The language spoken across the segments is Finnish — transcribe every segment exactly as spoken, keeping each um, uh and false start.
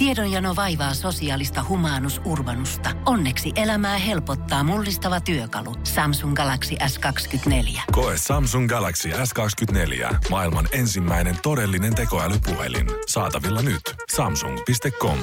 Tiedonjano vaivaa sosiaalista humanus urbanusta. Onneksi elämää helpottaa mullistava työkalu. Samsung Galaxy S kaksikymmentäneljä. Koe Samsung Galaxy S kaksikymmentäneljä. Maailman ensimmäinen todellinen tekoälypuhelin. Saatavilla nyt. samsung piste com.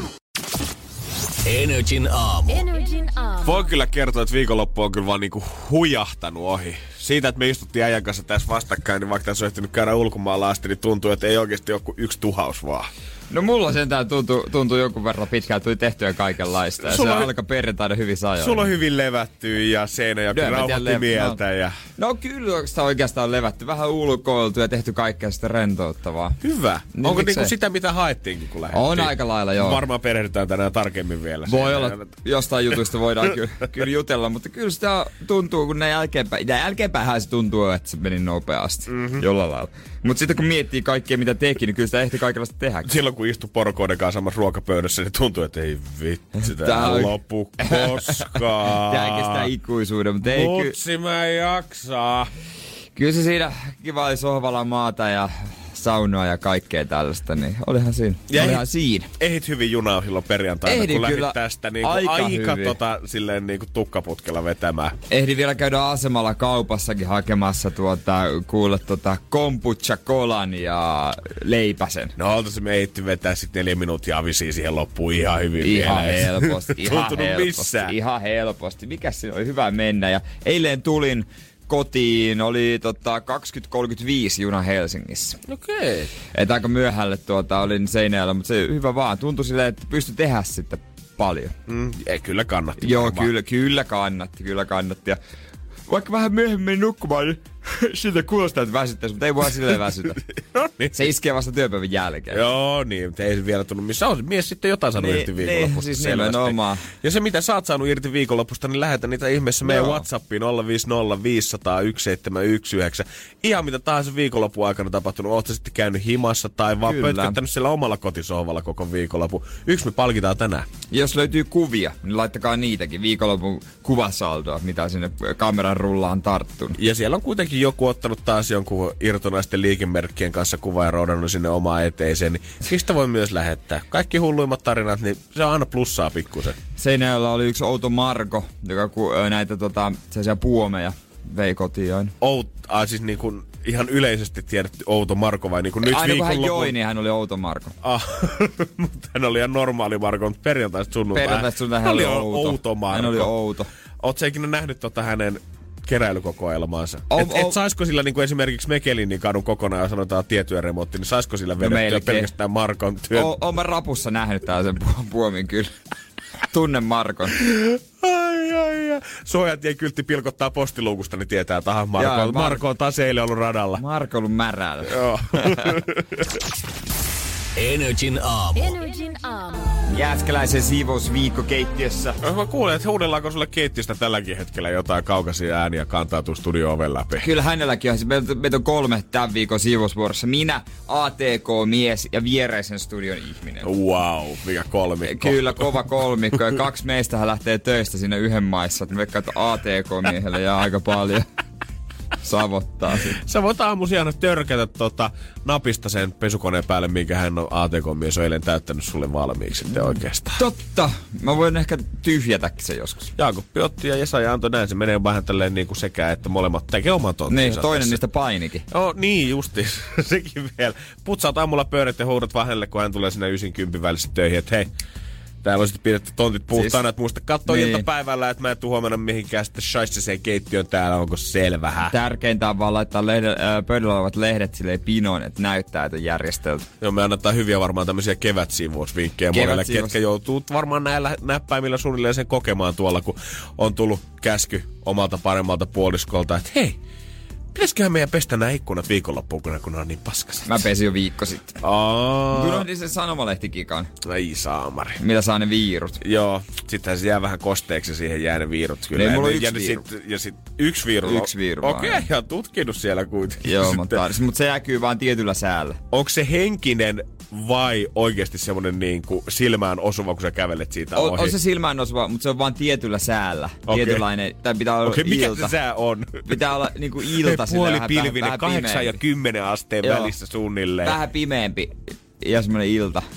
Energin aamu. Energin aamu. Voi kyllä kertoa, että viikonloppu on kyllä vaan niinku hujahtanut ohi. Siitä, että me istuttiin äijän kanssa tässä vastakkain, niin vaikka tässä on ehtinyt käydä ulkomailla asti, niin tuntuu, että ei oikeasti ole kuin yksi tuhaus vaan. No mulla sentään tuntuu, tuntuu jonkun verran pitkään, tuli tehtyä kaikenlaista ja sulla se on... alkaa perjantaina hyvin sajoin. Sulla on hyvin levättyä ja Seinäjoki rauhoitti lev... mieltä. No, ja... no kyllä sitä oikeastaan on levätty. Vähän ulkoiltu ja tehty kaikkea sitä rentouttavaa. Hyvä. Niin, onko niinku sitä, mitä haettiinkin, kun lähdettiin? On aika lailla, joo. Varmaan perehdytään tänään tarkemmin vielä. Voi olla, jostain jutuista voidaan kyllä, kyllä jutella, mutta kyllä sitä tuntuu, kun ne jälkeenpäin, ja jälkeenpäinhän se tuntuu, että se meni nopeasti. Mm-hmm. Jollain lailla. Mutta sitten kun miettii kaikkea, mitä teki, niin kyllä sitä ehti kaikenlaista tehdä. Silloin kun istui porukoiden kanssa samassa ruokapöydässä, niin tuntuu, että ei vitsi, tää on loppu koskaan. Tää kestää ikuisuuden, mutta ei kyllä. Mutsi, mä en jaksaa. Kyllä se siinä kiva oli sohvalla maata ja saunoa ja kaikkea tällaista, niin olihan siinä. Ja olihan ehdit, siinä. Ehdit hyvin junaa silloin perjantaina, Ehdin kun kyllä lähdit tästä niin aika, aika tota, silleen niin kuin tukkaputkella vetämään. Ehdin vielä käydä asemalla kaupassakin hakemassa tuota, kuule tuota kombucha-kolan ja leipäsen. No oltaisiin me ehditty vetää sitten neljä minuuttia avisiin siihen loppuun ihan hyvin ihan vielä. Helposti, ihan helposti, missään. ihan helposti. Mikäs siinä oli hyvä mennä ja eilen tulin kotiin, oli tota kaksikymmentä kolmekymmentäviisi juna Helsingissä. Okei. Okay. Et aika myöhälle tuota olin Seinäjällä, mutta se hyvä vaan. Tuntui silleen, että pystyi tehdä sitten paljon. Mm, ei, kyllä kannatti. Joo, kyllä, kyllä kannatti, kyllä kannatti. Ja vaikka vähän myöhemmin nukkumaan, niin siltä kuulostaa, että väsyttäisi, mutta ei voi silleen väsytä. No niin. Se iskee vasta työpäivän jälkeen. Joo, niin, mutta ei se vielä tullut missä on mies sitten jotain saanut niin, irti viikonlopusta. Niin, siis nimenomaan. Ja se, mitä sä oot saanut irti viikonlopusta, niin lähetä niitä ihmeessä meidän Joo. WhatsAppiin nolla viisi nolla viisi nolla nolla yksi seitsemän yksi yhdeksän. Ihan mitä tahansa viikonlopun aikana tapahtunut. Oot sä sitten käynyt himassa tai vaan pötköttänyt siellä omalla kotisohvalla koko viikonlopun. Yksi me palkitaan tänään. Jos löytyy kuvia, niin laittakaa niitäkin viikonlopun kuvasaldoa, mitä sinne kameran rullaan tarttunut. Ja siellä on kuitenkin joku ottanut taas jonkun irtonaisten liikemerkkien kanssa kuva ja roudannut sinne omaan eteiseen, niin mistä voi myös lähettää. Kaikki hulluimmat tarinat, niin se on aina plussaa pikkusen. Seinäjoella oli yksi outo Marko, joka ku, näitä tota, sellaisia puomeja vei kotiin aina. Out, ah, siis niin kuin ihan yleisesti tiedetty outo Marko vai niin kuin nyt aina kun hän lopun... joi, niin hän oli outo Marko. Ah, mutta hän oli ihan normaali Marko, mutta perjantaista sunnuntai. Perjantaista sunnuntai hän oli outo. outo Marko. Hän oli outo. Ootko sä ikinä nähnyt tota hänen keräilykokoelmaansa? O, et, o, et saisiko sillä niinku esimerkiksi Mekelinin kadun kokonaan, jos sanotaan tiettyä remontti, niin saisiko sillä vedettyä no pelkästään Markon työn? O, oon mä rapussa nähnyt tällaisen pu- puomin kyllä. Tunnen Markon. Ai, ai, ai. Suojatien kyltti pilkottaa postiluukusta, niin tietää, että aha, Marko, Jaa, Mar- Marko on taas eilen ollut radalla. Marko on ollut märällä. Joo. Energin aamu. Energin aamu. Jääskeläisen siivousviikko keittiössä. Mä kuulen, että huudellaanko sulle keittiöstä tälläkin hetkellä jotain kaukaisia ääniä kantautuu studio-oven läpi. Kyllä hänelläkin on. Meitä on kolme tämän viikon siivousvuorossa. Minä, A T K-mies ja viereisen studion ihminen. Wow, mikä kolmikko. Kyllä, kova kolmikko. Ja kaksi meistähän lähtee töistä sinne yhden maissa. Mä veikkaan, että A T K-miehelle jää aika paljon. Savottaa sit. Sä voit aamuisin aina törkätä tota, napista sen pesukoneen päälle, minkä hän on A T K-mies on eilen täyttänyt sulle valmiiksi sitten oikeastaan. Totta. Mä voin ehkä tyhjätäkin se joskus. Jaakoppi otti ja Jesa ja antoi näin. Se menee vähän tälleen niin kuin sekä, että molemmat tekee oman tonttinsa. Niin, toinen tässä. niistä painikin. Joo, niin justi. Sekin vielä. Putsaat aamulla pöydät ja huudat vaan hänelle, kun hän tulee sinne ysin välissä töihin, että hei, täällä on sitten pidetty tontit puhtaana, siis, että muista katsoa niin. Iltapäivällä, että mä en tuu huomenna mihinkään sitten shaistiseen keittiön täällä, onko selvähä. Tärkeintä on vaan laittaa lehde, äh, pöydällä olevat lehdet silleen pinoon, että näyttää, että on järjestelty. Joo, me annetaan hyviä varmaan tämmöisiä kevätsiivousvinkkejä monelle, ketkä joutuu varmaan näillä näppäimillä suunnilleen sen kokemaan tuolla, kun on tullut käsky omalta paremmalta puoliskolta, että hei, pitäisiköhän meidän pestä nämä ikkunat viikonloppuun, kun ne on niin paskaset? Mä pesin jo viikko sitten. Aa. Unohdin sen sanomalehtikikan. Ai saamari. Mitä saa ne viirut? Joo, sittenhän se jää vähän kosteeksi ja siihen jää ne viirut. Kyllä. Ei, mulla on yksi ja viiru. Sit, ja sit yksi viiru. Yksi viiru Okei, okay, ihan tutkinut siellä kuitenkin. Joo, mutta, mutta se näkyy vaan tietyllä säällä. Onko se henkinen vai oikeasti semmonen niinku silmään osuva, kun sä kävelet siitä on, ohi? On se silmään osuva, mutta se on vaan tietyllä säällä. Okay. Tietynlainen, tai pitää olla okay, ilta. Mikä se sää on? Pitää olla niinku ilta sillä vähän, puolipilvinen, kahdeksan ja kymmenen asteen Joo. välissä suunnilleen. Vähän pimeämpi ja semmonen ilta.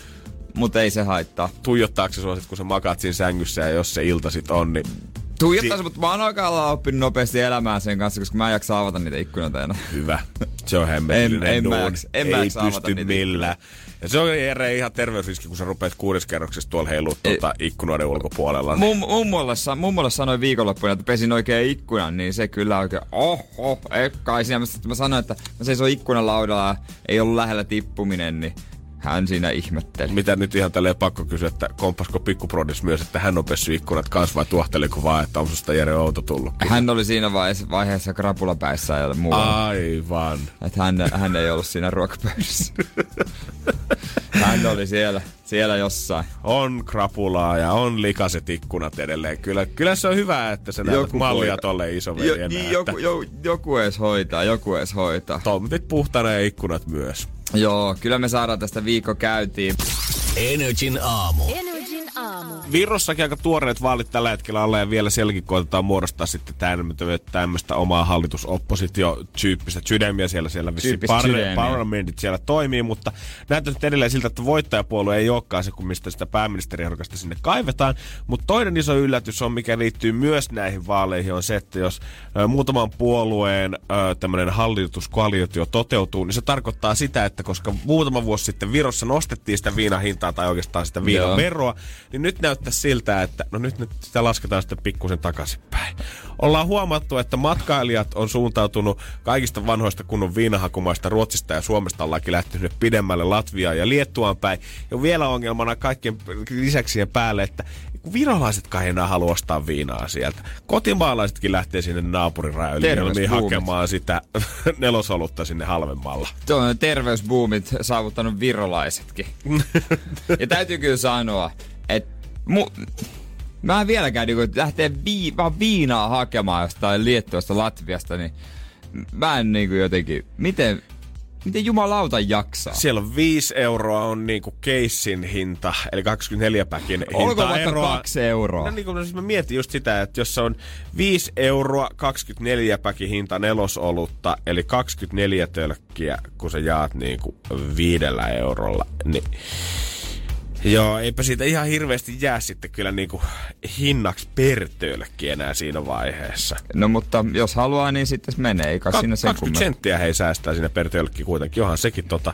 mutta ei se haittaa. Tuijottaako se sua sit, kun sä makaat siinä sängyssä ja jos se ilta sit on, niin... Tuijottais, si- mutta mä oon oikealla oppinut nopeasti elämään sen kanssa, koska mä en jaksa avata niitä ikkunoita enää. Hyvä. Se on hemmetillinen en, en duuni. Mä jaksa, en ei mä jaksa pysty millään. Ja se on Jere ihan terveysriski, kun sä rupeat kuudes kerroksessa tuolla heilua tuota ikkunoiden ulkopuolella. Mum, mummolle, mummolle sanoi viikonloppuna, että pesin oikein ikkunan, niin se kyllä oikein, oho, ekkai siinä. Mä sanoin, että mä seison ikkunan laudalla ja ei ollut lähellä tippuminen, niin hän siinä ihmetteli. Mitä nyt ihan tälleen pakko kysyä, että kompasko pikkuprodis myös, että hän on pessy ikkunat kanssa vai tuohteliko vaan, että on susta Jere outo tullut? Hän oli siinä vaiheessa, vaiheessa krapulapäissä ja muualla. Aivan. Että hän, hän ei ollut siinä ruokapöydässä. Hän oli siellä, siellä jossain. On krapulaa ja on likaset ikkunat edelleen. Kyllä, kyllä se on hyvä, että sä näytät mallia tolle isoveljenä. Jo, joku, jo, joku ees hoitaa, joku ees hoitaa. Tomtit puhtana ja ikkunat myös. Joo, kyllä me saadaan tästä viikko käyntiin. N R J:n aamu. N R J:n aamu. Virossakin aika tuoreet vaalit tällä hetkellä alla ja vielä sielläkin koitetaan muodostaa sitten tämmöistä omaa hallitusoppositio-tyyppistä sydämiä siellä. Siellä vissiin par- parlamentit siellä toimii, mutta näyttää nyt edelleen siltä, että voittajapuolue ei olekaan se, kun mistä sitä pääministeriehdokasta sinne kaivetaan. Mutta toinen iso yllätys on, mikä liittyy myös näihin vaaleihin, on se, että jos ö, muutaman puolueen ö, tämmöinen hallituskoalitio toteutuu, niin se tarkoittaa sitä, että koska muutama vuosi sitten Virossa nostettiin sitä viinan hintaa tai oikeastaan sitä viinan veroa, niin nyt näyttää siltä, että no nyt, nyt sitä lasketaan sitten pikkusen takaisinpäin. Ollaan huomattu, että matkailijat on suuntautunut kaikista vanhoista kunnon viinahakumaista Ruotsista ja Suomesta ollaankin lähtenyt pidemmälle Latviaan ja Liettuaan päin. Ja vielä ongelmana kaikkien lisäksi siihen päälle, että virolaisetkaan ei enää halua ostaa viinaa sieltä. Kotimaalaisetkin lähtee sinne naapurirajoille hakemaan sitä nelosolutta sinne halvemmalla. Tuo on terveysboomit saavuttanut virolaisetkin. Ja täytyy kyllä sanoa, että mu- mä en vieläkään niin kun lähtee vii- vaan viinaa hakemaan jostain Liettuasta, Latviasta, niin mä en niin jotenkin, miten... Miten jumalauta jaksaa? Siellä on viisi euroa on niinku keissin hinta, eli kaksikymmentäneljä päkin hinta. Olko vaikka kaksi euroa? No niin kuin siis mä mietin just sitä, että jos se on viisi euroa, kaksikymmentäneljä päkin hinta nelosolutta, eli kaksikymmentäneljä tölkkiä, kun sä jaat niinku viidellä eurolla, niin... Joo, eipä siitä ihan hirveästi jää sitten kyllä niinku hinnaksi per tölkki enää siinä vaiheessa. No mutta jos haluaa, niin sitten menee. Eikä Ka- siinä sen kaksikymmentä senttiä hei säästää siinä per tölkki kuitenkin. Onhan sekin tota...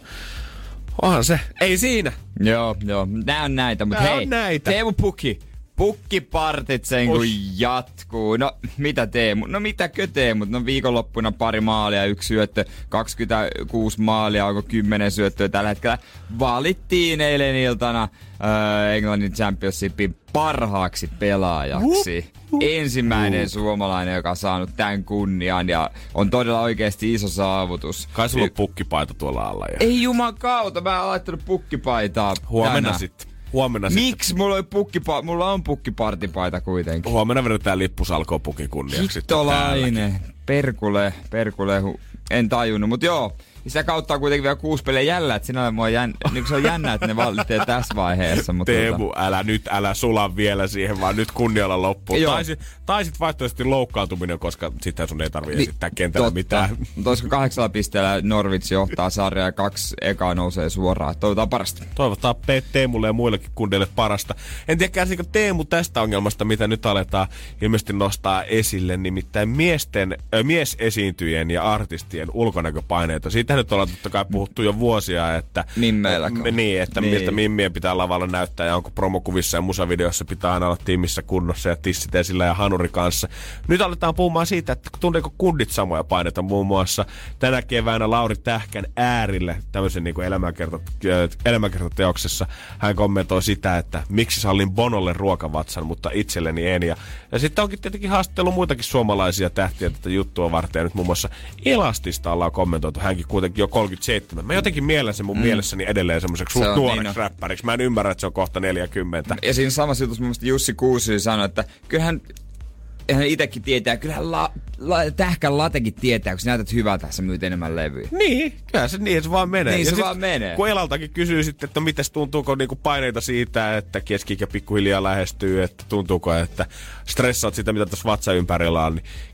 Onhan se. Ei siinä. Joo, joo. Nää on näitä, mutta hei. On näitä. Teemu Pukki. Pukkipartit sen kun jatkuu. No mitä Teemu? No mitäkö Teemu? No viikonloppuna pari maalia, yksi syöttö, kaksikymmentäkuusi maalia, onko kymmenen syöttöä tällä hetkellä. Valittiin eilen iltana äh, Englannin Championshipin parhaaksi pelaajaksi. Uh, uh, Ensimmäinen uh. suomalainen, joka on saanut tämän kunnian ja on todella oikeasti iso saavutus. Kai sulla on pukkipaita tuolla alla. Ja... Ei jumakauta, mä oon laittanut pukkipaitaa. Huomenna sitten. Huomenna Miksi mulla, pukkipa- mulla on pukkipartipaita kuitenkin? Huomenna vedetään lippusalkoon pukin kunniaksi. Hittolainen. Perkule, perkule. Hu- en tajunnut, mut joo. Sitä kautta on kuitenkin vielä kuusi peliä jäljellä, että sinällä mua jän... niin se on jännä, että ne valitsee tässä vaiheessa. Mutta Teemu, tuota... älä nyt, älä sula vielä siihen, vaan nyt kunnialla loppuun. Tai, sit, tai sit vaihtoehtoisesti loukkaantuminen, koska sitten sun ei tarvitse esittää kentällä totta. mitään. Mutta olisiko kahdeksalla pisteellä Norwich johtaa sarjaa ja kaksi ekaa nousee suoraan. Toivotaan parasta. Toivotaan Teemulle ja muillekin kundeille parasta. En tiedä, kärsikö Teemu tästä ongelmasta, mitä nyt aletaan ilmeisesti nostaa esille, nimittäin miesten, äh, miesesiintyjien ja artistien ulkonäköpaineita. Siitä nyt ollaan totta kai puhuttu jo vuosia, että... Mimmeilläkö? Niin, että niin. miltä mimmien pitää lavalla näyttää ja onko promokuvissa ja musavideossa pitää aina olla tiimissä kunnossa ja tissit esillä ja hanuri kanssa. Nyt aletaan puhumaan siitä, että tunteeko kundit samoja paineita muun muassa tänä keväänä Lauri Tähkän Äärille tämmöisen niin kuin elämänkerta, elämänkertateoksessa. Hän kommentoi sitä, että miksi sallin Bonolle ruokavatsan, mutta itselleni en. Ja, ja sitten onkin tietenkin haastattellut muitakin suomalaisia tähtiä tätä juttua varten. Ja nyt muun muassa Elastista ollaan kommentoitu. Hänkin kuitenkin jo kolmekymmentäseitsemän. Mä jotenkin mielen sen mun mm. mielessäni edelleen semmoiseksi suht nuoreksi niin räppäriksi. Mä en ymmärrä, että se on kohta neljäkymmentä. Ja siinä samassa jutussa mun mielestä Jussi Kuusi sanoi, että kyllähän hän itsekin tietää, kyllähän la, la, Tähkän latekin tietää, kun sä näytät hyvältä, sä myyt enemmän levyjä. Niin, kyllä se niin, se vaan menee. Niin ja se sit, vaan menee. Kun Elaltakin kysyy sitten, että mites tuntuuko niinku paineita siitä, että keski-ikä pikkuhiljaa lähestyy, että tuntuuko, että stressaat sitä, mitä tuossa vatsa ympärillä on, niin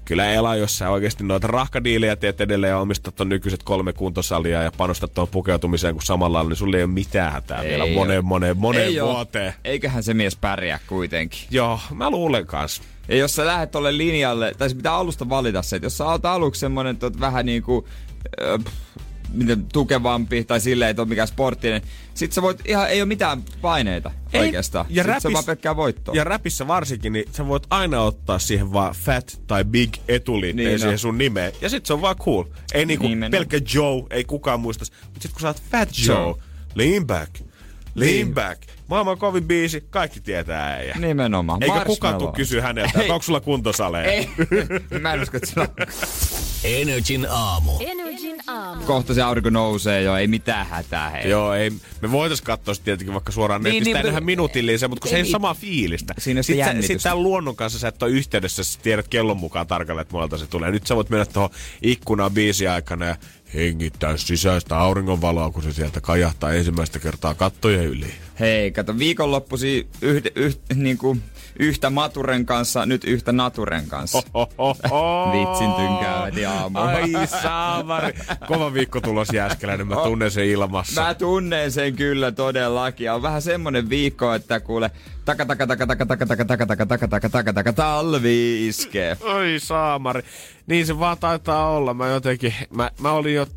kyllä Ela, jos sä oikeasti noita rahkadiilejä teet edelleen ja omistat ton nykyiset kolme kuntosalia ja panostat tuohon pukeutumiseen kuin samalla lailla, niin sulla ei ole mitään hätää ei vielä moneen, moneen, moneen ei vuoteen. Ole. Eiköhän se mies pärjää kuitenkin. Joo, mä luulen kanssa. Ja jos sä lähdet tolle linjalle, tai se pitää alusta valita se, että jos sä oot aluksi semmonen tot, vähän niinku äh, miten tukevampi tai silleen, että on mikään sporttinen, sit sä voit ihan, ei ole mitään paineita ei, oikeastaan. Ja sit räpis, se on vaan pelkkää voittoa. Ja räpissä varsinkin, niin sä voit aina ottaa siihen vaan fat tai big etuliitteen niin, siihen no. sun nimeen. Ja sit se on vaan cool. Ei niinku niin pelkkä Joe, ei kukaan muistas. Mut sit kun sä oot Fat Joe, Joe. lean back, lean niin. back. Maailman kovin biisi, kaikki tietää äijä. Nimenomaan. Eikä kukaan tuu kysyä häneltä, että onko sulla kuntosaleja? Ei, mä en usko, että sulla Energin aamu. Energin aamu. Kohta se aurinko nousee jo, ei mitään hätää hei. Joo, ei, me voitais katsoa sitä tietenkin vaikka suoraan niin, netistä, niin, enhän minuutilliseen, mutta kun ei, se ei ole samaa fiilistä. Siinä on sitä jännitystä. Sitten tämän luonnon kanssa sä et ole yhteydessä, sä tiedät kellon mukaan tarkalleen, että monelta se tulee. Nyt sä voit mennä tuohon ikkunaan biisin aikana ja hengittää sisäistä auringonvaloa, kun se sieltä kajahtaa ensimmäistä kertaa kattojen yli. Hei, kato, viikonloppusi yhde, yh, niinku, yhtä maturen kanssa, nyt yhtä naturen kanssa. Vitsin tynkääväti aamu. Ai saavari. Kova viikko tulos Jääskeläinen, mä tunnen sen ilmassa. Mä tunnen sen kyllä todellakin. On vähän semmonen viikko, että kuule, taka taka taka taka taka taka taka taka taka taka taka taka talvi iskee. Oi saamari. Niin se vaan taitaa olla. Mä jotenkin, mä, mä olin jo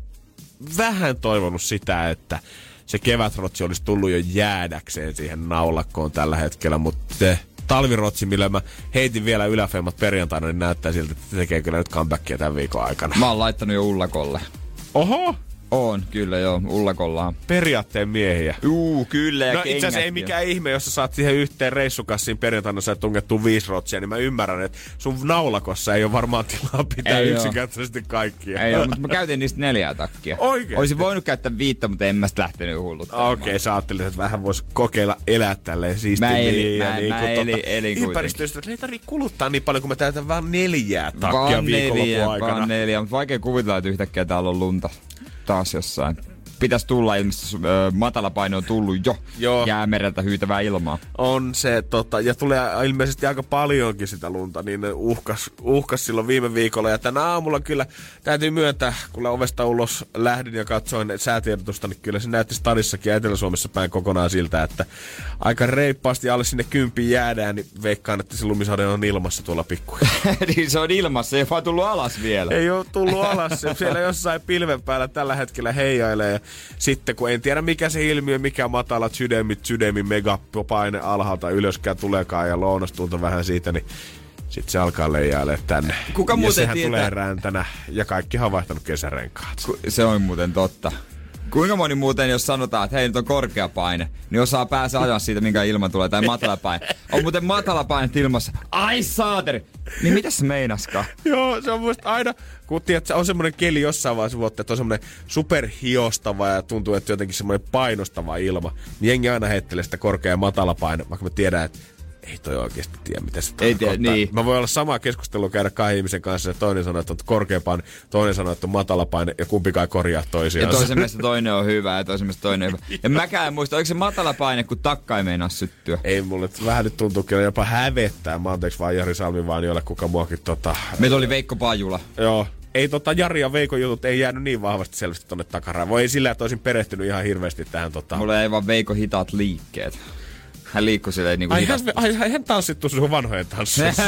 vähän toivonut sitä, että se kevätrotsi olisi tullut jo jäädäkseen siihen naulakkoon tällä hetkellä, mutta se talvirotsi, millä mä heitin vielä yläfemmat perjantaina, niin näyttää siltä, että tekee kyllä nyt comebackia tämän viikon aikana. Mä oon laittanut jo ullakolle. Oho! On, kyllä joo, ullakollaan. Periaatteen miehiä. Juu, kyllä, ja no itse asiassa ei mikään ihme, jos sä saat siihen yhteen reissukassiin perjantaina sä tungettua viisi rotsia, niin mä ymmärrän, että sun naulakossa ei ole varmaan tilaa pitää ei yksinkertaisesti kaikkia. Ei ole, mutta mä käytin niistä neljää takkia. Oikein? Olisin voinut käyttää viittä, mutta en mä sitä lähtenyt hulluttamaan. Okei, okay, sä ajattelit, että vähän vois kokeilla elää tälleen siistimmin. Mä elin, mä, niin mä elin, tota, elin ympäristöistä, että ei tarvitse kuluttaa niin paljon, kun mä täytän vaan neljää takkia viikonlopun aikana. Vaan neljä, mutta vaikea kuvitella, että yhtäkkiä täällä on lunta taas jossain. Pitäisi tulla ilmeisesti, äh, matala paino on tullut jo Joo. jäämereltä hyytävää ilmaa. On se, tota, ja tulee ilmeisesti aika paljonkin sitä lunta, niin ne uhkas, uhkas silloin viime viikolla. Ja tänä aamulla kyllä täytyy myöntää, kun ovesta ulos lähdin ja katsoin säätiedotusta, niin kyllä se näytti stadissakin ja Etelä-Suomessa päin kokonaan siltä, että aika reippaasti alle sinne kymppiin jäädään, niin veikkaan, että se lumisade on ilmassa tuolla pikkuja. Niin se on ilmassa, ei vaan tullut alas vielä. Ei ole tullut alas, siellä jossain pilven päällä tällä hetkellä heijailee. Ja sitten kun en tiedä mikä se ilmiö, mikä matala sydämi, sydämi, megapaine alhaalta ylöskään tuleekaan ja lounastunto vähän siitä, niin sitten se alkaa leijailemaan tänne. Kuka ja muuten sehän tietää? Tulee räntänä ja kaikki on vaihtanut kesärenkaat. Ku, se on muuten totta. Kuinka moni muuten, jos sanotaan, että hei nyt on korkea paine, niin osaa päästä ajaa siitä, minkä ilma tulee, tai matala paine. On muuten matala paine ilmassa. Ai saateri! Niin mitäs se meinaskaan? Joo, se on muista aina, kun tiedät, on semmoinen keli jossain vaiheessa vuotta, että on semmoinen superhiostava ja tuntuu, että jotenkin semmoinen painostava ilma. Niin jengi aina heittelee sitä korkea ja matala paine, vaikka me tiedään, että ei toi oikeasti tiedä, mitä se ei tiedä, niin. Mä voin olla samaa keskustelua käydä kahden ihmisen kanssa, ja toinen sanoo, että on korkea paine, toinen sanoo, että on matala paine, ja kumpikaan ei korjaa toisiaan. Ja toisen mielestä toinen on hyvä, ja toisen mielestä toinen on hyvä. Ja mäkään en muista, oliko se matala paine, kun takka ei meinaa syttyä? Ei mulle, vähän nyt tuntuu kyllä jopa hävettää. Mä anteeksi vaan Jari Salmi, vaan jolle kuka muakin tota... Meillä oli Veikko Pajula. Joo. Ei tota Jari ja Veikon jutut ei jäänyt niin vahvasti selvästi tonne takaraan. Voi ei sillä, että olisin perehtynyt ihan hirveästi tähän tota... Mulla ei vaan Veikon hitaat liikkeet. Hän liikkui silleen niinku hitaasti. Ai, ai hän tanssittu sun vanhojen tanssuissa.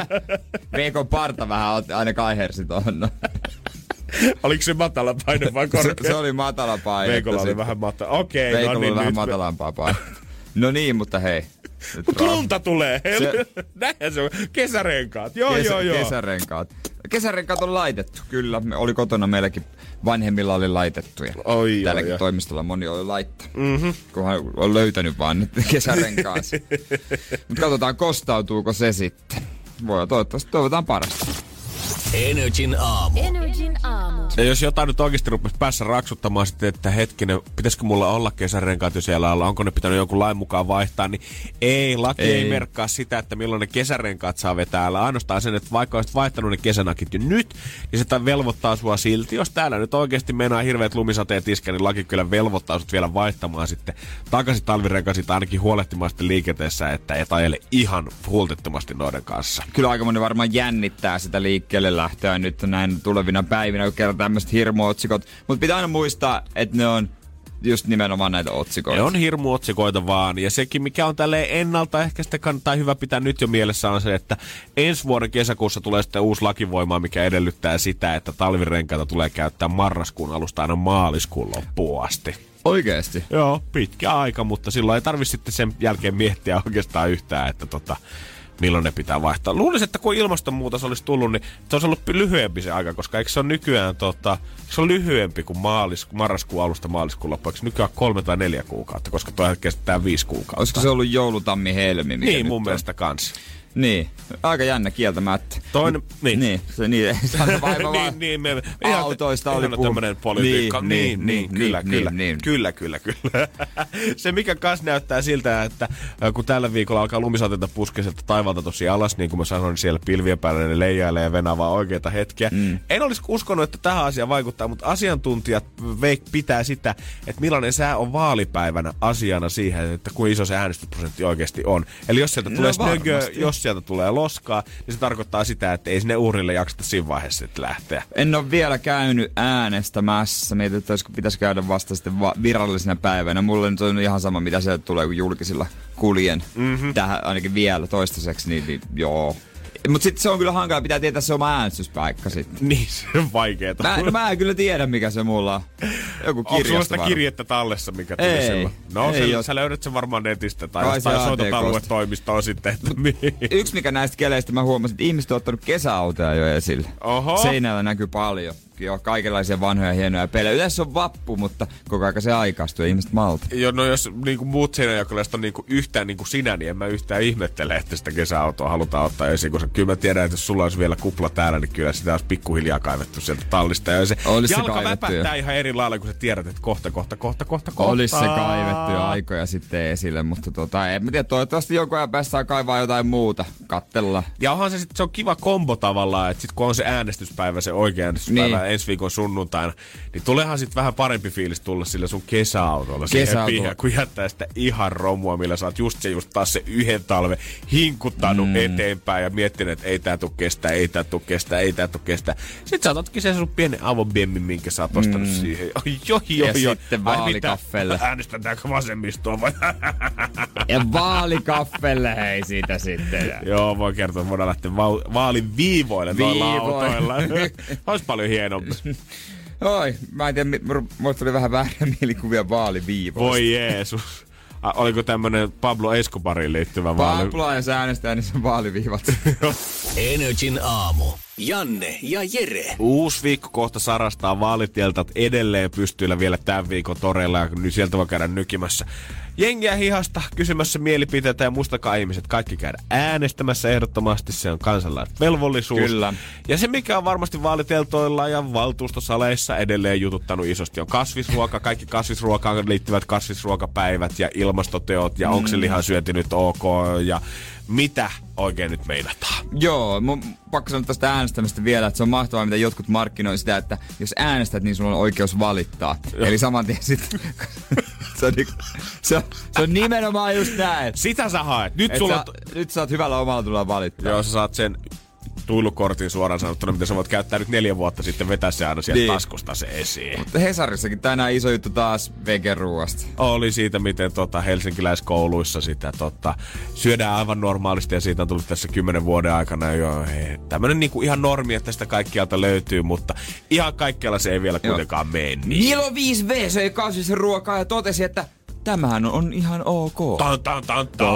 Veikon parta vähän aina kaihersi tuohon. Oliko se matala paine vai korkea? Se, se oli matala paine. Veikolla oli vähän matala. Okei, okay, no niin. Veikolla oli vähän matalampaa paine. No niin, mutta hei. Mut lunta tulee. Se... Näinhän se on. Kesärenkaat. Joo, Kesä, joo, joo. Kesärenkaat. Kesärenkaat on laitettu, kyllä. Me oli kotona meilläkin. Vanhemmilla oli laitettuja. Oi, Tälläkin oi, toimistolla moni oli laittanut. Mm-hmm. Kunhan on löytänyt vaan nyt kesärenkaansa. Mutta katsotaan, kostautuuko se sitten. Voi toivottavasti toivotaan parasta. Energin aamu. Energin aamu. Ja jos jotain nyt oikeasti rupesi päässä raksuttamaan sitten, että hetkinen, pitäisikö mulla olla kesärenkaat jo siellä alla, onko ne pitänyt jonkun lain mukaan vaihtaa, niin ei, laki ei, ei merkkaa sitä, että milloin ne kesärenkaat saa vetää älä. Ainoastaan sen, että vaikka olisit vaihtanut ne kesänakit jo nyt, niin se velvoittaa sua silti. Jos täällä nyt oikeasti meinaa hirveät lumisateet iskeä, niin laki kyllä velvoittaa sut vielä vaihtamaan sitten takaisin talvirenkasit ainakin huolehtimaan sitten liikenteessä, että et ajele ihan hultettomasti noiden kanssa. Kyllä aika moni varmaan jännittää sitä liikkeelle lähtöä nyt näin tulevina päivinä, kun kerran tämmöiset hirmuotsikot. Mutta pitää aina muistaa, että ne on just nimenomaan näitä otsikoita. Ne on hirmuotsikoita vaan. Ja sekin, mikä on tälleen ennalta ehkä sitten kannattaa hyvä pitää nyt jo mielessä, on se, että ensi vuoden kesäkuussa tulee sitten uusi lakivoima, mikä edellyttää sitä, että talvirenkaita tulee käyttää marraskuun alusta aina maaliskuun loppuun asti. Oikeesti? Joo, pitkä aika, mutta silloin ei tarvitse sitten sen jälkeen miettiä oikeastaan yhtään, että tota, milloin ne pitää vaihtaa. Luulisin, että kun ilmastonmuutos olisi tullut, niin se olisi ollut lyhyempi se aika, koska eikö se ole nykyään tota, se on lyhyempi kuin maalis, marraskuun alusta maaliskuun loppuun. Eikö nykyään kolme tai neljä kuukautta, koska tuo kestää viisi kuukautta. Olisiko se ollut joulutammi helmi? Niin, mun mielestä kans. Niin, aika jännä kieltämättä. Toinen, niin. Niin, se niin, ei saanut vaiva vaan niin, niin, me, autoista oli puhunut. Tämmönen politiikka. Niin, niin, niin, niin, kyllä, niin, kyllä, niin. kyllä, kyllä, kyllä. Se mikä kans näyttää siltä, että kun tällä viikolla alkaa lumisateita puskea sieltä taivalta tosi alas, niin kuin mä sanoin, niin siellä pilvien päällä ne leijailee ja venää vaan oikeita hetkiä. Mm. En olisi uskonut, että tähän asiaan vaikuttaa, mutta asiantuntijat veik pitää sitä, että millainen sää on vaalipäivänä asiana siihen, että kuinka iso se äänestysprosentti oikeasti on. Eli jos sieltä tulee no, snögö, jos sieltä tulee loskaa, niin se tarkoittaa sitä, että ei sinne uhrille jakseta siinä vaiheessa sitten lähteä. En ole vielä käynyt äänestämässä. Mietin, että pitäisi käydä vasta sitten va- virallisena päivänä. Mulle nyt on ihan sama, mitä sieltä tulee, kun julkisilla kuljen. Mm-hmm. Tähän ainakin vielä toistaiseksi, niin, niin joo. Mutta sitten se on kyllä hankala, pitää tietää se oma äänestyspaikka sitten. Niin, se on vaikeeta. Mä, no, mä en kyllä tiedä, mikä se mulla on. Joku kirjasto. Onko sulla sitä kirjettä tallessa, mikä tuli ei, silloin? No, ei sä, sä löydät sen varmaan netistä tai jostain soitot aluetoimistoon sitten. Että yksi, mikä näistä keleistä mä huomasin, että ihmiset on ottanut kesäautoja jo esille. Oho. Seinällä näkyy paljon. Joo, kaikenlaisia vanhoja hienoja pelejä. Yleensä on vappu, mutta koko ajan se aikaistuu ja ihmiset malta. Joo, no jos niinku muut seinäjakelaiset on niinku yhtään niinku sinä, niin en mä yhtään ihmettele, että sitä kesäautoa halutaan ottaa esiin. Koska kyllä mä tiedän, että jos sulla olisi vielä kupla täällä, niin kyllä sitä olisi pikkuhiljaa kaivettu sieltä tallista. Ja se Olis jalka se väpättää ihan eri lailla, kun sä tiedät, että kohta, kohta, kohta, kohta, kohta. Olisi se kaivettu jo aikoja sitten esille, mutta tota, en mä tiedä, toivottavasti jonkun ajan päästä saa kaivaa jotain muuta. Kattella. Ja onhan se sitten, se on kiva kombo tavallaan, että sit kun on se äänestyspäivä, se oikea äänestyspäivä niin. ensi viikon sunnuntaina, niin tuleehan sit vähän parempi fiilis tulla sillä sun kesäautolla siihen pihaan, kun jättää sitä ihan romua, millä sä oot just se just taas se yhden talven hinkuttanut mm. eteenpäin ja miettinyt, että ei tää tuu kestää, ei tää tuu kestää, ei tää tuu kestää. Sitten sä otatkin sen sun pienen avobemmin, minkä sä oot ostanut mm. siihen. Oi, jo, jo, ja jo. sitten vaalikaffelle. Äänestetäänkö vasemmistoa vai? Ja vaalikaffelle hei siitä sitten. Joo, voi kertoa, että voidaan lähteä va- vaaliviivoille noilla autoilla. Olisi paljon hienompi. Oi, mä en tiedä, mulle tuli vähän väärä mielikuvia vaaliviivoista. Voi Jeesus. A, oliko tämmönen Pablo Escobariin liittyvä vaali? Pablo ja äänestää, niin se on vaaliviivat. Energin aamu. Janne ja Jere. Uusi viikko kohta sarastaa vaalitieltä edelleen pystyillä vielä tämän viikon toreilla ja nyt sieltä voi käydä nykimässä jengiä hihasta, kysymässä mielipiteitä ja muistakaa ihmiset kaikki käydä äänestämässä ehdottomasti. Se on kansalaisvelvollisuus. Kyllä. Ja se mikä on varmasti vaaliteltoilla ja valtuustosaleissa edelleen jututtanut isosti on kasvisruoka. Kaikki kasvisruokaan liittyvät kasvisruokapäivät ja ilmastoteot ja mm. onko se lihansyönti nyt ok ja mitä oikein nyt meinataan? Joo, mun pakko sanoa tästä äänestämistä vielä, että se on mahtavaa, mitä jotkut markkinoi sitä, että jos äänestät, niin sulla on oikeus valittaa. Joo. Eli saman tien sit, se, on, se, on, se on nimenomaan just näin. Sitä sä haet. Nyt, sulla sä, t- nyt sä oot hyvällä omalla tulla valittaa. Joo, sä saat sen tuilukortin suoraan sanottuna, mitä sä voit käyttää nyt neljä vuotta sitten, vetää se aina sieltä niin. taskusta se esiin. Mutta Hesarissakin tänään iso juttu taas vegeruuasta. Oli siitä, miten tota, helsinkiläiskouluissa sitä tota, syödään aivan normaalisti ja siitä on tullut tässä kymmenen vuoden aikana jo tämmönen niinku ihan normi, että sitä kaikkialta löytyy, mutta ihan kaikkialla se ei vielä kuitenkaan mene. Niin. Nilo viisi V söi kasvisen ruokaa ja totesi, että tämähän on ihan ok. Tan, tan, tan, tan.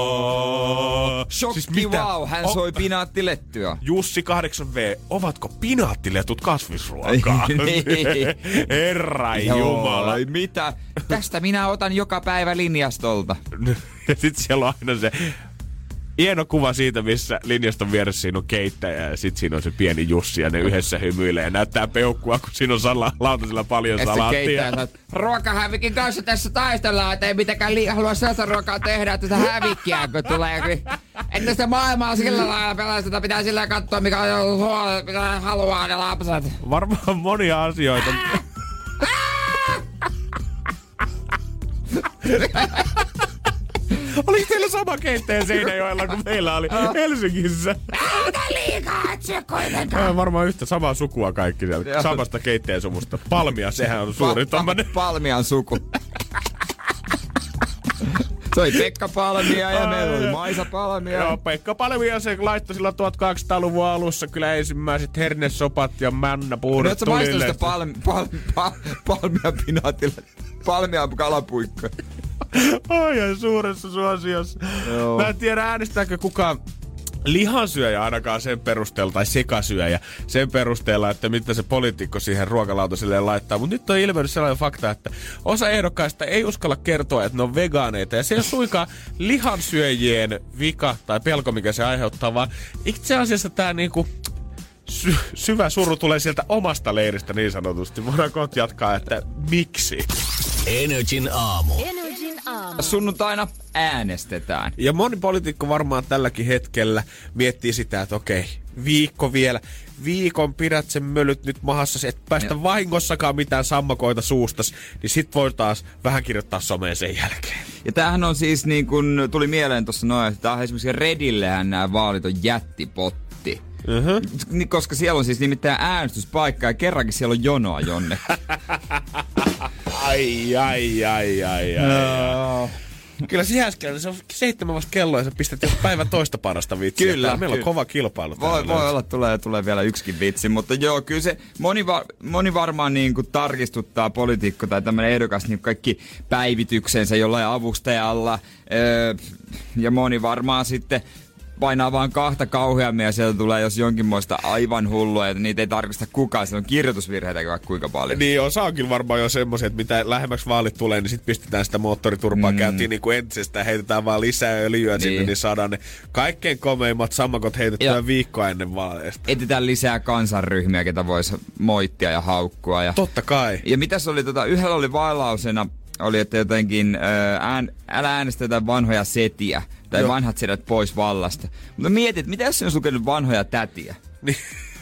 Shokki siis wow, hän soi oh. pinaattilettyä. Jussi kahdeksan V, ovatko pinaattiletut kasvisruokaa? Niin. Herra jumala. Mitä? Tästä minä otan joka päivä linjastolta. Ja sit siellä on aina se hieno kuva siitä, missä linjaston vieressä siinä on keittäjä ja sit siinä on se pieni Jussi ja ne yhdessä hymyilee ja näyttää peukkua, kun siinä on sala, lautasilla paljon ja salaattia. Ja ruokahävikin kanssa tässä taistellaan, että ei mitenkään li- halua sellaista ruokaa tehdä, että sitä hävikkiä kun tulee. Että sitä maailmaa sillä lailla pelasteta, pitää sillä katsoa, mikä on huoli, mitä haluaa ne lapset. Varmaan monia asioita. Oliko teillä sama keittäjä Seinäjoella kuin meillä oli Helsingissä? Älä liikaa etsiä kuitenkaan. Varmaan yhtä samaa sukua kaikki sieltä. Joo. Samasta keittäjäsumusta. Palmia, sehän on suuri pa- tommonen. Pa- Palmian suku. Se oli Pekka Palmia ja meillä oli Maisa Palmia. Joo, Pekka Palmia se laittoi silloin tuhatkahdeksansataaluvun alussa kyllä ensimmäiset hernesopat ja mannapuurot tulille. Oletko maistanut sitä palmi, pal, pal, palmia pinaatilla? Palmia kalapuikkoja. Oi, ja suuressa suosiossa. Joo. Mä en tiedä äänestääkö kukaan lihansyöjä ainakaan sen perusteella, tai sekasyöjä sen perusteella, että mitä se poliitikko siihen ruokalautaselle laittaa. Mutta nyt on ilmennyt sellainen fakta, että osa ehdokkaista ei uskalla kertoa, että ne on vegaaneita. Ja se ei ole suinkaan lihansyöjien vika tai pelko, mikä se aiheuttaa, vaan itse asiassa tää niinku sy- syvä suru tulee sieltä omasta leiristä niin sanotusti. Voidaan kohta jatkaa, että miksi? Energin aamu. Sunnuntaina äänestetään. Ja moni poliitikko varmaan tälläkin hetkellä miettii sitä, että okei, viikko vielä. Viikon pidät sen mölyt nyt mahassa, et päästä ja vahingossakaan mitään sammakoita suustas, niin sit voi taas vähän kirjoittaa someen sen jälkeen. Ja tämähän on siis niin kun tuli mieleen tuossa noin, että tämähän esimerkiksi Redillehän nämä vaalit on jättipotti. Uh-huh. Koska siellä on siis nimittäin äänestyspaikka ja kerrankin siellä on jonoa jonne. Ai, ai, ai, ai, ai. No. Kyllä sihäskellä, se on seitsemän vasta kello ja sä pistät jo päivän toista parasta vitsiä. Kyllä. Meillä kyllä. on kova kilpailu. Voi, voi olla, tulee, tulee vielä yksikin vitsi, mutta joo, kyllä se moni, va, moni varmaan niin kuin tarkistuttaa poliitikko tai tämmöinen ehdokas niin kaikki päivityksensä jollain avustajalla. Öö, ja moni varmaan sitten painaa vaan kahta kauheammin ja sieltä tulee jos jonkinmoista aivan hullua, että niitä ei tarkista kukaan. Siellä on kirjoitusvirheitä vaikka kuinka paljon. Niin, osa on kyllä varmaan jo semmoisia, että mitä lähemmäksi vaalit tulee, niin sitten pistetään sitä moottoriturpaa mm. käyntiin niin kuin entisestään. Heitetään vaan lisää öljyä niin sinne, niin saadaan ne kaikkein komeimmat sammakot heitettyä ja viikkoa ennen vaaleista. Etetään lisää kansanryhmiä, ketä voisi moittia ja haukkua. Ja totta kai. Ja mitäs oli, tota, yhdellä oli vaalausena, oli, että jotenkin ään, älä äänestä vanhoja setiä. Tai joo, vanhat sedät pois vallasta. Mutta mietit, mitä jos se olisi lukenut vanhoja tätiä? Niin.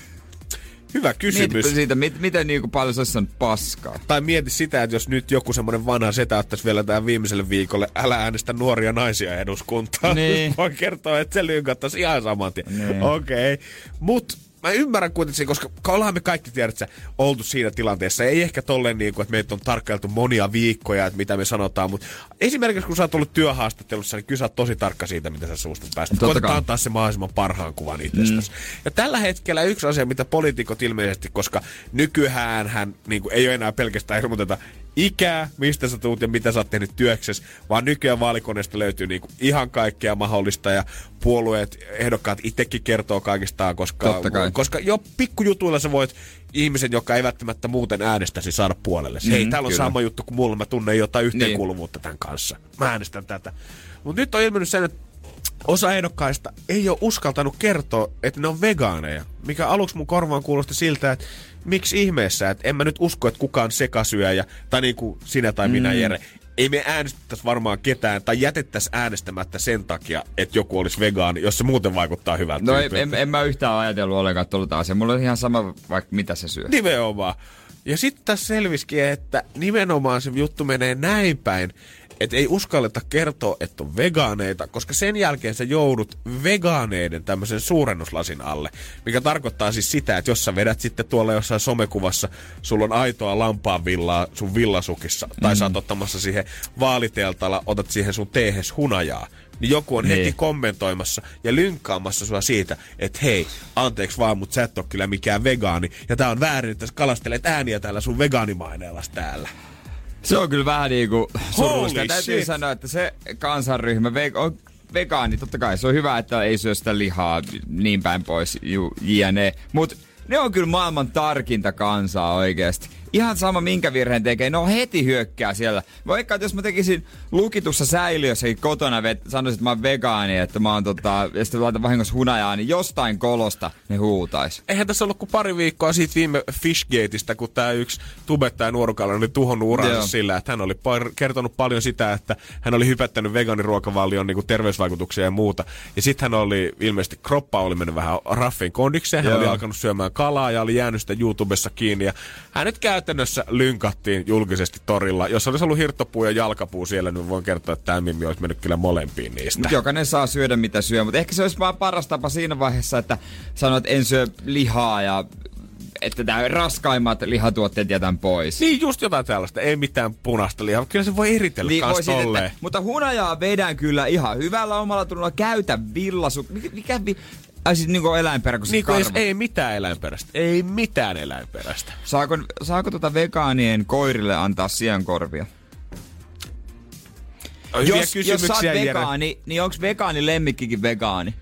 Hyvä kysymys. Mietipä siitä, mit, miten niin kuin paljon se olisi sanonut paskaa. Tai mieti sitä, että jos nyt joku semmoinen vanha setä ottaisi vielä tähän viimeiselle viikolle, älä äänestä nuoria naisia eduskuntaan. Niin. Voin kertoa, että se lynkattaisi ihan saman tien. Niin. Okei. Okay. Mut mä ymmärrän kuitenkin, koska ollaan me kaikki tiedät, että oltu siinä tilanteessa. Ei ehkä tolleen niin kuin, että meitä on tarkkailtu monia viikkoja, että mitä me sanotaan, mutta esimerkiksi kun sä oot ollut työhaastattelussa, niin kyllä sä oot tosi tarkka siitä, mitä sä suusta päästä. Koitetaan antaa se mahdollisimman parhaan kuvan itsestäsi. Mm. Ja tällä hetkellä yksi asia, mitä poliitikot ilmeisesti, koska nykyään hän niin kuin, ei ole enää pelkästään ilmoiteta ikää, mistä sä tuut ja mitä sä oot tehnyt työksesi, vaan nykyään vaalikoneesta löytyy niinku ihan kaikkea mahdollista ja puolueet, ehdokkaat itsekin kertoo kaikistaan, koska, koska jo pikkujutuilla sä voit ihmisen, joka ei välttämättä muuten äänestäisi, saada puolelle. Mm, Hei, täällä on kyllä sama juttu kuin mulla, mä tunnen jotain yhteenkuuluvuutta niin tämän kanssa. Mä äänestän tätä. Mutta nyt on ilmennyt sen, että osa ehdokkaista ei ole uskaltanut kertoa, että ne on vegaaneja, mikä aluksi mun korvaan kuulosti siltä, että miksi ihmeessä, että en mä nyt usko, että kukaan sekasyöjä, tai niin kuin sinä tai minä, mm. Jere, ei me äänestettäisi varmaan ketään, tai jätettäisi äänestämättä sen takia, että joku olisi vegaani, jos se muuten vaikuttaa hyvältä. No en, en, en mä yhtään ajatellut ollenkaan tuolta asiaa. Mulla on ihan sama, vaikka mitä se syö. Nimenomaan. Ja sitten tässä selvisikin, että nimenomaan se juttu menee näin päin, että ei uskalleta kertoa, että on vegaaneita, koska sen jälkeen sä joudut vegaaneiden tämmöisen suurennuslasin alle. Mikä tarkoittaa siis sitä, että jos sä vedät sitten tuolla jossain somekuvassa, sulla on aitoa lampaan villaa sun villasukissa, tai mm. sä oot ottamassa siihen vaaliteltalla, otat siihen sun teehes hunajaa, niin joku on heti kommentoimassa ja lynkkaamassa sua siitä, että hei, anteeksi vaan, mutta sä et ole kyllä mikään vegaani, ja tää on väärin, että sä kalastelet ääniä täällä sun vegaanimaineellas täällä. Se on kyllä vähän niinku surullista. Täytyy sanoa, että se kansanryhmä ve- on vegaani, totta kai se on hyvä, että ei syö sitä lihaa niin päin pois, ju- jne. Mut ne on kyllä maailman tarkinta kansaa oikeesti. ihan sama minkä virheen tekee, no heti hyökkää siellä. Vaikka jos mä tekisin lukitussa säiliössäkin kotona, vet, sanoisin, että mä oon vegaani, että mä oon tota, ja sitten laitan vahingossa hunajaa, niin jostain kolosta ne huutais. Eihän tässä ollut kuin pari viikkoa siitä viime Fishgateista, kun tää yksi tubettaja nuorukalla oli tuhonnut uransa Joo. sillä, että hän oli par- kertonut paljon sitä, että hän oli hypättänyt vegaaniruokavalion niin kuin terveysvaikutuksia ja muuta. Ja sitten hän oli ilmeisesti, kroppa oli mennyt vähän raffin kondikseen, hän Joo. oli alkanut syömään kalaa ja oli jäänyt sitä YouTubessa kiinni. Ja hän nyt käytännössä lynkattiin julkisesti torilla. Jos olisi ollut hirttopuu ja jalkapuu siellä, niin voin kertoa, että tämä Mimmi olisi mennyt kyllä molempiin niistä. Mut jokainen saa syödä mitä syö, mutta ehkä se olisi vaan paras tapa siinä vaiheessa, että sanoo, että en syö lihaa ja että tää raskaimmat lihatuotteet jätän pois. Niin, just jotain tällaista. Ei mitään punaista lihaa. Kyllä se voi eritellä niin, kans tolleen. Että, mutta hunajaa vedän kyllä ihan hyvällä omalla tunnolla. Käytä villasu... Mikä vi... Ai siis niinku eläinperäistä. Niin kuin ei mitään eläinperäistä. Ei mitään eläinperäistä. Saako, saako tota vegaanien koirille antaa siankorvia? Jos, jos sä oot vegaani, niin onks vegaani lemmikkikin vegaani?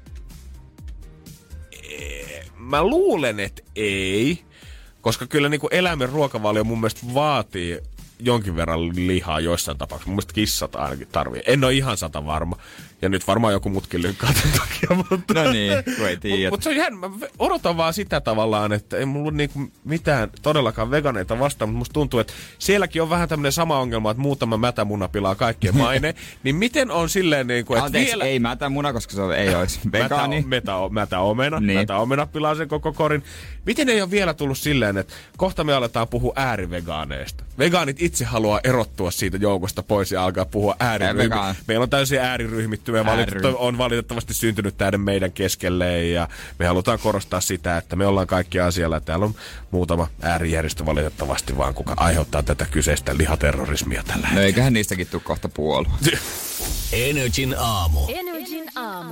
Mä luulen, että ei, koska kyllä niin kuin eläimen ruokavalio mun mielestä vaatii jonkin verran lihaa joissain tapauksissa. Mun mielestä kissat ainakin tarvii. En ole ihan sata varma. Ja nyt varmaan joku mutkin lynkkaa tämän takia. Mutta no niin, kun ei tiedä. Mutta mut se on jännä. Mä odotan vaan sitä tavallaan, että ei mulla niinku mitään todellakaan veganeita vastaan, mutta musta tuntuu, että sielläkin on vähän tämmöinen sama ongelma, että muutama mätämuna pilaa kaikkien maine. Niin miten on silleen niinku, että Anteeksi, vielä... ei mätämuna, koska se ei olisi vegaani. Mätä, mätä omena. Niin. Mätä omena pilaa sen koko korin. Miten ei ole vielä tullut silleen, että kohta me aletaan puhua äärivegaaneista. Vegaanit itse haluaa erottua siitä joukosta pois ja alkaa puhua ääriryhmistä. Meillä on täysin ääriryhmittymiä. Valit- on valitettavasti syntynyt täiden meidän keskelle ja me halutaan korostaa sitä, että me ollaan kaikki asialla. Täällä on muutama äärijärjestö valitettavasti vaan, kuka aiheuttaa tätä kyseistä lihaterrorismia tällä hetkellä. No eiköhän niistäkin tule kohta puolue. Energin aamu. Energin aamu.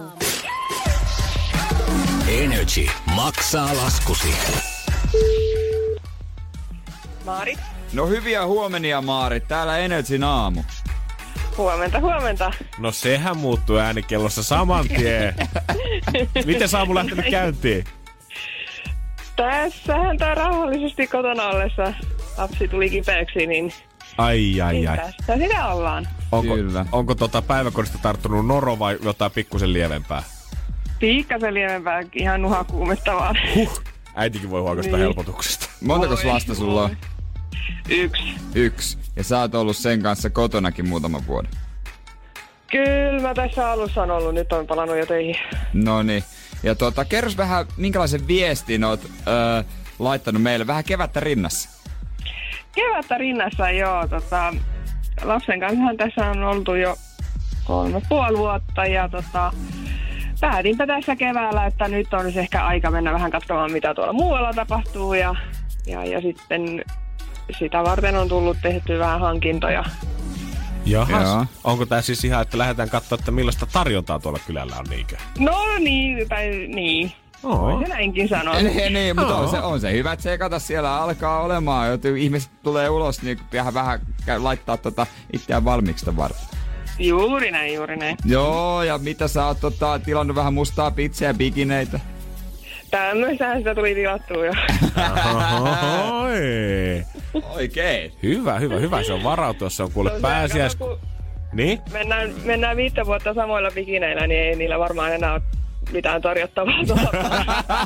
Energy maksaa laskusi. Maarit. No hyviä huomenia, Maarit. Täällä Energin aamu. Huomenta, huomenta. No sehän muuttuu äänikellossa saman tien. Miten saamu lähtenyt käyntiin? Tässähän tää rauhallisesti kotona ollessa lapsi tuli kipeäksi, niin... Ai, ai, niin ai. Tässä sitä ollaan. Onko, Kyllä. onko tota päiväkodista tarttunut noro vai jotain pikkusen lievempää? Pikkasen lievempää, ihan nuhakuumetta vaan. Huh, äitikin voi huokosta niin. helpotuksesta. Montakos lasta sulla on? Yksi. Yksi. Ja sä oot ollut sen kanssa kotonakin muutama vuoden. Kyllä, mä tässä alussa on ollut. Nyt on palannut jo töihin. Noniin. Ja tota, kerros vähän, minkälaisen viestin oot öö, laittanut meille? Vähän kevättä rinnassa. Kevättä rinnassa, joo. Tota, lapsen kanssahan tässä on oltu jo kolme puoli vuotta. Ja tota, päätinpä tässä keväällä, että nyt olisi ehkä aika mennä vähän katsomaan, mitä tuolla muualla tapahtuu. Ja, ja, ja sitten... Sitä varten on tullut tehty vähän hankintoja. Jahas. Joo. Onko tää siis ihan, että lähdetään katsoa, että millaista tarjontaa tuolla kylällä on niinkö? No niin, tai niin. Oo. Voi se näinkin sanoa. Niin, niin mutta on se, on se hyvä tsekata. Siellä alkaa olemaan. Joten ihmiset tulee ulos, niin vähän, vähän laittaa tota itseään valmiiksi varten. Juuri näin, juuri näin. Joo, ja mitä sä oot tota, tilannut vähän mustaa pizzaa ja bikineitä? Tämmöistähän sitä tuli tilattua jo. Oikein. Hyvä, hyvä, hyvä. Se on varautua. Se on kuule no, pääsiäis... Kun niin? Mennään, mennään viittä vuotta samoilla bikineillä, niin ei niillä varmaan enää ole mitään tarjottavaa tuolla.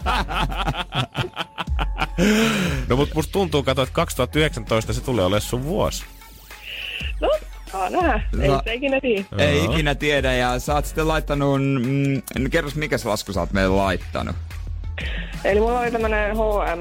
No mut musta tuntuu, kato, että kaksituhattayhdeksäntoista se tulee olemaan sun vuosi. No, saa nähdä. Ei no, se ikinä tiedä. Ei ikinä tiedä. Ja sä oot sitten laittanut... Mm, kerros, mikä se lasku sä oot meille laittanut? Eli mulla oli tämmönen H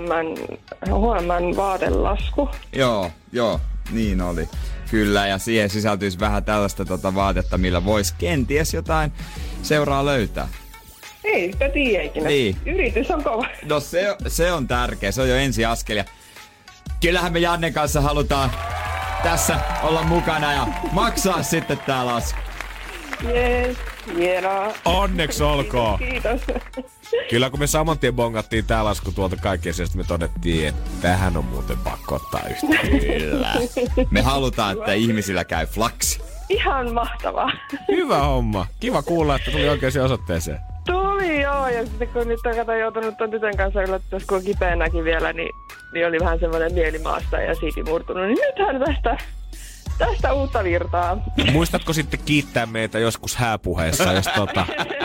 M vaatelasku. Joo, joo, niin oli. Kyllä, ja siihen sisältyisi vähän tällaista tota vaatetta, millä voisi kenties jotain seuraa löytää. Ei sitä tiedä ikinä. Niin. Yritys on kova. No se, se on tärkeä, se on jo ensiaskel. Ja kyllähän me Jannen kanssa halutaan tässä olla mukana ja maksaa sitten tää lasku. Jees, hienoa. Onneksi olkoon. Kiitos. Kyllä kun me saman tien bongattiin tää lasku tuolta kaikkea, ja me todettiin, että tähän on muuten pakko ottaa yhtä. Kyllä. Me halutaan, että ihmisillä käy flaksi. Ihan mahtavaa. Hyvä homma. Kiva kuulla, että tuli oikeaan osoitteeseen. Tuli joo, ja sitten kun nyt on kato joutunut ton tytön kanssa yllättäessä, kun on kipeänäkin vielä, niin, niin oli vähän semmoinen mielimaasta ja siipi murtunut. Niin nythän tästä, tästä uutta virtaa. Muistatko sitten kiittää meitä joskus hääpuheessa, jos tota...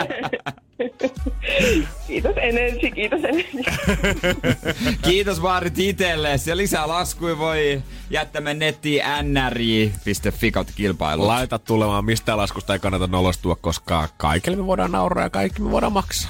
Kiitos Energy, kiitos Energy. Kiitos Maarit itelles ja lisää laskuja voi jättämään nettiin n r j piste f i kautta kilpailu. Laita tulemaan, mistä laskusta ei kannata nolostua, koska kaikille me voidaan nauraa ja kaikki me voidaan maksaa.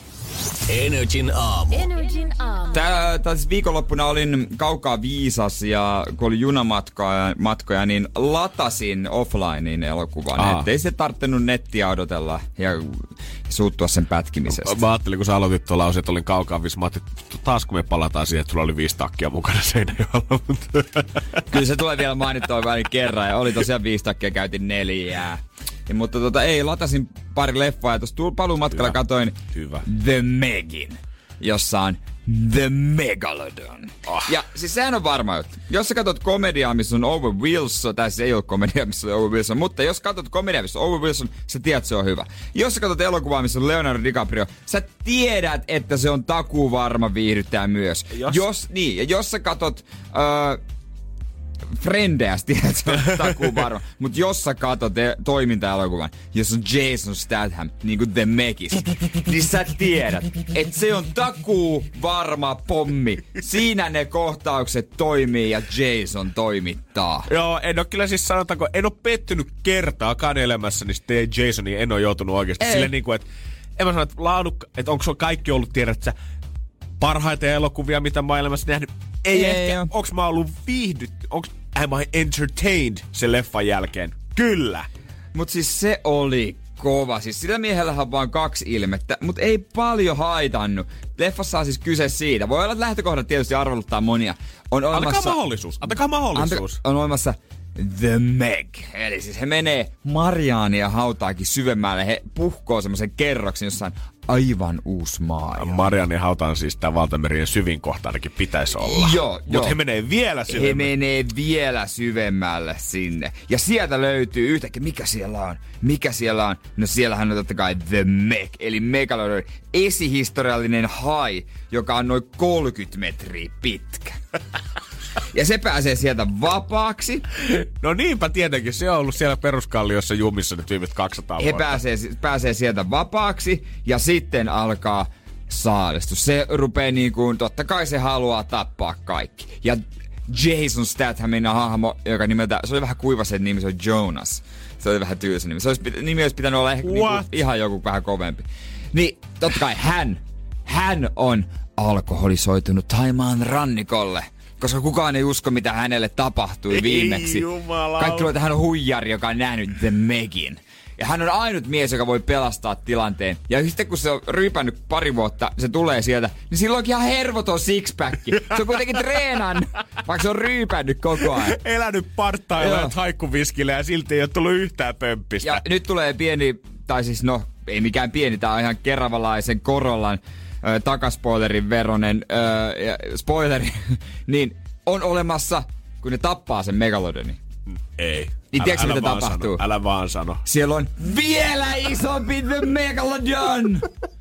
Energin aamu. Energin aamu. Tää, tää siis viikonloppuna olin kaukaa viisas ja kun oli junamatkoja, matkoja, niin latasin offlinein elokuvan. Aa. Ettei se tarttunut nettiä odotella ja suuttua sen pätkimisestä. Mä ajattelin, kun sä aloitit tuolla lause, että olin kaukaa viisas. Mä ajattelin, että taas kun me palataan siihen, että sulla oli viisi takkia mukana Seinäjoella. Kyllä se tulee vielä mainittua väliin kerran ja oli tosiaan viisi takkia, käytin neljää. Ja, mutta tota, ei, latasin pari leffaa ja tuossa paluumatkalla Hyvä. katoin Hyvä. The Megin, jossa on The Megalodon. Oh. Ja siis sehän on varma juttu. Jos sä katsot komediaa, missä on Owen Wilson, tai siis ei ole komediaa, missä on Owen Wilson, mutta jos katsot komediaa, missä on Owen Wilson, sä tiedät, se on hyvä. Jos sä katsot elokuvaa, missä on Leonardo DiCaprio, sä tiedät, että se on takuu varma viihdyttää myös. Jos, jos niin, ja jos sä katsot... Öö, Frendejä, tiedät, se on takuu varma. Mut jos sä katot toiminta-elokuvan, jos on Jason Statham, niinku The Megis, niin sä tiedät, että se on takuu varma pommi. Siinä ne kohtaukset toimii ja Jason toimittaa. Joo, en oo kyllä siis sanotaanko, en oo pettynyt kertaakaan elämässäni sitten Jasonia, en oo joutunut oikeesti Ei. silleen niinku, että en mä sano, että laadukka, että onko sulla kaikki ollut, tiedät sä, parhaita elokuvia, mitä mä oon elämässä nähnyt. Ei, ei ehkä, onks mä ollut viihdytty, onks am I entertained sen leffan jälkeen? Kyllä. Mut siis se oli kova. Siis sillä miehellähän on vaan kaksi ilmettä, mut ei paljon haitannut. Leffassa on siis kyse siitä. Voi olla, että lähtökohdat tietysti arveluttaa monia. On olemassa... Antakaa mahdollisuus, antakaa mahdollisuus. Anta, on olemassa The Meg. Eli siis he menee Mariaania hautaakin syvemmälle. He puhkoo semmoisen kerroksen, jossa on aivan uusi maailma. Marianin hauta on siis tää valtamerien syvin kohta ainakin pitäisi olla. Joo, Mut joo. he menee vielä syvemmälle. He menee vielä syvemmälle sinne. Ja sieltä löytyy yhtäkkiä, mikä siellä on? Mikä siellä on? No siellähän on totta kai The Meg, eli Megalodon, esihistoriallinen hai, joka on noin kolmekymmentä metriä pitkä. Ja se pääsee sieltä vapaaksi. No niinpä tietenkin, se on ollut siellä peruskalliossa jumissa nyt viimeiset kaksisataa He vuotta. pääsee, pääsee sieltä vapaaksi ja sitten alkaa saalistus. Se rupee niin kuin, totta kai se haluaa tappaa kaikki. Ja Jason Stathamin hahmo, joka nimeltä, se oli vähän kuiva se nimi, se on Jonas. Se oli vähän tylsä nimi. Se olisi, nimi olisi pitänyt olla ehkä niinku ihan joku vähän kovempi. Niin totta kai hän, hän on alkoholisoitunut Thaimaan rannikolle. Koska kukaan ei usko, mitä hänelle tapahtui Ei viimeksi. jumalauta. Kaikki luulee, että hän on huijari, joka on nähnyt The Megin. Ja hän on ainut mies, joka voi pelastaa tilanteen. Ja sitten kun se on ryypännyt pari vuotta, se tulee sieltä, niin silloin onkin ihan hervoton sixpacki. Se on kuitenkin treenannut, vaikka se on ryypännyt koko ajan. Elänyt parttailla ja haikkuviskillä ja silti ei ole tullut yhtään pömppistä. Ja nyt tulee pieni, tai siis no, ei mikään pieni, tää on ihan keravalaisen Corollan ö, takaspoilerin veronen ö, ja spoileri, niin on olemassa, kun ne tappaa sen Megalodonin. Ei. Niin tiedätkö, mitä vaan tapahtuu? Sano, älä vaan sano. Siellä on vielä isompi The Megalodon!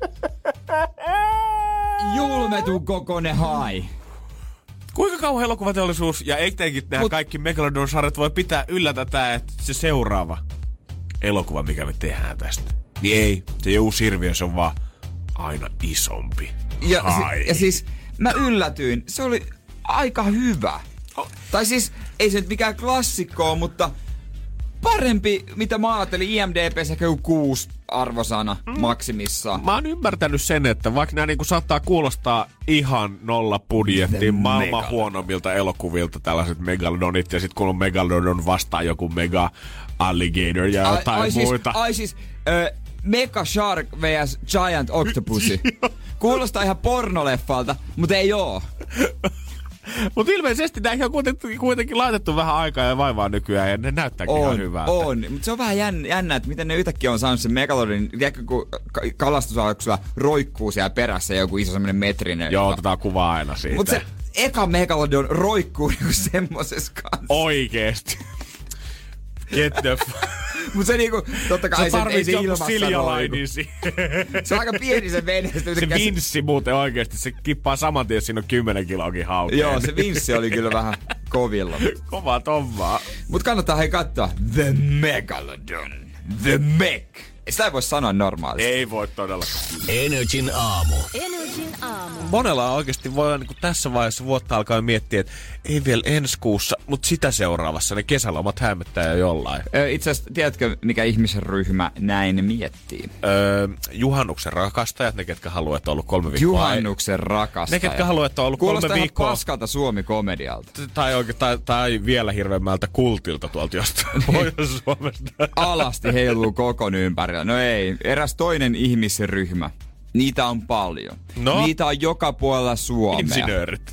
Julmetun kokoinen hai. Kuinka kauan elokuvateollisuus ja etenkin nämä Mut- kaikki Megalodon-sarjat voi pitää yllä tätä, että se seuraava elokuva, mikä me tehdään tästä. Niin ei, se ei ole uusi hirviö, se on vaan aina isompi. Ja, Hai. si- ja siis mä yllätyin, se oli aika hyvä. Oh. Tai siis ei se nyt mikään klassikko ole, mutta parempi, mitä mä ajattelin. I M D B ehkä joku kuusi arvosana mm. maksimissaan. Mä oon ymmärtänyt sen, että vaikka nämä niinku saattaa kuulostaa ihan nolla budjettiin maailman Megalodon. huonommilta elokuvilta tällaiset Megalodonit, ja sit kun on Megalodon vastaan joku Mega Alligator ja Ai, jotain ai muita. Siis, ai siis, ö, Mega Shark versus Giant Octopussy. Kuulostaa ihan pornoleffalta, mutta ei oo. Mutta ilmeisesti näihin on kuitenkin, kuitenkin laitettu vähän aikaa ja vaivaa nykyään, ja ne näyttääkin ihan On, hyvältä. on. Mutta se on vähän jännä, jännä, että miten ne yhtäkkiä on saanut sen Megalodonin. Tiedätkö, kun ka- kalastusaluksulla roikkuu siellä perässä joku iso semmonen metrinen. Joo, otetaan kuvaa aina siitä. Mutta se eka Megalodon roikkuu niinku semmosessa kanssa. Oikeesti. Get the f- Mut se niinku, totta kai se, ei se ilmassa Siljalainen. Se on aika pieni se vene. Se vinssi muuten oikeesti, se kippaa saman tien, jos siinä on kymmenen kiloakin haukea. Joo, se vinssi oli kyllä vähän kovilla. Kovaa tommaa. Mut kannattaa hei katsoa The Megalodon. The Meg. Sitä ei voi sanoa normaalisti. Ei voi todellakaan. Energin aamu. Energin aamu. Monella oikeasti voi niin tässä vaiheessa vuotta alkaa miettiä, että ei vielä ensi kuussa, mutta sitä seuraavassa ne kesälomat hämöttää jo jollain. Itse asiassa, tiedätkö, mikä ihmisen ryhmä näin miettii? Öö, juhannuksen rakastajat, ne ketkä haluaa, että on ollut kolme viikkoa. Juhannuksen rakastajat. Ne ketkä haluaa, että on ollut Kuulostaa kolme viikkoa. Kuulostaa paskalta Suomi-komedialta. Tai, oikein, tai, tai vielä hirveämmältä kultilta tuolta jostain Pohjois-Suomesta. Alasti heiluu kokon ympärillä. No ei, eräs toinen ihmisryhmä. Niitä on paljon. No? Niitä on joka puolella Suomea. Insinöörit.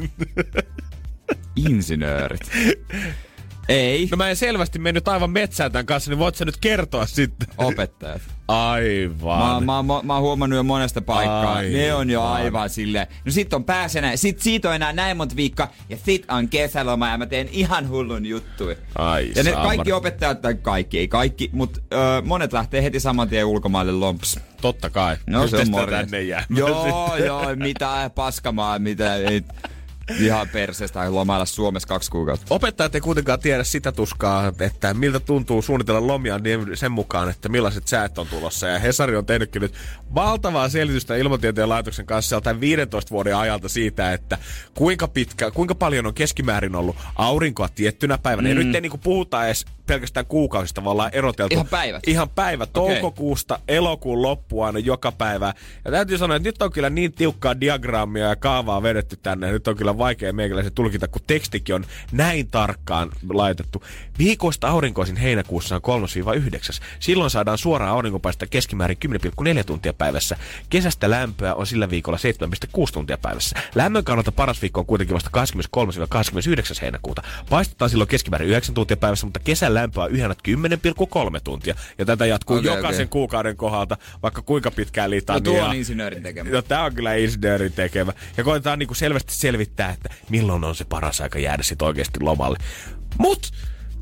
Insinöörit. Ei. No mä en selvästi mennyt aivan metsään tämän kanssa, niin voit sä nyt kertoa sitten? Opettajat. Aivan. Mä, mä, mä, mä oon huomannut jo monesta paikkaa. Aivan. Ne on jo aivan silleen. No sit on pääsenä, sit siitä on enää näin monta viikkoa, ja sit on kesäloma, ja mä teen ihan hullun juttuja. Ai ja ne kaikki opettajat, tai kaikki, ei kaikki, mutta ö, monet lähtee heti saman tien ulkomaille lomps. Totta kai. No se on morjens. Tänne jää. Joo, joo, mitä paskamaa, mitä ei. Ihan perseestä lomailla Suomessa kaksi kuukautta. Opettajat ei kuitenkaan tiedä sitä tuskaa, että miltä tuntuu suunnitella lomia niin sen mukaan, että millaiset säät on tulossa. Ja Hesari on tehnytkin nyt valtavaa selitystä Ilmatieteen laitoksen kanssa sieltä viidentoista vuoden ajalta siitä, että kuinka pitkä, kuinka paljon on keskimäärin ollut aurinkoa tiettynä päivänä. Mm. Ja nyt ei niinku puhuta edes pelkästään kuukausista, vaan ollaan eroteltu. Ihan päivät? Ihan päivä. Toukokuusta okay. Elokuun loppuun aina joka päivä. Ja täytyy sanoa, että nyt on kyllä niin tiukkaa diagrammia ja kaavaa vedetty tänne. Ja nyt on kyllä vaikea meikäläisen tulkita, kun tekstikin on näin tarkkaan laitettu. Viikoista aurinkoisin heinäkuussa on kolmesta yhdeksään. Silloin saadaan suoraan aurinkopaista keskimäärin kymmenen pilkku neljä tuntia päivässä. Kesästä lämpöä on sillä viikolla seitsemän pilkku kuusi tuntia päivässä. Lämmön kannalta paras viikko on kuitenkin vasta kaksikymmentäkolme kaksikymmentäyhdeksän heinäkuuta. Paistetaan silloin keskimäärin yhdeksän tuntia päivässä, mutta kesän lämpöä on yhä kymmenen pilkku kolme tuntia. Ja tätä jatkuu okay, jokaisen okay. kuukauden kohdalta, vaikka kuinka pitkään liitaa. No tuo on insinöörin tekemä. No tää on kyllä insinöörin tekemä. Ja koetaan niinku selvästi selvittää, että milloin on se paras aika jäädä sit oikeesti lomalle. Mut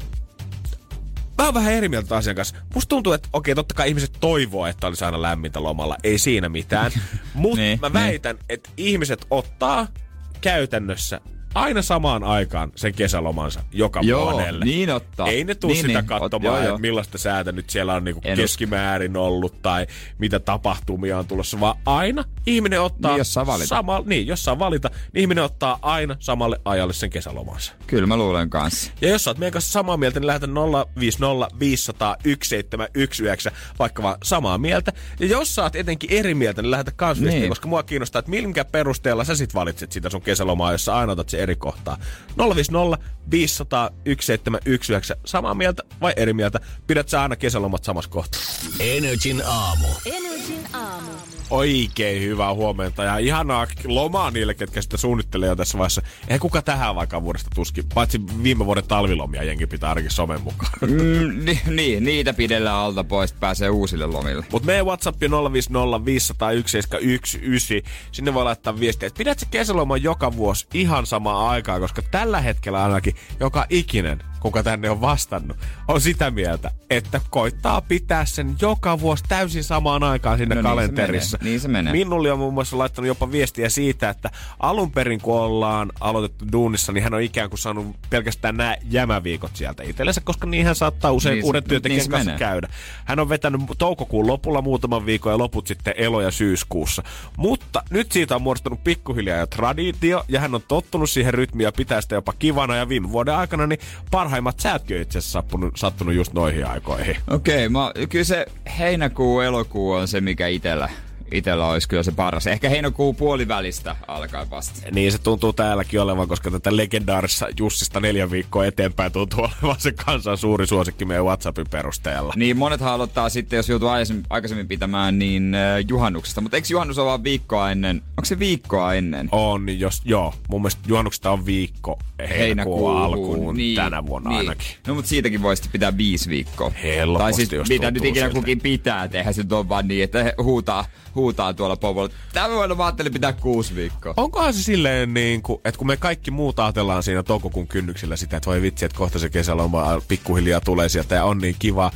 mä oon vähän eri mieltä asian kanssa. Musta tuntuu, että okei, totta kai ihmiset toivoo, että olisi aina lämmintä lomalla. Ei siinä mitään. Mutta niin, mä väitän, niin. että ihmiset ottaa käytännössä aina samaan aikaan sen kesälomansa joka vuodelle. Niin ottaa. Ei ne tuu niin, sitä niin. katsomaan, että millaista säätä nyt siellä on niinku keskimäärin ollut tai mitä tapahtumia on tulossa, vaan aina ihminen ottaa niin, jos saa valita. Sama, niin, jos saa valita, niin ihminen ottaa aina samalle ajalle sen kesälomansa. Kyllä mä luulen kanssa. Ja jos sä oot meidän kanssa samaa mieltä, niin lähetä nolla viisi nolla viisi nolla nolla yksi seitsemän yksi yhdeksän, vaikka vaan samaa mieltä. Ja jos sä oot etenkin eri mieltä, niin lähetä kans viestiä, niin. Koska mua kiinnostaa, että minkä perusteella sä sit valitset sitä sun kesälomaa, jos sä aina otat sen eri kohtaa. nolla viisi nolla viisi nolla nolla yksi seitsemän yksi yhdeksän. Samaa mieltä vai eri mieltä? Pidät sä aina kesälomat samassa kohtaa. Energin aamu. Energin aamu. Oikein hyvää huomenta ja ihanaa lomaa niille, ketkä sitä suunnittelee jo tässä vaiheessa. Eihän kuka tähän vaikka vuodesta tuskin, paitsi viime vuoden talvilomia jengi pitää ainakin somen mukaan. Mm, ni, niin, niitä pidellään alta pois, pääsee uusille lomille. Mut meidän WhatsApp on nolla viisi nolla viisi nolla nolla yksi seitsemän yksi yhdeksän. Sinne voi laittaa viestiä, että pidät sä kesäloman joka vuosi ihan samaa aikaa, koska tällä hetkellä ainakin joka ikinen, kuka tänne on vastannut, on sitä mieltä, että koittaa pitää sen joka vuosi täysin samaan aikaan siinä no kalenterissa. Niin se menee. Minnulle on muun muassa laittanut jopa viestiä siitä, että alun perin kun ollaan aloitettu duunissa, niin hän on ikään kuin saanut pelkästään nämä jämäviikot sieltä itsellensä, koska niinhän saattaa usein niin uuden työntekijän niin kanssa menee. käydä. Hän on vetänyt toukokuun lopulla muutaman viikon ja loput sitten elo- ja syyskuussa. Mutta nyt siitä on muodostunut pikkuhiljaa jo traditio ja hän on tottunut siihen rytmiin ja pitää sitä jopa kivana ja viime vuoden aikana niin parhaimmat säätkin on itse asiassa sattunut, sattunut just noihin aikoihin. Okei, okay, kyllä se heinäkuu, elokuu on se, mikä itellä, itellä olisi kyllä se paras. Ehkä heinäkuun puolivälistä alkaa vasta. Niin se tuntuu täälläkin olevan, koska tätä legendaarissa Jussista neljä viikkoa eteenpäin tuntuu olevan se kansan suuri suosikki meidän WhatsAppin perusteella. Niin monethan aloittaa sitten, jos joutuu aikaisemmin pitämään, niin äh, juhannuksesta. Mutta eikö juhannus ole vaan viikkoa ennen? Onko se viikkoa ennen? On, jos, joo. Mun mielestä juhannuksesta on viikko heinäkuun alkuun niin, tänä vuonna niin. Ainakin. No mutta siitäkin voi sitten pitää viisi viikkoa. Helposti, tai siis jos mitä nyt ikinä siltä. kukin pitää tehdä, se on vaan niin, että huutaa, huutaa tuolla popolla. Tämä vuonna mä ajattelin pitää kuusi viikkoa. Onkohan se silleen niin kuin, että kun me kaikki muut ajatellaan siinä toukokuun kynnyksellä sitä, että voi vitsi, että kohta se kesäloma pikkuhiljaa tulee sieltä ja on niin kiva.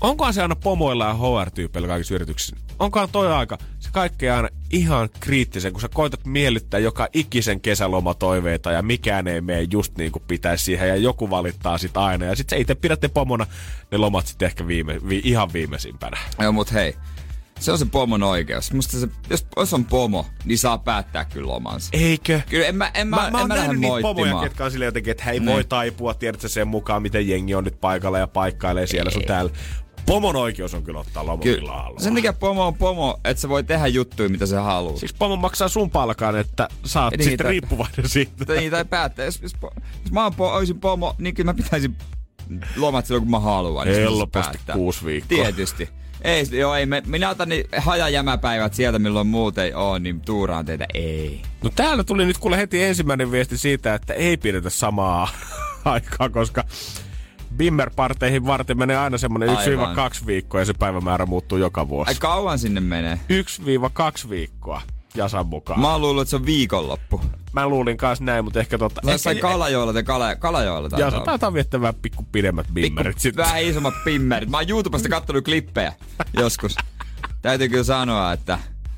onkohan se aina pomoilla ja H R-tyypeillä kaikissa yrityksissä? Onkohan toi aika se kaikki aina ihan kriittisen, kun sä koitat miellyttää joka ikisen kesälomatoiveita ja mikään ei mene just niin kuin pitäisi siihen ja joku valittaa sit aina. Ja sit sä itse pidätte pomona ne lomat sitten ehkä viime, vi, ihan viimeisimpänä. Joo, mut hei. Se on se pomon oikeus. Musta se, jos, jos on pomo, niin saa päättää kyllä lomansa. Eikö? Kyllä en mä, en mä, mä, en mä oon mä nähnyt niitä moittimaan. pomoja, ketkä on silleen jotenkin, että hei Ne. voi taipua, tiedätkö sen mukaan, miten jengi on nyt paikalla ja paikkailee siellä sun täällä. Pomon oikeus on kyllä ottaa lomomilla alla. Sen takia pomo on pomo, että se voi tehdä juttuja, mitä se haluaa. Siksi pomo maksaa sun palkaan, että sä oot Niin, sitten tai- riippuvainen siitä. Tai, tai päättää, jos, jos, po- jos mä oon po, olisin pomo, niin kyllä mä pitäisin lomat silloin, kun mä haluan. Niin se Helposti päättää. kuusi viikkoa. Tietysti. Ei, joo, ei, me, minä otan niin hajajämäpäivät sieltä, milloin muut ei oo, niin tuuraan teitä, ei. No täällä tuli nyt kuule heti ensimmäinen viesti siitä, että ei pidetä samaa aikaa, koska Bimmer-parteihin varten menee aina semmonen yksi kaksi viikkoa ja se päivämäärä muuttuu joka vuosi. Ai kauan sinne menee? yksi kaksi viikkoa Jasan mukaan. Mä oon luullut, että se on viikonloppu. Mä luulin kans näin, mutta ehkä totta... Mä jossain Kalajoella te Kala, Kalajoella taitaa Jasa olla. taitaa viettää vähän pikku pidemmät bimmerit Pikku, sitten. vähän isommat pimmerit. Mä oon YouTubesta kattonut klippejä joskus. Täytyy kyllä sanoa, että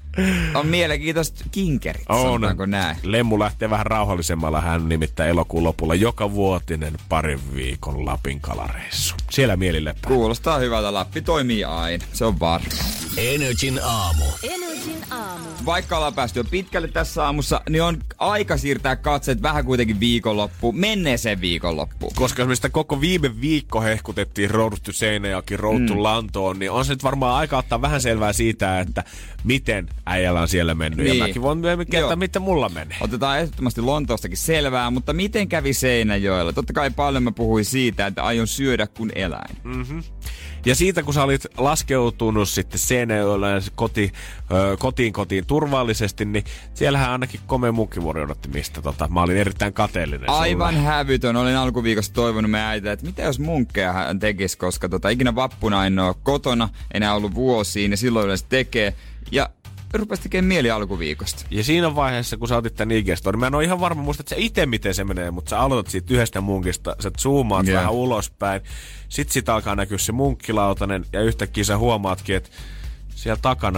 on mielenkiintoiset kinkerit, On. sanotaanko näin. Lemmu lähtee vähän rauhallisemmalla, hän nimittäin elokuun lopulla joka vuotinen parin viikon Lapin kalareissu. Siellä mielillepää. Kuulostaa hyvältä, Lappi toimii aina, se on varma. Energin aamu. Energin aamu. Vaikka ollaan päästy jo pitkälle tässä aamussa, niin on aika siirtää katseet vähän kuitenkin viikonloppuun, menneeseen viikonloppuun. Koska me sitä koko viime viikko hehkutettiin Road to Seinäjoki, Road to Mm. Lantoon, niin on se nyt varmaan aika ottaa vähän selvää siitä, että miten äijällä on siellä mennyt. Niin. Ja mäkin voin myöhemmin kertoa, Joo. miten mulla menee. Otetaan ehdottomasti Lontoostakin selvää, mutta miten kävi Seinäjoella? Totta kai paljon mä puhuin siitä, että aion syödä kun eläin. Mm-hmm. Ja siitä, kun sä olit laskeutunut sitten Seinäjoella ja koti, ö, kotiin kotiin turvallisesti, niin siellähän ainakin komea munkkivuori odotti mistä. Tota, mä olin erittäin kateellinen Aivan sulle. hävytön. Olin alkuviikosta toivonut meidän äitä, että mitä jos munkkeja hän tekisi, koska tota, ikinä vappuna en ole kotona, enää ollut vuosiin ja silloin yleensä tekee. Ja rupesi tekemään mieli alkuviikosta. Ja siinä vaiheessa, kun sä otit tän I G-storin, mä en ole ihan varma muista, että sä ite miten se menee, mutta sä aloitat siitä yhdestä munkista, sä zoomaat Joo. vähän ulospäin, sit sit alkaa näkyä se munkkilautanen ja yhtäkkiä sä huomaatkin, että siellä takana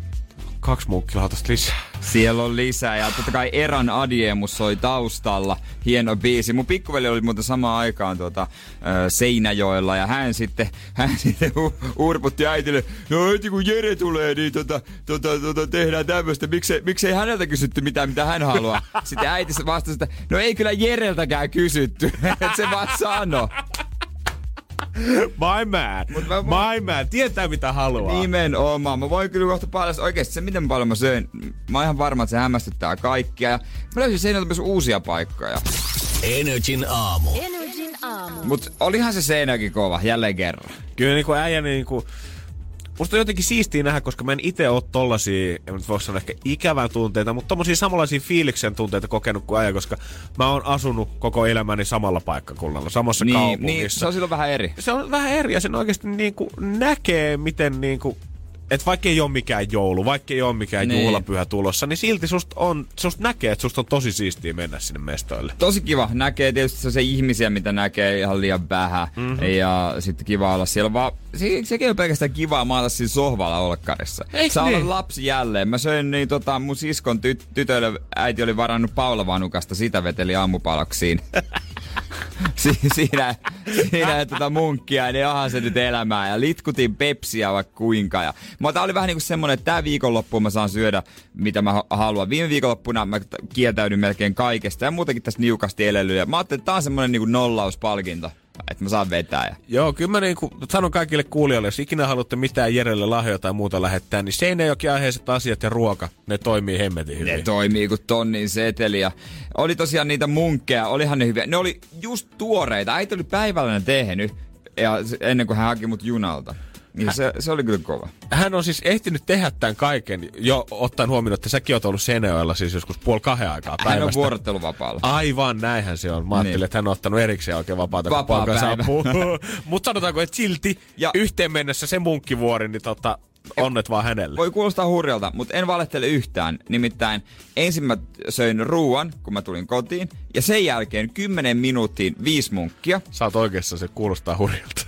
kaksi munkkilautasta lisää. Siellä on lisää ja totta kai Eran Adiemus soi taustalla. Hieno biisi. Mun pikkuveli oli muuten samaan aikaan tuota, ö, Seinäjoella ja hän sitten, hän sitten u- urputti äitille. No heti kun Jere tulee, niin tota, tota, tota, tehdään tämmöistä. Miksei, miksei häneltä kysytty mitään, mitä hän haluaa. Sitten äiti vastasi, että no ei kyllä Jereltäkään kysytty. Että se vaan sano. My man, Mut mä- my man, tietää mitä haluaa. Nimenomaan. Mä voin kyllä kohta paljastaa oikeesti se, miten paljon mä söin. Mä oon ihan varma, että se hämmästyttää kaikkia. Ja mä löysin Seinäjoelta myös uusia paikkoja. Energin aamu. Energin aamu. Mut olihan se Seinäjoki kova, jälleen kerran. Kyllä niinku äijä niinku... Musta on jotenkin siistiä nähdä, koska mä en ite oo tollasia, en nyt voi sanoa ehkä ikävän tunteita, mutta tommosia samanlaisia fiiliksen tunteita kokenut kuin äijä, koska mä oon asunut koko elämäni samalla paikkakunnalla, samassa Niin, kaupungissa. niin, se on silloin vähän eri. Se on vähän eri ja sen oikeasti niinku näkee, miten niinku... Että vaikka ei ole mikään joulu, vaikka ei ole mikään Niin. juhlapyhä tulossa, niin silti susta, on, susta näkee, että susta on tosi siistiä mennä sinne mestoille. Tosi kiva. Näkee tietysti sellaisia ihmisiä, mitä näkee ihan liian vähän. Mm-hmm. Ja sitten kiva olla siellä. Vaan se, sekin on pelkästään kivaa maata siinä sohvalla olkkarissa. Eiks Saa niin? olla lapsi jälleen. Mä söin niin tota, mun siskon tyt- tytöille, äiti oli varannut paulavanukasta, sitä veteli aamupalaksiin. si- siinä, siinä tota munkkia, niin onhan se nyt elämää. Ja litkutin pepsiä vaikka kuinka. Ja, mutta tää oli vähän niinku semmonen, että tää viikonloppuun mä saan syödä, mitä mä haluan. Viime viikonloppuna mä t- kieltäydyn melkein kaikesta ja muutenkin tässä niukasti elelyä. Mä ajattelin, että tää on semmonen niinku nollauspalkinto, että mä saan vetää. Ja... Joo, kyllä mä niinku sanon kaikille kuulijoille, jos ikinä haluatte mitään Jerelle lahjoja tai muuta lähettää, niin Seinäjoki aiheiset asiat ja ruoka, ne toimii hemmetin hyvin. Ne toimii kuin tonnin seteli. Ja oli tosiaan niitä munkkeja, olihan ne hyviä. Ne oli just tuoreita. Äiti oli päivällä ne tehnyt ja se- ennen kuin hän haki mut junalta. Niin se, se oli kyllä kova. Hän on siis ehtinyt tehdä tämän kaiken, jo ottaen huomioon, että säkin oot ollut Seinäjoella siis joskus puoli kahden aikaa päivästä. Hän on vuorotteluvapaalla. Aivan, näinhän se on. Mä ajattelin, Niin. että hän on ottanut erikseen oikein vapaata, kun Vapaa poika päivä. saapuu. Mutta sanotaanko, että silti Ja- yhteen mennessä se munkkivuori, niin tota, onnet vaan hänelle. Voi kuulostaa hurjalta, mutta en valehtele yhtään. Nimittäin ensin mä söin ruuan, kun mä tulin kotiin. Ja sen jälkeen kymmenen minuuttiin viisi munkkia. Sä oot oikeassa, se kuulostaa hurjalta.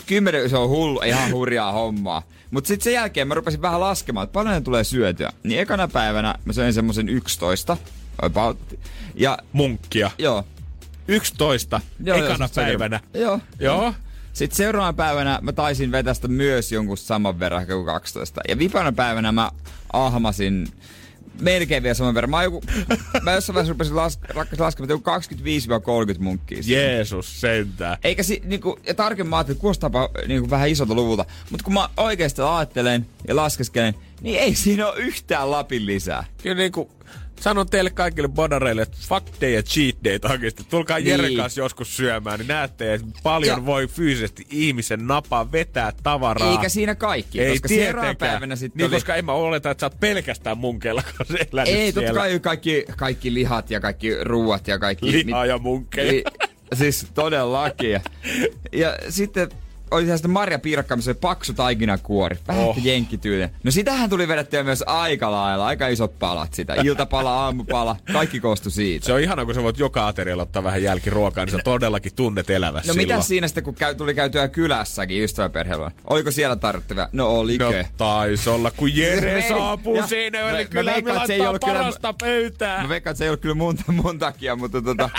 kymmenen, se on hullu, ihan hurjaa hommaa. Mut sit sen jälkeen mä rupesin vähän laskemaan, että paljon tulee syötyä. Niin ekana päivänä mä söin semmosen yksitoista. About, ja munkkia. Joo. yksitoista joo, ekana joo, päivänä. Joo. Joo. Sitten seuraavana päivänä mä taisin vetästä myös jonkun saman verran kuin kaksitoista. Ja vipana päivänä mä ahmasin melkein vielä saman verran. Mä, joku, mä jossain vaiheessa rupesin las, laskemaan, että kaksikymmentäviisi kolmekymmentä munkkia. Jeesus sentään. Eikä si, niinku, ja tarkemmin mä ajattelin, että kuulostaa niinku, vähän isolta luvulta. Mutta kun mä oikeesti ajattelen ja laskeskelen, niin ei siinä ole yhtään lapin lisää. Kyllä niinku, sanon teille kaikille bodareille, että fuck day ja cheat day oikeesti. Tulkaa niin. Jeren kanssa joskus syömään, niin näette, että paljon ja. voi fyysisesti ihmisen napaa vetää tavaraa. Eikä siinä kaikki, ei koska seuraavana päivänä sitten niin, oli... koska en mä oleta, että sä oot pelkästään munkeilla, kun se elänyt ei, siellä. totta kai kaikki, kaikki lihat ja kaikki ruuat ja kaikki... Lihaa ja munkkeja. Li, siis todellakin. Ja, ja sitten... Oli siellä sitten marjapiirakka, missä oli paksu taikinakuori. Vähän oh. jenkkityylinen. No sitähän tuli vedettyä myös aika lailla. Aika isot palat sitä. Iltapala, aamupala. Kaikki koostui siitä. Se on ihana, kun sä voit joka aterialla ottaa vähän jälkiruokaa, niin sä todellakin tunnet elävässä No silloin. mitä siinä sitten, kun käy, tuli käytyä kylässäkin ystäväperheellä? Oliko siellä tarvittavia? No oliko. No tais olla, kun Jere saapuu siinä. Eli kyllä me laittaa parasta pöytää. Mä veikkaan, että se ei ollut kyllä mun, mun takia, mutta tota...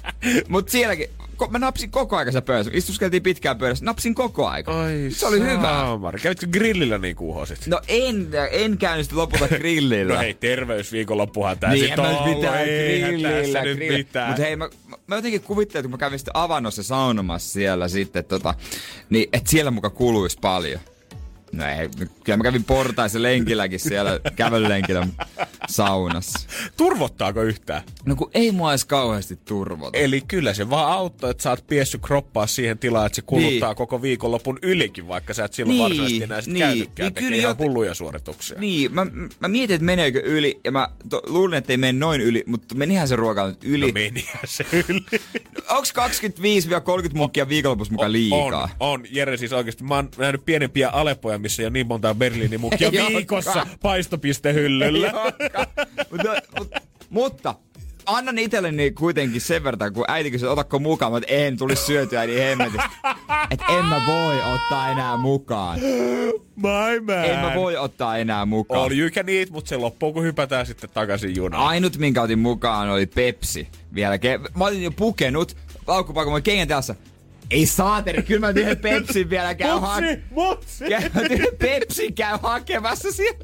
Mut sielläkin... Mä napsin koko ajan se pöydässä. Istuskeltiin pitkään pöydässä. Napsin koko ajan. Ai se oli hyvä. Kävitkö grillillä niin kuin uhosit? No en, en käynyt sitten lopulta grillillä. No hei, terveysviikonloppuhan tää niin, sit on ollut. Niin, mitään grillillä. grillillä. Mut hei, mä, mä jotenkin kuvittelin, että kun mä kävin sitten avannossa saunomassa siellä sitten, tota, niin et siellä muka kuluisi paljon. No ei, kyllä mä kävin portaissa lenkilläkin siellä kävelylenkillä saunassa. Turvottaako yhtään? No kun ei mua edes kauheasti turvota. Eli kyllä se vaan auttaa, että sä oot piessyt kroppaa siihen tilaan, että se kuluttaa niin. koko viikonlopun ylikin, vaikka sä et silloin niin. varsinaisesti enää sit niin. käynytkään niin, tekee ihan hulluja suorituksia. Niin, mä, mä mietin, että meneekö yli, ja mä to, luulin, että ei mene noin yli, mutta menihän se ruoka nyt yli. No menihän se yli. Onks kaksikymmentäviisi kolmekymmentä munkkia viikonlopussa mukaan liikaa? On, on. Jere siis oikeesti, mä oon nähnyt pienempiä Aleppoja, missä ei ole niin montaa Berliinin munkkia viikossa paistopistehyllyllä. mutta, mutta, mutta annan itselleni kuitenkin sen verran, kun äiti kysyi, otatko mukaan, mutta en tulisi syötyä niin hemmetistä. Että en mä voi ottaa enää mukaan. My man. En mä voi ottaa enää mukaan. All you can eat, mutta se loppuu, kun hypätään sitten takaisin junaan. Ainut, minkä otin mukaan, oli Pepsi. Vielä ke- mä olin jo pukenut laukkupaikon, mä kengän tässä. Ei saateri, kyllä mä yhden Pepsin vielä käy hakemassa. Mutsi, mutsi! Pepsin käy hakemassa siellä.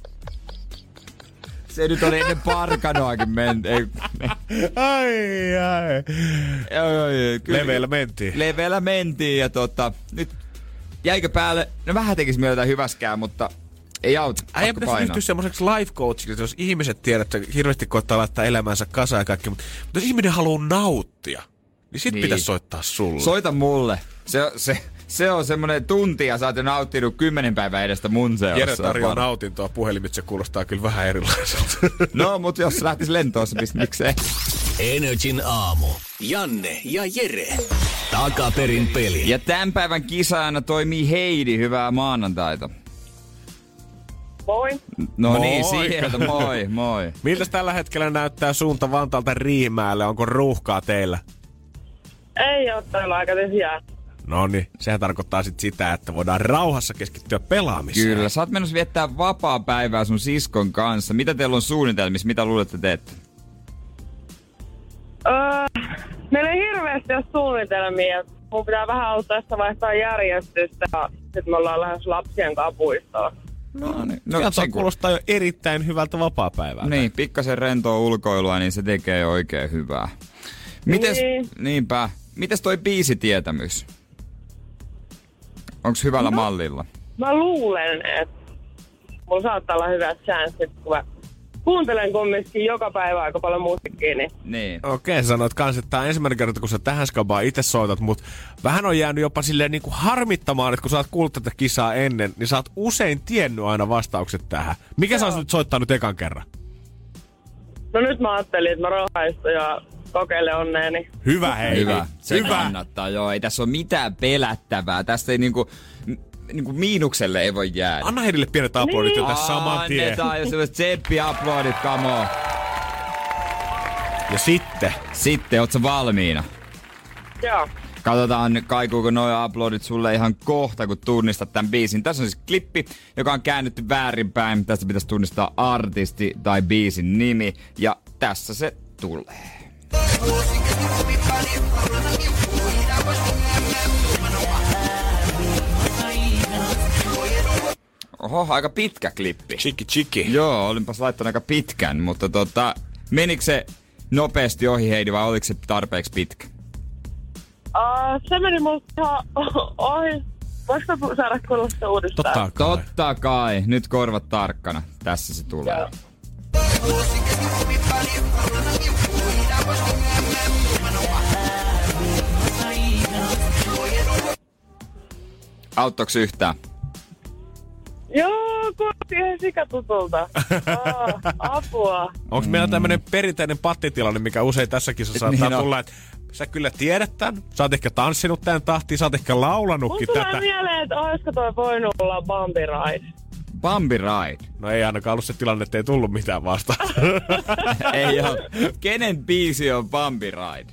Se nyt oli ennen parkanoakin menty. Ei, ai, ai. Leveillä mentiin. Leveillä mentiin ja tota, nyt jäikö päälle, no vähän tekis mieltä Hyväskään, mutta ei auta. Äijä pitäisi ryhtyä semmoiseksi life coachiksi, jos ihmiset tiedät, että hirveästi koittaa laittaa elämänsä kasaan ja kaikki, mutta, mutta jos ihminen haluaa nauttia, niin sit niin. pitäisi soittaa sulle. Soita mulle. Se, se, se on semmonen tunti ja sä oot jo nauttinut kymmenen päivää edestä mun seossa. Jere tarjoaa nautintoa puhelimitse, kuulostaa kyllä vähän erilaiselta. No, mut jos lähtis lentoon, miksei. Energin aamu. Janne ja Jere. Takaperin peli. Ja tämän päivän kisaajana toimii Heidi. Hyvää maanantaita. Moi. No moi. Niin, sieltä moi, moi. Miltäs tällä hetkellä näyttää suunta Vantaalta Riihimäelle? Onko ruuhkaa teillä? Ei oo täällä aika tyhjää. No niin, sehän tarkoittaa sit sitä, että voidaan rauhassa keskittyä pelaamiseen. Kyllä, sä oot menossa viettää vapaa päivää sun siskon kanssa. Mitä teillä on suunnitelmissa? Mitä luulette teette? Öö, meillä ei hirveästi ole suunnitelmia. Mun pitää vähän auttaa sitä vaihtaa järjestystä. Sitten me ollaan lähes lapsien kapuistoon. No niin. No, se kuulostaa jo erittäin hyvältä vapaapäivää. Niin, pikkasen rentoa ulkoilua, niin se tekee jo oikein hyvää. Mites, niin. Niinpä. Mites toi biisitietämys? Onks hyvällä no, mallilla? Mä luulen, että mulla saattaa olla hyvät chanssit, kun mä kuuntelen kumminkin joka päivä aika paljon musiikkia. Niin. niin. Okei, okay, sanoit kans, että tää on ensimmäinen kerta, kun sä tähän skabaan itse soitat, mutta vähän on jäänyt jopa silleen niinku harmittamaan, että kun sä oot kuullut tätä kisaa ennen, niin sä oot usein tiennyt aina vastaukset tähän. Mikä sä oot nyt soittanut ekan kerran? No nyt mä ajattelin, että mä rohaistun ja kokeile onneeni. Hyvä hei. Hyvä. Se Hyvä. Kannattaa, joo. Ei tässä ole mitään pelättävää. Tästä ei niinku... Niinku miinukselle ei voi jäädä. Anna Heidille pienet aplodit niin. jo tässä saman tien. Annetaan jo sellaiset tseppi-aplodit, come on. Ja sitten? Sitten, oot sä valmiina? Joo. Katsotaan, kaikuuko noi uploadit sulle ihan kohta, kun tunnistat tämän biisin. Tässä on siis klippi, joka on käännetty väärinpäin. Tästä pitäisi tunnistaa artisti tai biisin nimi. Ja tässä se tulee. Oho, aika pitkä klippi. Chiki chiki. Joo, olinpas laittanut aika pitkän, mutta tota, menikö se nopeasti ohi, Heidi, vai oliko se tarpeeksi pitkä? Uh, se meni multa ihan ohi. Voisiko saada kuulla sitä uudestaan? Totta kai. Totta kai. Nyt korvat tarkkana. Tässä se tulee. Joo. Auttoiko yhtään? Joo, kuulosti ihan sikatutulta. Oh, apua. Onko meillä tämmönen perinteinen pattitilanne, mikä usein tässäkin saattaa niin tulla, että sä kyllä tiedät tän, sä oot ehkä tanssinut tän tahtiin, sä oot ehkä laulanutkin tätä. Mun tätä. tulee mieleen, että olisiko toi voinut olla Bambi Ride. Bambi Ride? No ei ainakaan ollut se tilanne, että ei tullut mitään vastaan. Ei oo. Kenen biisi on Bambi Ride?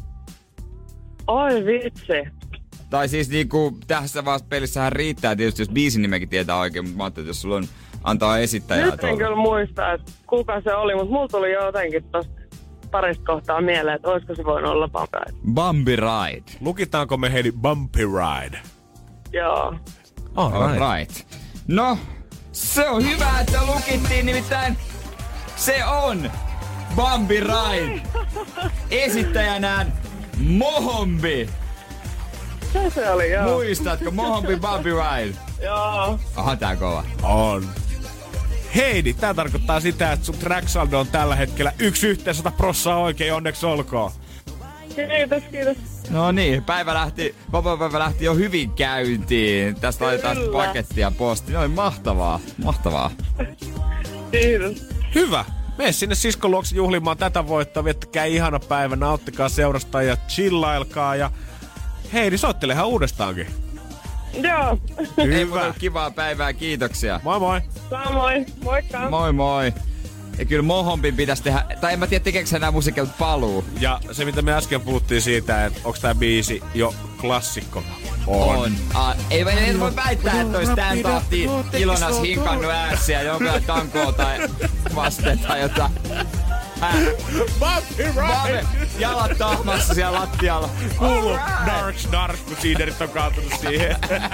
Oi vitsi. Tai siis niinku, tässä vasta pelissähän riittää tietysti, jos biisin nimekin tietää oikein, mutta mä ajattelin, että jos sulla on antaa esittäjää. Nyt en kyllä muista, että kuka se oli, mutta mulla tuli jotenkin tosta parista kohtaa mieleen, että olisiko se voinut olla Bambi Ride. Bambi Ride. Lukitaanko me Heidi Bumpy Ride? Joo. All right. All right. No, se on hyvä, että lukittiin, nimittäin se on Bambi Ride. Esittäjänään Mohombi. Se se oli, joo. Muistatko Mohombi Bambi Ride? Joo. Aha, tää kova. On. Heidi, tää tarkoittaa sitä, että sun tracksaldo on tällä hetkellä yksi yhteen sata prossaa oikein, onneksi olkoon. Kiitos, kiitos. No niin, päivä lähti, vapaapäivä lähti jo hyvin käyntiin. Tästä laitetaan pakettia posti. Noin, mahtavaa, mahtavaa. Kiitos. Hyvä. Mene sinne siskon luokse juhlimaan tätä voittoa, viettäkää ihana päivä, nauttikaa seurasta ja chillailkaa ja Heidi, soittelehan uudestaankin. Joo. Ei muuta kivaa päivää, kiitoksia. Moi moi. Samoin, moikka. Moi moi. Ja kyllä Mohombin pitäisi tehdä, tai en mä tiedä tekeekö enää musiikilta paluu. Ja se mitä me äsken puhuttiin siitä, että onko tää biisi jo klassikko. On. On. Ah, ei, ei voi väittää, että olisi tän tahtiin Ilonas hinkannut äässiä jonkin tankoa tai vasten tai jotain. Bumpy Ride! Jalat tahmassa siellä lattialla. Kuuluu Dark Snark, kun siiderit on kaatunut siihen.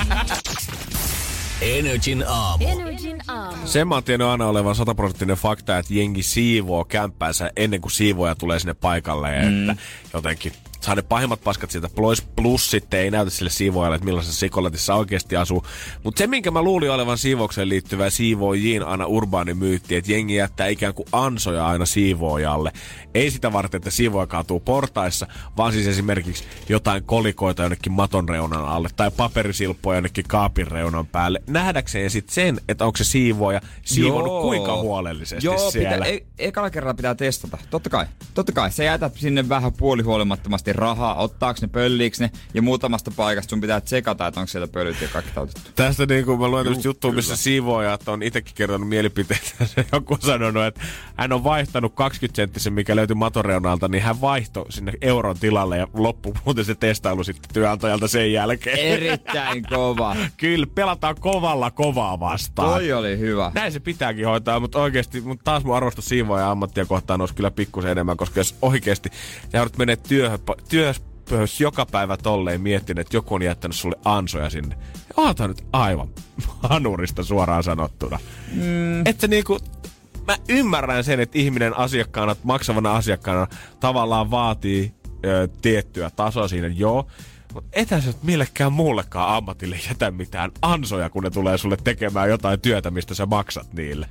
Energin aamu. Energin aamu. Sen mä oon tiennyt aina olevan sataprosenttinen fakta, että jengi siivoo kämppäänsä ennen kuin siivoja tulee sinne paikalle. Mm. Että jotenkin saa ne pahimmat paskat sieltä plus, plus sitten ei näytä sille siivoajalle, että millaisessa sikolatissa oikeasti asuu. Mutta se, minkä mä luulin olevan siivoukseen liittyvää siivoojiin aina urbaani myytti, että jengi jättää ikään kuin ansoja aina siivoojalle. Ei sitä varten, että siivoja kaatuu portaissa, vaan siis esimerkiksi jotain kolikoita jonnekin maton reunan alle tai paperisilppoja jonnekin kaapin reunan päälle. Nähdäkseen sitten sen, että onko se siivooja siivonut Joo. kuinka huolellisesti Joo, siellä. Joo, e- ekalla kerralla pitää testata. Totta kai. Totta kai. Sä jätät sinne vähän puolihuolimattomasti rahaa, ottaako ne, pölliiks ne, ja muutamasta paikasta sun pitää tsekata, että onko siellä pölyt ja kaikki tautettu. Tästä niin kuin mä luen tämmöistä juttua, missä siivoojat on itsekin kertonut mielipiteitä. Joku on sanonut, että hän on vaihtanut kaksikymmentä senttisen, mikä löytyi matoreunalta, niin hän vaihtoi sinne euron tilalle ja loppui muuten se testailu sitten työnantajalta sen jälkeen. Erittäin kova. Kyllä, pelataan kovalla kovaa vastaan. Toi oli hyvä. Näin se pitääkin hoitaa, mutta oikeasti, mutta taas mun arvostus siivooja ammattia kohtaan olisi kyllä pikkusen enemmän, koska jos oikeasti sä joudut menee työhön, työhön joka päivä tolleen miettinyt, että joku on jättänyt sulle ansoja sinne. Oota nyt aivan hanurista suoraan sanottuna. Mm. Että niinku, mä ymmärrän sen, että ihminen asiakkaana, maksavana asiakkaana tavallaan vaatii ö, tiettyä tasoa siinä, joo. Mutta ethän sä millekään muullekaan ammatille jätä mitään ansoja, kun ne tulee sulle tekemään jotain työtä, mistä sä maksat niille.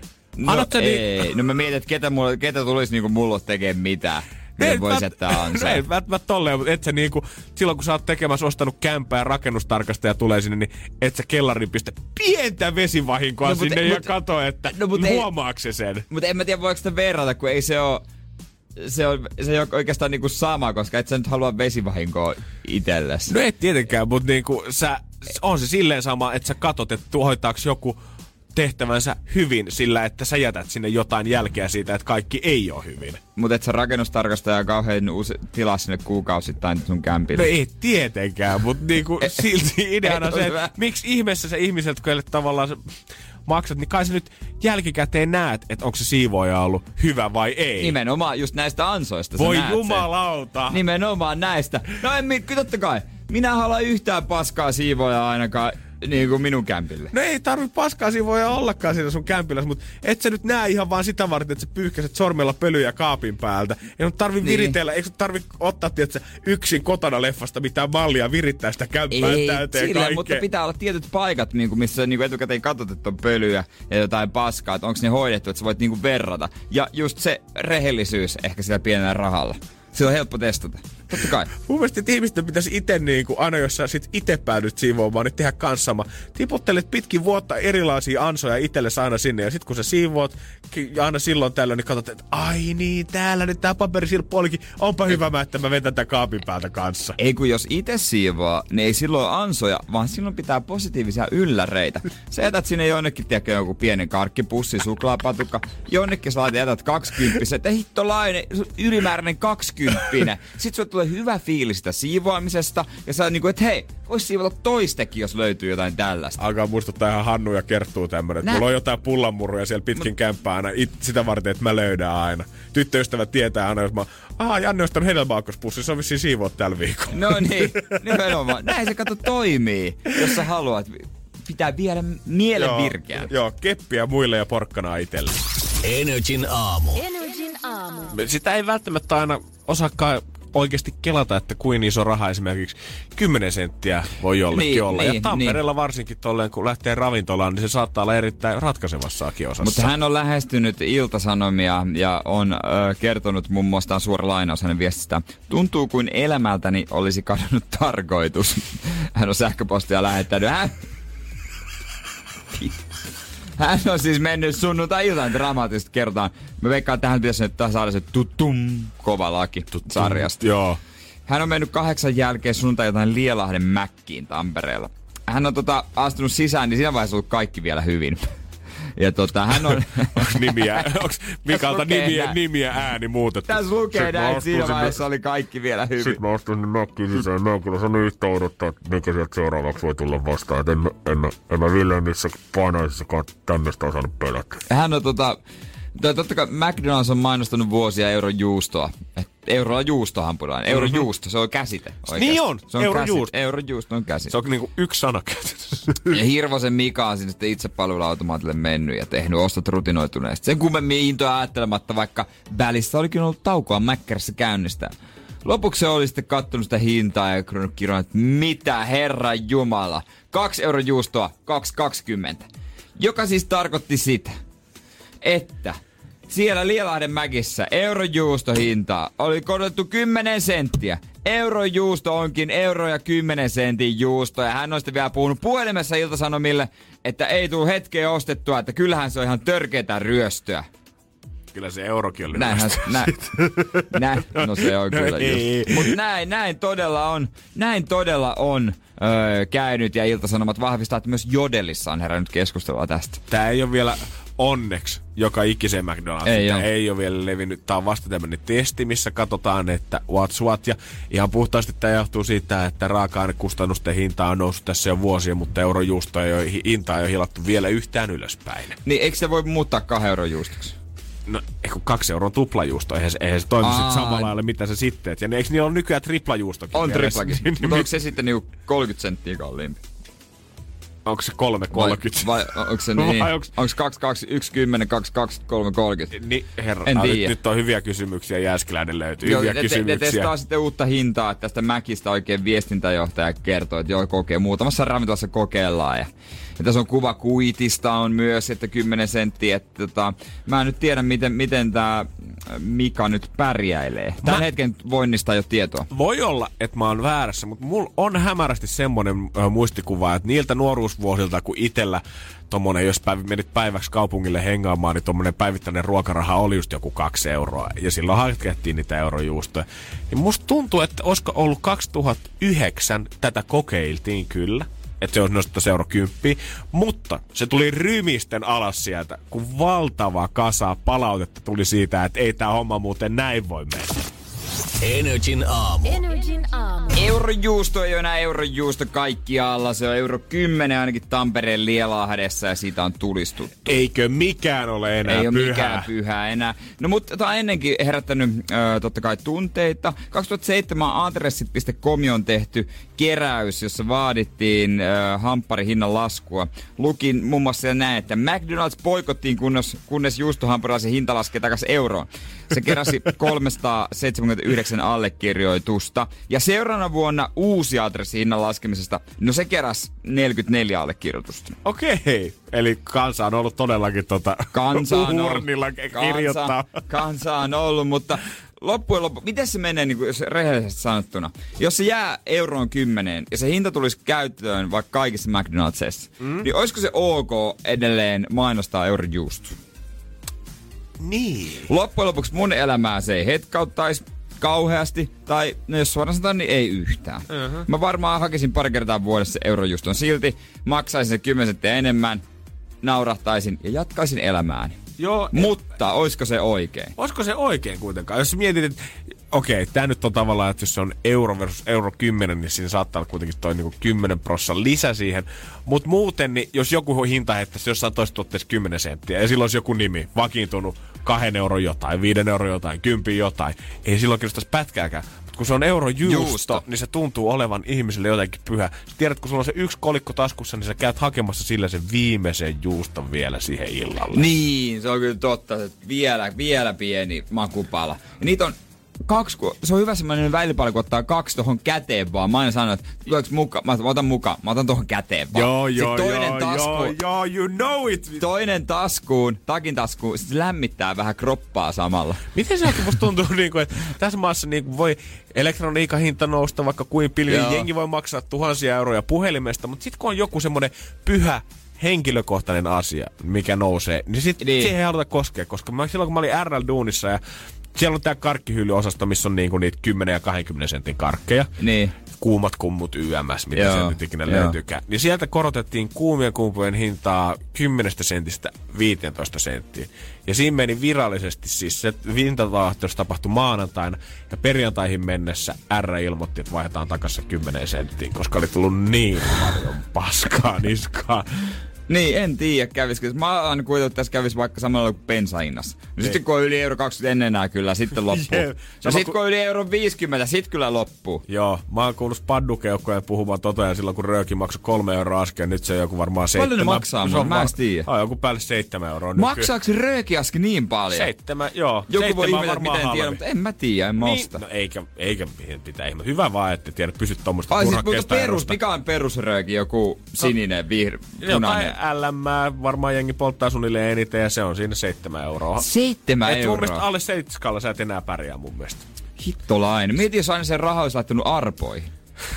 No ei, niin... no mä mietin, että ketä, mulle, ketä tulisi niinku mulle tekemään mitään. Ei voisi jättää ansoja. Ei välttämättä tolleen, mutta et sä niinku, silloin kun sä oot tekemässä ostanut kämpää ja rakennustarkastaja tulee sinne, niin et sä kellarin pistä pientä vesivahinkoa no, sinne mut, ja kato, että no, huomaako se sen. Mutta en mä tiedä, voiko sitä verrata, kun ei se oo, se on, se ei ole oikeastaan niinku sama, koska et sä nyt halua vesivahinkoa itsellesi. No ei tietenkään, mutta niinku sä, on se silleen sama, että sä katot, että hoitaako joku tehtävänsä hyvin sillä, että sä jätät sinne jotain jälkeä siitä, että kaikki ei ole hyvin. Mutta et sä rakennustarkastaja kauhean uusi tilaa sinne kuukausittain sun kämpille. No ei tietenkään, mutta niinku silti ideana se, että miksi ihmeessä se ihmiset, kun tavallaan se maksat, niin kai sä nyt jälkikäteen näet, että onko se siivooja ollut hyvä vai ei. Nimenomaan just näistä ansoista voi sä näet jumalauta. sen. Nimenomaan näistä. No en, totta kai. Minä halua yhtään paskaa siivoojaa ainakaan niin kuin minun kämpille. No ei tarvi paskaa siivoojaa ollakaan siinä sun kämpillässä, mutta et sä nyt näe ihan vaan sitä varten, että sä pyyhkäset sormella pölyjä kaapin päältä. Ei nyt tarvi niin viritellä, eikö tarvi ottaa tietysti, yksin kotona leffasta mitään mallia virittää sitä kämppää ei, täyteen silleen, kaikkea. Mutta pitää olla tietyt paikat, missä niin etukäteen katsot, että on pölyä ja jotain paskaa, että onko ne hoidettu, että sä voit niin kuin verrata. Ja just se rehellisyys ehkä sillä pienellä rahalla. Se on helppo testata. Totta kai. Mun mielestä ihmisten pitäisi itse niinku, aina jos sä sit ite päädyt siivoamaan, niin tehdä kans sama. Tiputtelet pitkin vuotta erilaisia ansoja itsellesi aina sinne, ja sit kun sä siivoat, ja aina silloin tällöin, niin katsot, että ai niin, täällä nyt tää paperisirppu olikin, onpa hyvä mä, että mä vetän tän kaapin päältä kanssa. Ei kun jos itse siivoaa, niin ei silloin ansoja, vaan silloin pitää positiivisia ylläreitä. Sä jätät sinne jonnekin, tiedätkö, joku pienen karkkipussi, suklaapatukka, jonnekin sä laitat, jätät kaksikymppisen, että hittolainen, ylimääräinen kaksikymppinen. Sitten sulle tulee hyvä fiilis sitä siivoamisesta, ja sä niinku, että hei, vois siivota toistekin, jos löytyy jotain tällaista. Alkaa muistuttaa ihan Hannu ja Kerttuu tämmönen. Mulla on jotain pullanmurruja siellä pitkin Mut... kämppää aina it, sitä varten, että mä löydän aina. Tyttöystävät tietää aina, jos mä aha, Janne on ostanut hedelmäaakkospussi, se on vissiin siivoa tällä viikolla. No niin, nimenomaan. Näin se kato toimii, jos sä haluat. Pitää viedä mielen virkeä. Joo, keppiä muille ja porkkanaa itselle. Energin aamu. Energin aamu. Sitä ei välttämättä aina osaakaan oikeasti kelata, että kuin iso raha esimerkiksi kymmenen senttiä voi jollekin niin, olla. Niin, ja Tampereella niin. Varsinkin tolleen, kun lähtee ravintolaan, niin se saattaa olla erittäin ratkaisevassakin osassa. Mutta hän on lähestynyt Ilta-Sanomia ja on ö, kertonut muun muassa, tämä suora lainaus hänen viestistä. Tuntuu kuin elämältäni olisi kadonnut tarkoitus. Hän on sähköpostia lähettänyt. Hän... Hän on siis mennyt sunnuntai-iltaan dramaattisesti kertaan. Me veikkaan, että hän pitäisi nyt saada se tutum kova laki Tutum, sarjasta. Joo. Hän on mennyt kahdeksan jälkeen sunnuntai-iltaan Lielahden Mäkkiin Tampereella. Hän on tota, astunut sisään, niin siinä vaiheessa on ollut kaikki vielä hyvin. Ja tota, hän on... onks nimiä, onks Mikalta nimiä, nimiä ääni muutettu? Tässä lukee näin, että siinä vaiheessa oli kaikki vielä hyvin. Sitten mä astuin Mäkkiin sisään, mä en kyllä sano yhtä odottaa, että mikä sieltä seuraavaksi voi tulla vastaan. Et en, en, en, en mä Wilhelmissä painaisissakaan tämmöistä osannut pelätä. Hän on tota... Totta kai McDonald's on mainostanut vuosia euron juustoa. Eurolla juustohampurilainen. Euron mm-hmm. juusto, se on käsite. Oikeasti. Niin on, se on euron käsite. juusto. Euron juusto on käsite. Se on niinku yksi sana käytössä. Ja Hirvosen Mika on sitten itse palveluautomaatille mennyt ja tehnyt ostot rutinoituneesti. Sen kummemmin intoa ajattelematta, vaikka välissä olikin ollut taukoa Mäkkärissä käynnistä. Lopuksi se oli sitten kattonut sitä hintaa ja kirjoittanut, että mitä herran jumala. Kaksi euron juustoa, kaksi kaksikymmentä. Joka siis tarkoitti sitä, että siellä Lielahden Mäkissä euron juustohintaa oli korotettu kymmenen senttiä. Euron juusto onkin euro ja kymmenen sentin juusto. Ja hän on sitten vielä puhunut puhelimessa Ilta-Sanomille, että ei tule hetkeä ostettua, että kyllähän se on ihan törkeetä ryöstöä. Kyllä se eurokin oli näinhän, nä, nä, no se on kyllä just. Mutta näin, näin todella on, näin todella on öö, käynyt ja Ilta-Sanomat vahvistaa, että myös Jodelissa on herännyt keskustelua tästä. Tää ei ole vielä onneksi joka ikiseen McDonald's. Ei, ei ole vielä levinnyt. Tää on vasta tämmönen testi, missä katsotaan, että what's what. Ja ihan puhtaasti tää johtuu siitä, että raaka-ainekustannusten hinta on noussut tässä jo vuosia, mutta eurojuusto ei ole, hinta ei ole hilattu vielä yhtään ylöspäin. Niin eikö se voi muuttaa kahden euron juustoksi? No, eikö kaksi euroa tuplajuusto? Eihän se, eihän se toimi sitten samalla lailla, mitä sä sitten teet. Ja eikö niillä ole nykyään triplajuustokin? On triplakin. Mutta onko se sitten niinku kolmekymmentä senttiä kalliimpi? Onko se kolme kolmekymmentä? Vai, vai onko se niin? Onko kaksi kaksi yksi kymmenen kaksi kaksi kolme kolmekymmentä? Niin, herra. Nyt, nyt on hyviä kysymyksiä. Jääskeläinen löytyy. Joo, hyviä ne, kysymyksiä. Ne testaa sitten uutta hintaa. Tästä Mäkistä oikein viestintäjohtaja kertoo, että joo, kokee. Muutamassa ravintolassa kokeillaan. Ja, ja tässä on kuva kuitista on myös, että kymmenen senttiä. Että, tota, mä en nyt tiedä, miten, miten tää Mika nyt pärjäilee. Tällä mä... hetken voinnista ei ole tietoa. Voi olla, että mä oon väärässä, mutta mulla on hämärästi semmonen äh, muistikuva, että niiltä nuoruusvuosilta, kun itellä tommonen, jos päiv- menit päiväksi kaupungille hengaamaan, niin tommonen päivittäinen ruokaraha oli just joku kaksi euroa. Ja silloin hankettiin niitä eurojuustoja. Ja musta tuntuu, että olisiko ollut kaksituhattayhdeksän tätä kokeiltiin kyllä. että se olisi nostettu euro kymppiä. Mutta se tuli rymisten alas sieltä, kun valtava kasa palautetta tuli siitä, että ei tää homma muuten näin voi mennä. Energin aamu. Energin aamu. Eurojuusto ei ole enää eurojuusto kaikkialla. Se on euro kymmenen ainakin Tampereen Lielahdessa ja siitä on tulistuttu. Eikö mikään ole enää Ei ole pyhää? mikään pyhää enää. No mutta tämä on ennenkin herättänyt ö, totta kai tunteita. kaksituhattaseitsemän adressit piste com on tehty keräys, jossa vaadittiin ö, hampparihinnan laskua. Lukin muun muassa näin, että McDonald's boikottiin kunnes, kunnes juustohampurilaisen hinta laskee takaisin euroon. Se keräsi kolmesataaseitsemänkymmentäyhdeksän allekirjoitusta. Ja seuraavana vuonna uusi adressi hinnan laskemisesta, no se keräsi neljäkymmentäneljä allekirjoitusta. Okei, eli kansa on ollut todellakin tota Kansa on ollut, urnilla kirjoittaa. Kansa, kansa on ollut, mutta loppujen lopuksi, miten se menee niin kuin, jos rehellisesti sanottuna? Jos se jää euroon kymmeneen ja se hinta tulisi käyttöön vaikka kaikissa McDonald'sissa, mm. niin olisiko se ok edelleen mainostaa eurojuustoa? Niin. Loppujen lopuksi mun elämää se ei hetkauttaisi kauheasti, tai no jos suoraan sanotaan, niin ei yhtään. Uh-huh. Mä varmaan hakisin pari kertaa vuodessa eurojuston silti, maksaisin se kymmenen senttiä enemmän, naurahtaisin ja jatkaisin elämääni. Joo, Mutta et... olisiko se oikein? Olisiko se oikein kuitenkaan? Jos mietit, että okei, okay, tää nyt on tavallaan, että jos se on euro versus euro kymmenen, niin siinä saattaa olla kuitenkin toi niinku kymmenen prosenttia lisä siihen. Mutta muuten, niin jos joku hinta heittäisi jossain toista tuotteessa kymmenen senttiä, ja silloin olisi joku nimi, vakiintunut kahden euron jotain, viiden euron jotain, kympin jotain, ei silloin kiinnostaisi pätkääkään. Mutta kun se on eurojuusto, Juusto. niin se tuntuu olevan ihmiselle jotenkin pyhä. Sä tiedät, kun sulla on se yksi kolikko taskussa, niin sä käyt hakemassa sillä sen viimeisen juuston vielä siihen illalle. Niin, se on kyllä totta. Vielä, vielä pieni makupala. Ja niitä on kaksi, se on hyvä semmoinen välipala, kun ottaa kaksi tohon käteen vaan. Mä aina sanon, että tuleeko mukaan? Mä otan mukaan. Mä otan tohon käteen vaan. Joo, joo, toinen joo, tasku, joo, joo, you know it. Toinen taskuun, takin taskuun, sit se lämmittää vähän kroppaa samalla. Miten se musta tuntuu, niin että tässä maassa niin voi elektroniikan hinta nousta vaikka kuin pilviin. Jengi voi maksaa tuhansia euroja puhelimesta, mutta sitten kun on joku semmoinen pyhä henkilökohtainen asia, mikä nousee, niin sitten niin. siihen ei haluta koskea, koska mä, silloin kun mä olin R L-duunissa ja siellä on tää karkkihyllyosasto, missä on niinku niitä kymmenen ja kaksikymmentä sentin karkkeja. Niin. Kuumat kummut Y M S, mitä Joo. sieltä nyt ikinä löytyykään. Niin sieltä korotettiin kuumien kumpujen hintaa kymmenestä sentistä viisitoista senttiin. Ja siinä meni virallisesti siis se hintavaihtoehto tapahtui maanantaina ja perjantaihin mennessä R ilmoitti, että vaihdetaan takaisin kymmenen senttiin, koska oli tullut niin paljon paskaa niskaan. Niin, en tiedä kävisikö. Mä oon kuitenkin, että tässä kävisi vaikka samalla kuin bensahinnassa. No sitten kun on yli euro kaksikymmentä ennen enää kyllä, sitten loppuu. Yeah. No sitten kun on yli euro viisikymmentä, sitten kyllä loppuu. Joo, mä oon kuullut spaddukeukkoja puhumaan tota ja silloin kun rööki maksoi kolme euroa asken, nyt se on joku varmaan seitsemän. Paljon ne maksaa, mutta mä en tiedä. On joku päälle seitsemän euroa. Maksaako se röökiaski niin paljon? Seitsemän, joo. Joku seitsemän voi ihmetellä, miten tiedä, mutta en mä tiedä, en mä niin, osta. No eikä, eikä pitää ihmettä. Hyvä vaan, että tiedät, pysyt tommoista Ai turhakkeesta siis, perus, mikä on perusrööki? Joku sininen, vihreä, punainen? Jotain L M, varmaan jengi polttaa suunnilleen eniten ja se on siinä seitsemän euroa. Seitsemän et euroa? Mun mielestä alle seitskalla sä et enää pärjää mun mielestä. Hittolainen. Mieti, jos aina sen raha olisi laittanut arpoihin.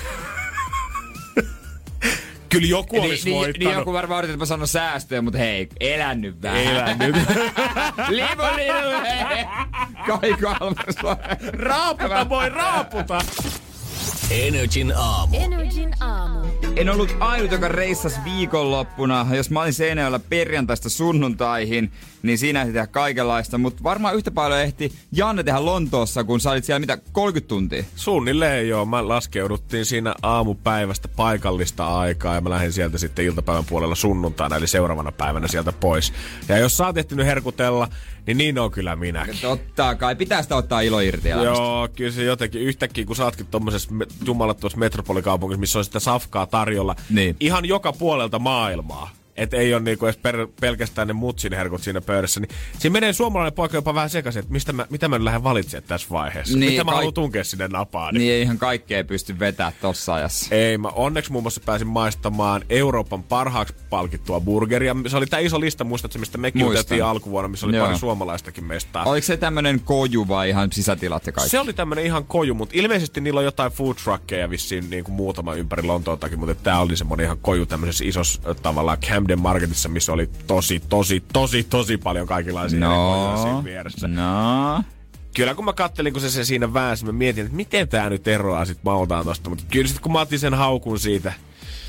Kyllä joku olisi niin, voittanut. Niin joku varmaan odotti, että mä sanon säästöjä, mutta hei, elänyt vähän. Elänyt. Limu, limu, hei. Kai Kalmars. Raaputa voi, raaputa. Energin aamu. Energin aamu. En ollut ainut, joka reissasi viikonloppuna. Jos mä olin Seinäjoella perjantaista sunnuntaihin, niin siinä ehti tehdä kaikenlaista. Mutta varmaan yhtä paljon ehti Janne tehdä Lontoossa, kun sä olit siellä mitä, kolmekymmentä tuntia? Suunnilleen joo. Mä laskeuduttiin siinä aamupäivästä paikallista aikaa ja mä lähdin sieltä sitten iltapäivän puolella sunnuntaina, eli seuraavana päivänä sieltä pois. Ja jos sä oot ehtinyt herkutella, niin niin on kyllä minäkin. Totta kai, pitää sitä ottaa ilo irti elämästä. Joo, kyllä se jotenkin yhtäkkiä, kun sä ootkin tommosessa jumalattomassa metropolikaupungissa, missä on sitä safkaa tarjolla niin. Ihan joka puolelta maailmaa. Että ei ole niinku edes per, pelkästään ne mutsin herkut siinä pöydässä. Niin siinä menee suomalainen poika jopa vähän sekaisin, että mistä mä, mitä mä lähden valitsemaan tässä vaiheessa. Niin, mitä mä kaik- haluan tunkea sinne napaan. Niin ei ihan kaikkea pysty vetämään tossa ajassa. Ei, mä onneksi muun muassa pääsin maistamaan Euroopan parhaaksi palkittua burgeria. Se oli tää iso lista, muistatko, mistä mekin juteltiin alkuvuonna, missä oli Joo. pari suomalaistakin mestaa. Oliko se tämmönen koju vai ihan sisätilat ja kaikki? Se oli tämmönen ihan koju, mutta ilmeisesti niillä on jotain food truckeja vissiin niin kuin muutama ympäri Lontootakin, mutta tää oli semmonen ihan koju tämmöisessä isossa tavallaan Camden Marketissa, missä oli tosi, tosi, tosi, tosi paljon kaikenlaisia no, siinä vieressä. No. Kyllä kun mä kattelin, kun se, se siinä väänsi, mä mietin, että miten tää nyt eroaa sit maultaan tosta. Mutta kyllä sit kun mä otin sen haukun siitä,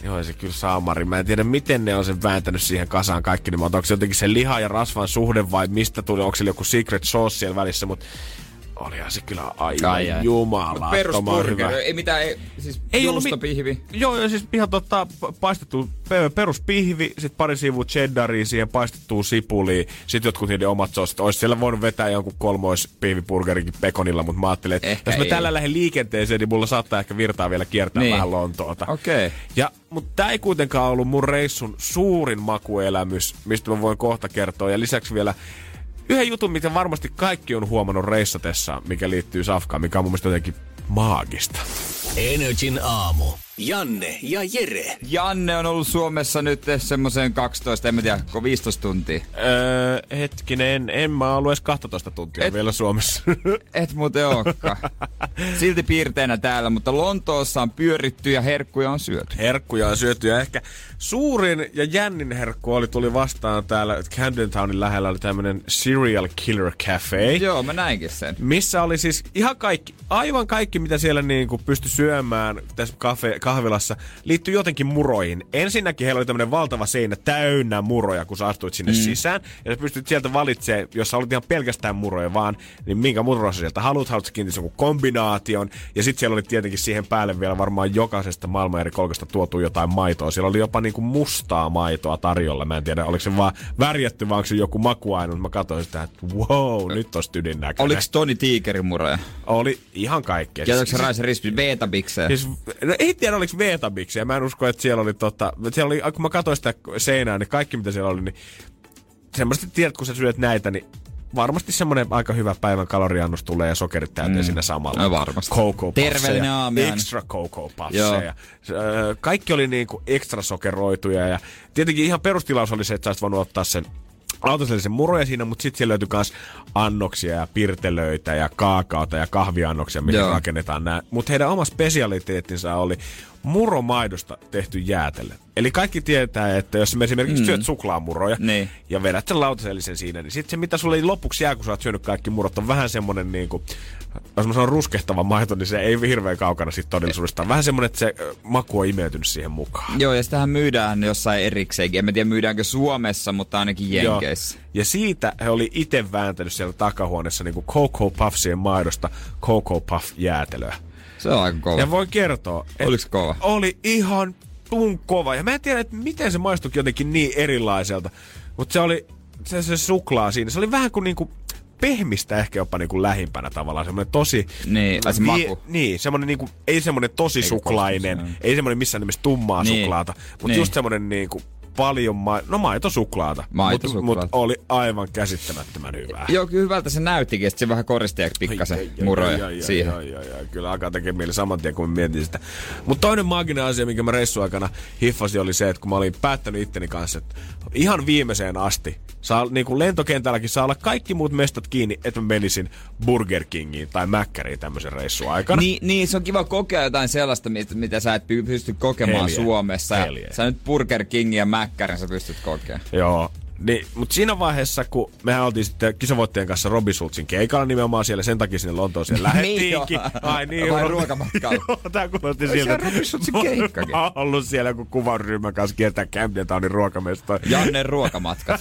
Joo, se kyllä saamari. Mä en tiedä, miten ne on sen vääntänyt siihen kasaan kaikki. Niin onko se jotenkin se liha ja rasvan suhde vai mistä tuli? Onko se joku secret sauce siellä välissä? Mutta olihan se kyllä aivan jumalattoman perusburger, ei mitään, ei, siis ei juustopihvi. Mi- joo, ja siis ihan tota, paistettu peruspihvi, sit pari sivua cheddaria siihen, paistettua sipulia, sit jotkut niiden omat soosit. Ois siellä voinut vetää jonkun kolmoispihviburgerinkin pekonilla, mutta mä ajattelin, että ehkä jos mä ei. tällä lähden liikenteeseen, niin mulla saattaa ehkä virtaa vielä kiertää niin. vähän Lontoota. Okei. Okay. Ja, mutta tää ei kuitenkaan ollut mun reissun suurin makuelämys, mistä mä voin kohta kertoa. Ja lisäksi vielä yhden jutun, mitä varmasti kaikki on huomannut reissatessa, mikä liittyy safkaan, mikä on mun mielestä jotenkin maagista. Energin aamu. Janne ja Jere. Janne on ollut Suomessa nyt semmoisen kaksitoista, en mä tiedä, viisitoista tuntia. Öö, hetkinen, en, en mä ollut edes kaksitoista tuntia et, vielä Suomessa. Et muuten olekaan. Silti piirteinä täällä, mutta Lontoossa on pyöritty ja herkkuja on syöty. Herkkuja on syöty ja ehkä suurin ja jännin herkku oli tuli vastaan täällä Camden Townin lähellä oli tämmönen Serial Killer Cafe. Joo, mä näinkin sen. Missä oli siis ihan kaikki, aivan kaikki mitä siellä niinku pystyi syömään tässä kafe, kahvilassa liittyy jotenkin muroihin. Ensinnäkin heillä oli tämmönen valtava seinä täynnä muroja, kun sä astuit sinne mm. sisään. Ja sä pystyt sieltä valitsemaan, jos sä olit ihan pelkästään muroja vaan, niin minkä muroa sä sieltä haluat, haluat sä kiinnittää joku kombinaation. Ja sit siellä oli tietenkin siihen päälle vielä varmaan jokaisesta maailman eri kolkasta tuotu jotain maitoa. Siellä oli jopa niinku mustaa maitoa tarjolla. Mä en tiedä, oliko se vaan värjätty vai onko se joku makuainu. Mä katsoin sitä, että wow, nyt on stydin näköinen. Oliko Toni Tiikerin muroja? Oli ihan kaikkea. Ja oliko se Rice Rispi Veetabikseen? Siis, no, ei tiedä, oliko Veetabikseen. Mä en usko, että siellä oli tota, siellä oli, kun mä katsoin sitä seinää, niin kaikki mitä siellä oli, niin semmoisesti tiedät, kun sä syöt näitä, niin varmasti semmoinen aika hyvä päivän kaloriannus tulee ja sokerit täyteen mm. siinä samalla. No varmasti. Cocoa terveellinen aamiainen. Extra cocoa puffseja. Kaikki oli niinku ekstra sokeroituja ja tietenkin ihan perustilaus oli se, että sä olisit voinut ottaa sen lautasellisen muroja siinä, mutta sitten siellä löytyi myös annoksia ja pirtelöitä ja kaakaota ja kahviannoksia, mihin Joo. rakennetaan nämä. Mutta heidän oma spesialiteettinsa oli muromaidosta tehty jäätelö. Eli kaikki tietää, että jos me esimerkiksi mm. syöt suklaamuroja niin. ja vedät sen lautasellisen siinä, niin sitten se mitä sulle lopuksi jää, kun sä oot syönyt kaikki murot, on vähän semmonen niinku, jos mä sanon ruskehtava maito, niin se ei hirveän kaukana siitä todellisuudesta. Vähän semmonen, että se maku on imeytynyt siihen mukaan. Joo, ja sitähän myydään jossain erikseenkin. En mä tiedä myydäänkö Suomessa, mutta ainakin Jenkeissä. Joo. Ja siitä he oli itse vääntänyt siellä takahuoneessa niinku Cocoa Puffsien maidosta Cocoa Puff-jäätelöä. Se on aika kova. Ja voin kertoa, Oliko kova? Oli ihan tun kova. Ja mä en tiedä, että miten se maistuikin jotenkin niin erilaiselta. Mutta se oli se, se suklaa siinä. Se oli vähän kuin niinku pehmistä ehkä jopa niinku lähimpänä tavallaan. Semmoinen tosi niin, vi- maku. Niin, semmoinen niinku, ei semmoinen tosi Eikä suklainen. Kostus, ei semmoinen missään nimessä tummaa niin. suklaata. Mutta niin. just semmoinen niinku paljon ma- no maitosuklaata, mutta mut oli aivan käsittämättömän hyvää. Joo, kyllä hyvältä se näyttikin, että se vähän koristeeksi pikkasen ai, ai, muroja ai, ai, siihen. Ai, ai, ai, kyllä alkaa tekemään mieli saman tien, kun mä mietin sitä. Mutta toinen maaginen asia, minkä mä reissuaikana hiffasin, oli se, että kun mä olin päättänyt itteni kanssa, että ihan viimeiseen asti, saa, niin kuin lentokentälläkin saa olla kaikki muut mestat kiinni, että mä menisin Burger Kingiin tai Mäkkäriin tämmöisen reissuaikana. Niin, niin, se on kiva kokea jotain sellaista, mitä sä et pysty kokemaan Helje. Suomessa. Helje. Sä nyt Burger Kingin ja Mäkkärin sä pystyt kokemaan. Joo. Niin, mutta siinä vaiheessa, kun mehän oltiin sitten kisavoittajan kanssa Robin Schultzin keikalla nimenomaan siellä, sen takia sinne Lontooseen lähdettiinkin. Ai niin. Vai ruokamatkalla. Joo, tää kuulosti siltä, että Robin Schultzin keikkakin. Mä oon ollut siellä joku kuvaryhmän kanssa kiertää Camden Townin ruokamestoa. Jannen ruokamatkat.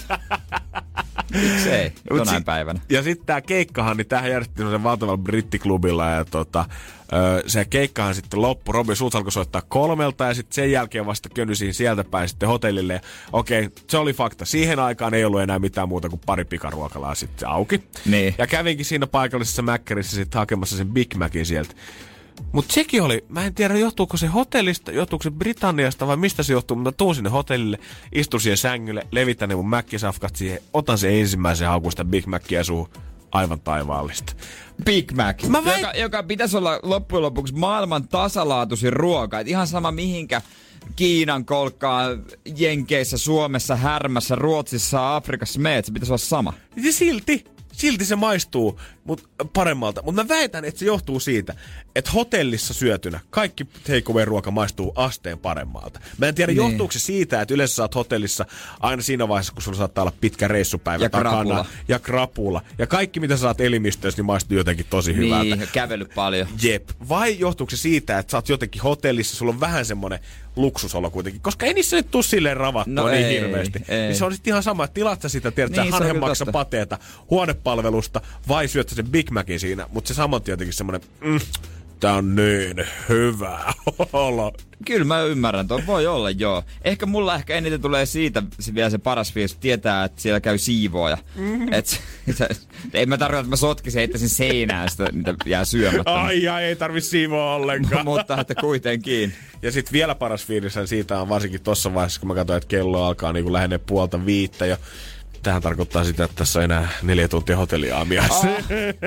Miksei, jonain si- päivänä. Ja sitten tää keikkahan, niin tämähän järjestettiin sen valtavalla brittiklubilla ja tota, öö, se keikkahan sitten loppu. Robin Schultz alkoi soittaa kolmelta ja sitten sen jälkeen vasta könnysiin sieltä päin sitten hotellille. Ja okei, se oli fakta. Siihen aikaan ei ollut enää mitään muuta kuin pari pikaruokalaa sitten auki. Niin. Ja kävinkin siinä paikallisessa Mäkkärissä sitten hakemassa sen Big Macin sieltä. Mutta sekin oli, mä en tiedä johtuuko se hotellista, johtuuko se Britanniasta vai mistä se johtuu, mutta tuun sinne hotellille, istun siihen sängylle, levitän ne mun mäkkisafkat siihen, otan sen ensimmäisen haukusta Big Macia suuhun, aivan taivaallista. Big Mac, väit... joka, joka pitäisi olla loppujen lopuksi maailman tasalaatuisin ruoka, et ihan sama mihinkä Kiinan kolkkaan, Jenkeissä, Suomessa, Härmässä, Ruotsissa, Afrikassa meet, se pitäisi olla sama. Ja silti. Silti se maistuu mut paremmalta. Mutta mä väitän, että se johtuu siitä, että hotellissa syötynä kaikki takeaway-ruoka maistuu asteen paremmalta. Mä en tiedä, niin. johtuuko se siitä, että yleensä sä oot hotellissa aina siinä vaiheessa, kun sulla saattaa olla pitkä reissupäivä ja takana. Krapula. Ja krapula. Ja kaikki, mitä sä saat elimistössä, niin maistuu jotenkin tosi hyvältä. Niin, kävellyt paljon. Jep. Vai johtuuko se siitä, että sä oot jotenkin hotellissa, sulla on vähän semmonen luksusolo kuitenkin. Koska ei niissä nyt tuu silleen ravattua no niin ei, hirveästi. Ei. Niin se on sitten ihan sama, että tilaat sä sitä, tiedätkö, niin, hanhenmaksa pateeta, huonepalvelusta vai syöt sä sen Big Macin siinä. Mutta se saman tietenkin semmonen, mm, tää on niin hyvä olo. Kyllä mä ymmärrän, toi voi olla joo. Ehkä mulla ehkä eniten tulee siitä vielä se paras fiilis, tietää, että siellä käy siivooja. Mm-hmm. Et, et, ei mä tarkoita, että mä sotkisin heittäisin seinään sitä, mitä jää syömättä. Ai ai, ei tarvi siivoa ollenkaan. Mutta että kuitenkin. Ja sit vielä paras fiilis siitä on varsinkin tossa vaiheessa, kun mä katsoin, että kello alkaa niin lähenee puolta viittä jo. Tähän tarkoittaa sitä, että tässä on enää neljä tuntia hotelliaamiaisella. Oh.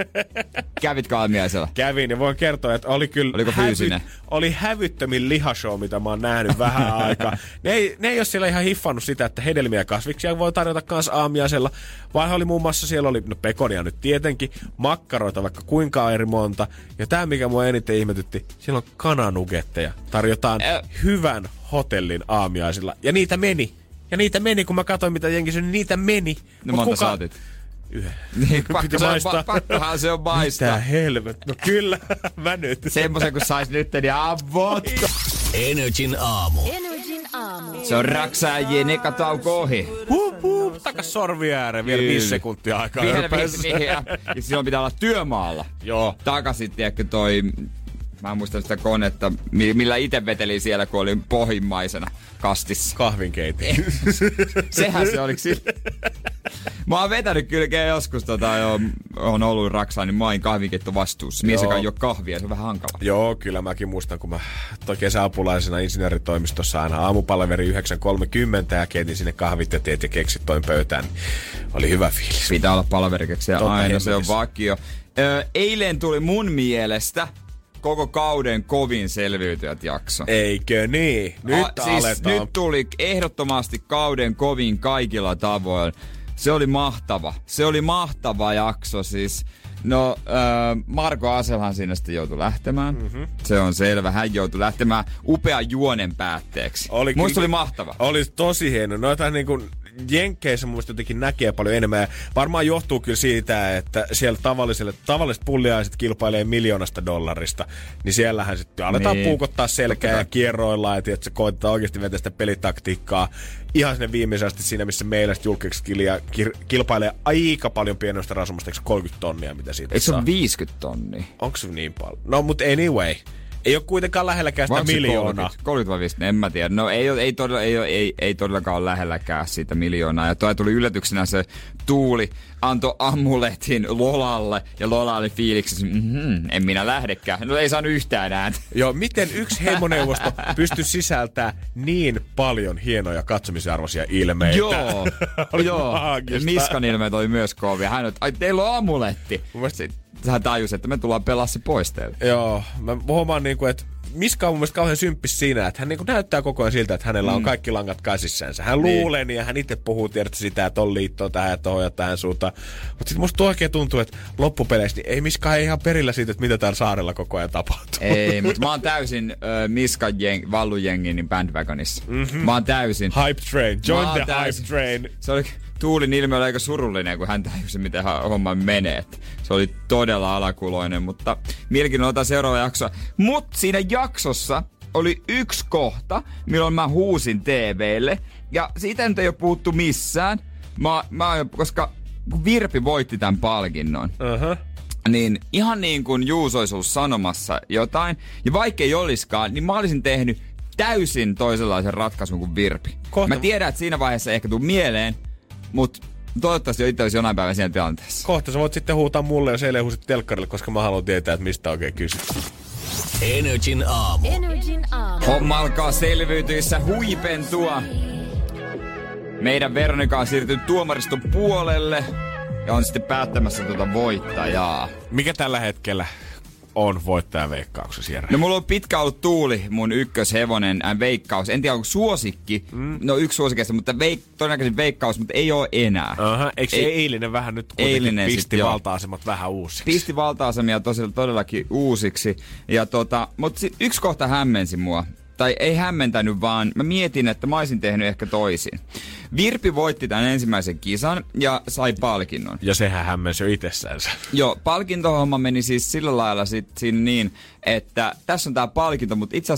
Kävitkö aamiaisella? Kävin ja voin kertoa, että oli kyllä Oliko fyysinen? Hävy, oli hävyttömin lihashow, mitä mä oon nähnyt vähän aikaa. Ne ei, ne ei ole siellä ihan hiffannut sitä, että hedelmiä ja kasviksia voi tarjota kans aamiaisella. Vaan oli muun muassa, siellä oli no pekonia nyt tietenkin, makkaroita vaikka kuinka eri monta. Ja tää, mikä mua eniten ihmetytti, siellä on kananugetteja. Tarjotaan äh. hyvän hotellin aamiaisilla. Ja niitä meni. Ja niitä meni, kun mä katsoin, mitä jengi syö, niin niitä meni. No monta kuka... saatit? Yhden. Niin, pakko se on, pa- pakkohan se on maistaa. Mitä helvet? No kyllä, mä nyt. Semmoisen kun sais nyt, niin avot. Energin aamu. Energin aamu. Se on raksaajien eka tauko ohi. Hup, hup, takas sorvi ääreen. Vielä viisi sekuntia aikaa. Vielä viisi, ja, ja silloin pitää olla työmaalla. Joo. Takaisin, tiedätkö, toi... Mä en muista sitä konetta, millä itse veteli siellä, kun oli pohjimmaisena kastissa. Kahvinkeitin. Sehän se oliks sillä. Mä oon vetänyt kyllä joskus, tota, jo, on ollut raksaa, niin mä oon kahvinkeitto vastuussa. Mies, joka ei oo kahvia, se on vähän hankala. Joo, kyllä mäkin muistan, kun mä toi kesäapulaisena insinööritoimistossa aina aamupalveri yhdeksän kolmekymmentä ja keitin sinne kahvit ja teet ja keksit toin pöytään. Niin oli hyvä fiilis. Pitää olla palverikeksiä aina, hemmelis. Se on vakio. Ö, eilen tuli mun mielestä koko kauden kovin selviytyjät jakso. Eikö niin? Nyt A, siis aletaan. Nyt tuli ehdottomasti kauden kovin kaikilla tavoin. Se oli mahtava. Se oli mahtava jakso siis. No, äh, Marko Aselhan siinä sitten joutui lähtemään. Mm-hmm. Se on selvä. Hän joutui lähtemään upean juonen päätteeksi. Oli Musta oli mahtava. Oli tosi hieno. Noita niin kuin Jenkkeissä mun mielestä jotenkin näkee paljon enemmän. Ja varmaan johtuu kyllä siitä, että siellä tavalliselle, tavalliset pulliaiset kilpailee miljoonasta dollarista. Niin siellähän sitten aletaan niin puukottaa selkää ja kierroillaan. Ja että se koitetaan oikeasti vetää sitä pelitaktiikkaa. Ihan sinne viimeisesti siinä, missä meillä julkiseksi kilpailee aika paljon pienoista rasumasta. Eikö kolmekymmentä tonnia, mitä siitä Eikö saa? se ole viisikymmentä tonnia? Onko se niin paljon? No, mutta anyway. Ei ole kuitenkaan lähelläkään sitä miljoonaa. kolmekymmentä, kolmekymmentä vai viisikymmentä, en mä tiedä. No ei, ei, todella, ei, ei, ei todellakaan ole lähelläkään sitä miljoonaa. Ja toi tuli yllätyksenä se Tuuli antoi amuletin Lolalle. Ja Lola oli fiiliksissä, mm-hmm, en minä lähdekään. No ei saanut yhtään ääntä. Joo, miten yksi heimoneuvosto pystyy sisältämään niin paljon hienoja katsomisarvoisia ilmeitä? Joo, joo. Miskan ilmeet oli myös kovia. Hän oli, ai teillä on amuletti. Hän tajusi, että me tullaan pelaa se pois teille. Joo, mä huomaan niinku, että Miska on mun mielestä kauhean symppis siinä, että hän niinku näyttää koko ajan siltä, että hänellä on mm. kaikki langat käsissänsä. Hän niin luulee niin ja hän itse puhuu tiedätkö sitä, että on liittoa tähän ja tohon ja tähän suuntaan. Mutta sit musta oikein tuntuu, että loppupeleissä niin ei Miska ei ihan perillä siitä, että mitä täällä saarella koko ajan tapahtuu. Ei, mutta mä oon täysin äh, Miskan jeng, vallujengin niin bandwagonissa. Mm-hmm. Mä oon täysin. Hype train, join the täysin. Hype train. Se oli, Tuulin ilme oli aika surullinen, kun hän tajusi, miten homma menee. Se oli todella alakuloinen, mutta mielenkiinnolla otetaan seuraava jakso. Mut siinä jaksossa oli yksi kohta, milloin mä huusin T V:lle. Ja siitä nyt ei ole puhuttu missään, mä, mä, koska kun Virpi voitti tämän palkinnon. Uh-huh. Niin ihan niin kuin Juuso olisi ollut sanomassa jotain. Ja vaikka ei oliskaan, niin mä olisin tehnyt täysin toisenlaisen ratkaisun kuin Virpi. Kohta. Mä tiedän, että siinä vaiheessa ei ehkä tuu mieleen, mut toivottavasti jo itse olisi jonain päivänä siinä tilanteessa. Kohta sä voit sitten huutaa mulle, jos eilen huusit telkkarille, koska mä haluan tietää, että mistä oikein kysyt. Energin aamu. Energin aamu. Homma alkaa selviytyissä huipentua. Meidän Veronika on siirtynyt tuomariston puolelle ja on sitten päättämässä tuota voittajaa. Mikä tällä hetkellä on voittajan veikkauksessa, Jere? No mulla on pitkä ollut Tuuli, mun ykköshevonen, äh, veikkaus. En tiedä onko suosikki, mm. no yksi suosikeista, mutta veik- todennäköisesti veikkaus, mutta ei ole enää. Aha, eikö se ei, eilinen vähän nyt kuitenkin pisti valta-asemat vähän uusiksi? Pisti valta-asemia tosiaan todellakin uusiksi. Ja tota, mutta sit yksi kohta hämmensi mua. Tai ei hämmentänyt, vaan mä mietin, että mä olisin tehnyt ehkä toisin. Virpi voitti tämän ensimmäisen kisan ja sai palkinnon. Ja sehän hämmensi jo itsessänsä. Joo, palkintohomma meni siis sillä lailla sit siinä niin, että tässä on tää palkinto, mutta itse asiassa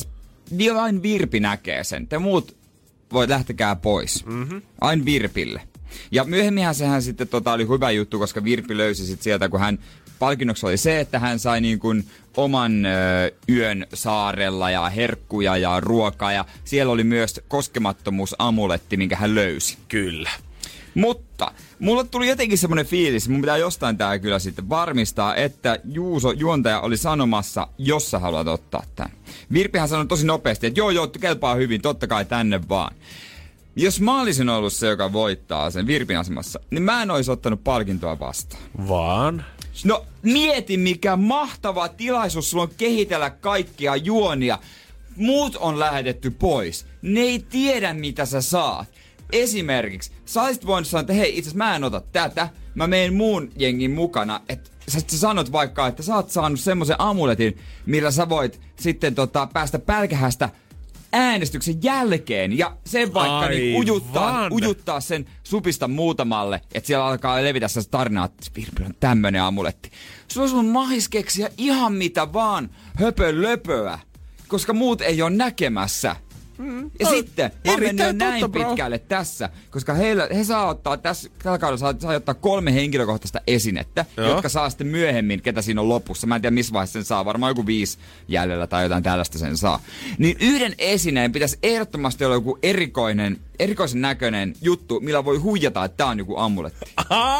vain Virpi näkee sen. Te muut voi lähtekää pois. Mm-hmm. Aina Virpille. Ja myöhemminhän sehän sitten tota, oli hyvä juttu, koska Virpi löysi sit sieltä, kun hän palkinnoksi oli se, että hän sai niin kuin oman ö, yön saarella ja herkkuja ja ruokaa. Ja siellä oli myös koskemattomuusamuletti, minkä hän löysi. Kyllä. Mutta mulle tuli jotenkin semmoinen fiilis, mun pitää jostain tää kyllä sitten varmistaa, että Juuso juontaja oli sanomassa, jos sä haluat ottaa tän. Virpihän sanoi tosi nopeasti, että joo joo, kelpaa hyvin, totta kai tänne vaan. Jos mä olisin ollut se, joka voittaa sen Virpin asemassa, niin mä en olisi ottanut palkintoa vastaan. Vaan? No mieti, mikä mahtava tilaisuus sulla on kehitellä kaikkia juonia. Muut on lähetetty pois. Ne ei tiedä, mitä sä saat. Esimerkiksi, sä olisit voinut sanoa, että hei, itse asiassa mä en ota tätä. Mä menen muun jengin mukana. Että sä, sä sanot vaikka, että sä oot saanut semmoisen amuletin, millä sä voit sitten tota, päästä pälkähästä äänestyksen jälkeen. Ja sen vaikka niin ujuttaa, ujuttaa sen supista muutamalle, että siellä alkaa levitä se tarinaa, että Virpi on tämmönen amuletti. Sulla on mahis keksiä ihan mitä vaan höpölöpöä, koska muut ei ole näkemässä. Mm, ja no, sitten mä oon mennyt näin totta, pitkälle tässä, koska heillä, he saa ottaa tässä, tällä kaudella saa, saa ottaa kolme henkilökohtaista esinettä, Joo. jotka saa sitten myöhemmin, ketä siinä on lopussa. Mä en tiedä missä vaiheessa sen saa, varmaan joku viisi jäljellä tai jotain tällaista sen saa. Niin yhden esineen pitäisi ehdottomasti olla joku erikoinen, erikoisen näköinen juttu, millä voi huijata, että tää on joku amuletti.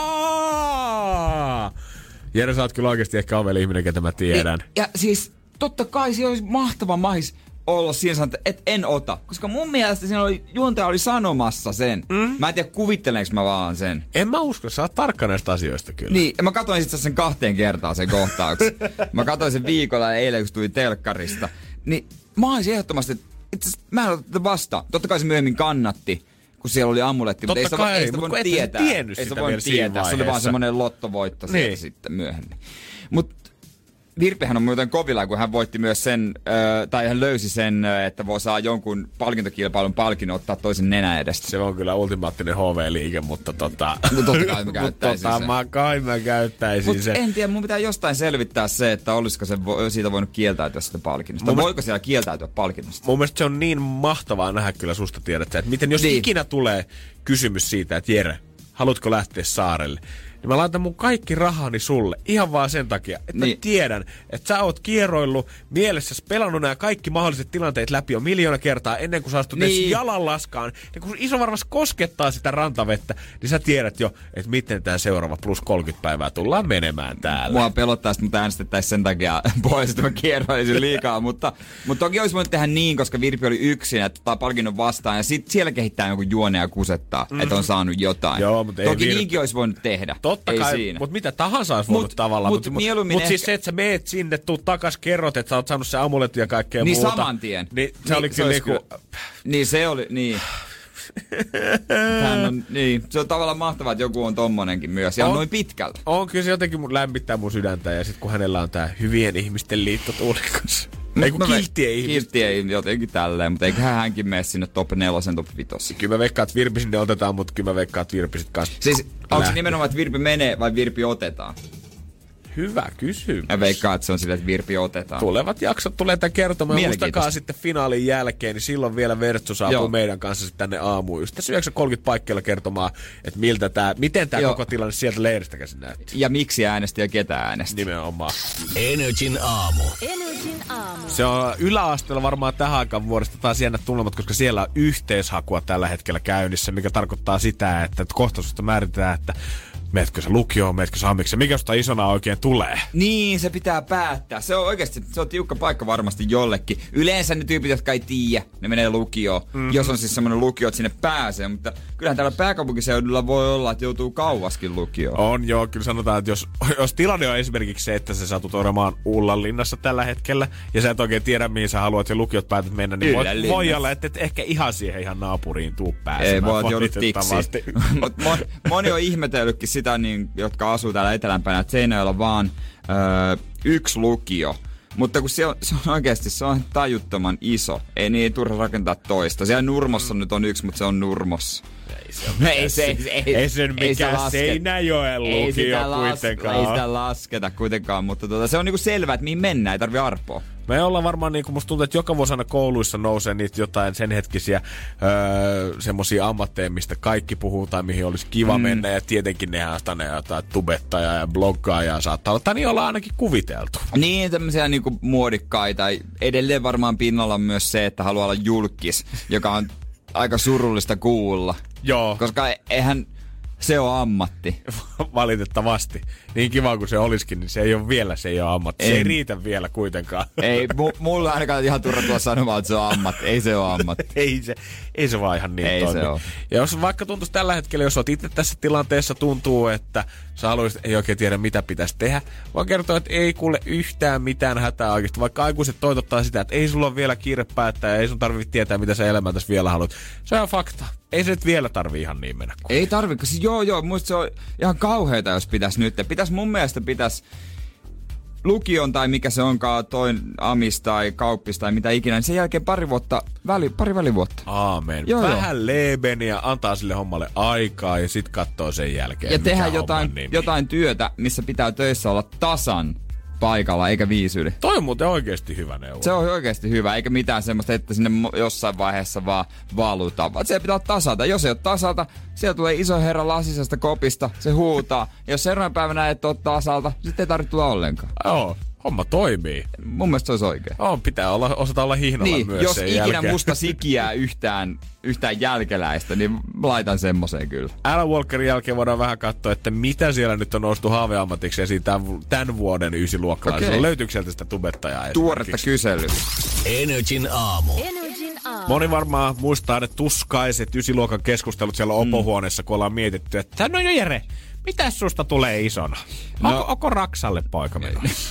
Ahaa! Jere, sä oot kyllä oikeesti ehkä oveli ihminen, ketä mä tiedän. Ja, ja siis totta kai se olisi mahtava mahis olla siinä sanonut, että en ota. Koska mun mielestä siinä oli, juontaja oli sanomassa sen. Mm? Mä en tiedä, kuvitteleeko mä vaan sen. En mä usko, sä oot tarkka näistä asioista kyllä. Niin, ja mä katsoin itse sen kahteen kertaan sen kohtauksen. Mä katsoin sen viikolla ja eilen, kun tuli telkkarista. Niin mä olisin ehdottomasti, itse asiassa mä en ota tätä vastaan. Totta kai se myöhemmin kannatti, kun siellä oli amuletti. Totta mutta kai, ei sitä voinut tietää. Ei sitä voinut tietää. Se oli vaan semmonen lottovoitto niin. Sieltä sitten myöhemmin. Mut Virpihän on muuten kovilla, kun hän voitti myös sen, äh, tai hän löysi sen, että voi saa jonkun palkintokilpailun palkinnon ottaa toisen nenä edestä. Se on kyllä ultimaattinen H V-liike, mutta tota... No totta kai mä käyttäisin tota, sen. Mä kai mä käyttäisin Mut sen. En tiedä, mun pitää jostain selvittää se, että olisiko se vo- siitä voinut kieltäytyä sitä palkinnosta. Mun voiko siellä kieltäytyä palkinnosta? Mun mielestä se on niin mahtavaa nähdä kyllä susta tiedätkö, että miten jos niin. ikinä tulee kysymys siitä, että Jere, haluatko lähteä saarelle? Niin mä laitan mun kaikki rahani sulle ihan vaan sen takia, että niin. mä tiedän, että sä oot kierroillut mielessäsi, pelannut nämä kaikki mahdolliset tilanteet läpi jo miljoona kertaa ennen kuin sä astut niin. edes jalan laskaan. Ja kun iso varmasti koskettaa sitä rantavettä, niin sä tiedät jo, että miten tää seuraava plus kolmekymmentä päivää tullaan menemään täällä. Mua pelottaa, että mut äänestettäisiin sen takia pois, että mä kierroisin liikaa, mutta, mutta toki olisi voinut tehdä niin, koska Virpi oli yksin, että ottaa palkinnon vastaan ja sit siellä kehittää joku juone ja kusettaa, mm-hmm. että on saanut jotain. Joo, mutta toki ei vir... niinkin olisi voinut tehdä. Totta ei kai, mutta mitä tahansa olisi voinut mut, tavallaan. Mutta mut, mut, mut ehkä... siis se, että sä meet sinne, tuut takas, kerrot, että sä oot saanut se amuletti ja kaikkea niin muuta. Niin saman tien. Niin se niin, oli kyllä niinku... Kyllä... Niin se oli, niin. On, niin. Se on tavallaan mahtavaa, että joku on tommonenkin myös. Ja on, noin pitkällä. On, kyllä se jotenkin lämmittää mun sydäntä. Ja sit kun hänellä on tää hyvien ihmisten liitto Tuulikassa. Ei kun kilttien ihmisten. Kilttien jotenkin tälleen, mutta eiköhän hänkin mene sinne top nelosen, top vitosen. Kyllä mä veikkaan, että Virpi sinne otetaan, mutta kyllä mä veikkaan, että Virpi sit kanssa siis onko se nimenomaan, että Virpi menee vai Virpi otetaan? Hyvä kysymys. Mä veikkaan, että se on sille, että Virpi otetaan. Tulevat jaksot tulee tämän kertomaan. Muistakaa sitten finaalin jälkeen, niin silloin vielä Vertsu saapuu Joo. meidän kanssa sitten tänne aamuun. Just tässä yhdeksän kolmekymmentä paikkeilla kertomaan, että miltä tää, miten tämä koko tilanne sieltä leiristä käsin näytti. Ja miksi äänesti ja ketä äänesti. Nimenomaan. Energin aamu. Energin aamu. Se on yläasteella varmaan tähän aikaan vuodesta taas jännät tunnelmat, koska siellä on yhteishakua tällä hetkellä käynnissä, mikä tarkoittaa sitä, että kohta susta määritetään, että meetkö sä lukioon, meetkö sä ammiksi, mikä susta isona oikein tulee? Niin, se pitää päättää. Se on oikeasti, se on tiukka paikka varmasti jollekin. Yleensä ne tyypit, jotka ei tiedä, ne menee lukioon. Mm-hmm. Jos on siis semmoinen lukio, että sinne pääsee. Mutta kyllähän täällä pääkaupunkiseudulla voi olla, että joutuu kauaskin lukioon. On joo, kyllä sanotaan, että jos, jos tilanne on esimerkiksi se, että sä satut olemaan Ullanlinnassa tällä hetkellä, ja sä et oikein tiedä, mihin sä haluat ja lukiot päätät mennä, niin voi, voi olla, että et ehkä ihan siihen ihan naapuriin tuu pääsemään. Ei voi, joudut tiksi. Moni, moni on ihmetellytkin sitä, niin, jotka asuu täällä etelänpäin, että Seinäjoella on vaan öö, yksi lukio. Mutta kun se on, se on oikeasti se on tajuttoman iso, ei niin turha rakentaa toista. Siellä Nurmossa mm. nyt on yksi, mutta se on Nurmossa. Ei se, ole ei se, ei, ei, ei se mikään Seinäjoen lukio kuitenkaan. Ei sitä lasketa kuitenkaan, mutta tuota, se on niinku selvää, että mihin mennään, ei tarvi arpoa. Me ollaan varmaan, niin kuin musta tuntuu, että joka vuosi aina kouluissa nousee niitä jotain sen hetkisiä öö, semmosia ammatteja, mistä kaikki puhuu tai mihin olisi kiva mm. mennä. Ja tietenkin nehän on tänne jotain tubettajaa ja bloggaajaa saattaa olla. Tai niin ollaan ainakin kuviteltu. Niin, tämmöisiä niinku muodikkaita. Edelleen varmaan pinnalla on myös se, että haluaa olla julkis, joka on aika surullista kuulla. Joo. Koska eihän se on ammatti. Valitettavasti. Niin kiva kuin se olisikin, niin se ei ole vielä, se ei ole ammatti. Ei. Se ei riitä vielä kuitenkaan. Ei, mu- mulla ainakaan ihan turha tulla sanomaan, että se on ammatti. Ei se ole ammatti. ei, se, ei se vaan ihan niin ei toimi. Se ole. Ja jos vaikka tuntuisi tällä hetkellä, jos olet itse tässä tilanteessa, tuntuu, että sä haluaisit, ei oikein tiedä mitä pitäisi tehdä, vaan kertoo, että ei kuule yhtään mitään hätää oikeasti. Vaikka aikuiset toitottaa sitä, että ei sulla ole vielä kiire päättää ja ei sun tarvitse tietää, mitä sä elämäntäsi vielä haluat. Se on fakta. Ei se nyt vielä tarvii ihan niin mennä. Kuitenkaan. Ei tarvi, koska joo joo, muista se on ihan kauheeta, jos pitäisi nyt. Pitäisi mun mielestä pitäisi lukion tai mikä se onkaan, toin amis tai kauppis tai mitä ikinä, niin sen jälkeen pari vuotta, väli, pari välivuotta. Aamen. Joo, Vähän joo. leebeniä, antaa sille hommalle aikaa ja sit katsoo sen jälkeen. Ja tehdä jotain, jotain työtä, missä pitää töissä olla tasan paikalla, eikä viisi yli. Toi on muuten oikeesti hyvä neuvo. Se on oikeesti hyvä, eikä mitään semmoista, että sinne jossain vaiheessa vaan valutaan. Vaan se pitää olla tasalta. Jos ei ole tasalta, siellä tulee iso herra lasisesta kopista, se huutaa. Ja jos seuraavan päivänä et ole tasalta, sitten ei tarvitse tulla ollenkaan. Joo, homma toimii. Mun mielestä se olisi oikein. On, pitää olla, osata olla hihnalla niin, myös jos sen ikinä jälkeen. musta sikiää yhtään, yhtään jälkeläistä, niin laitan semmoseen kyllä. Alan Walkerin jälkeen voidaan vähän katsoa, että mitä siellä nyt on noustu haaveammatiksi esiin tämän, tämän vuoden ysiluokkalaisilla. Okay. Löytyykö sieltä sitä tubettajaa? Tuoretta kysely. Energin aamu. Energin aamu. Moni varmaan muistaa ne tuskaiset ysiluokan keskustelut siellä mm. opohuoneessa, kun ollaan mietitty, että no jo Jere, mitäs susta tulee isona? No. Onko, onko Raksalle poika menossa?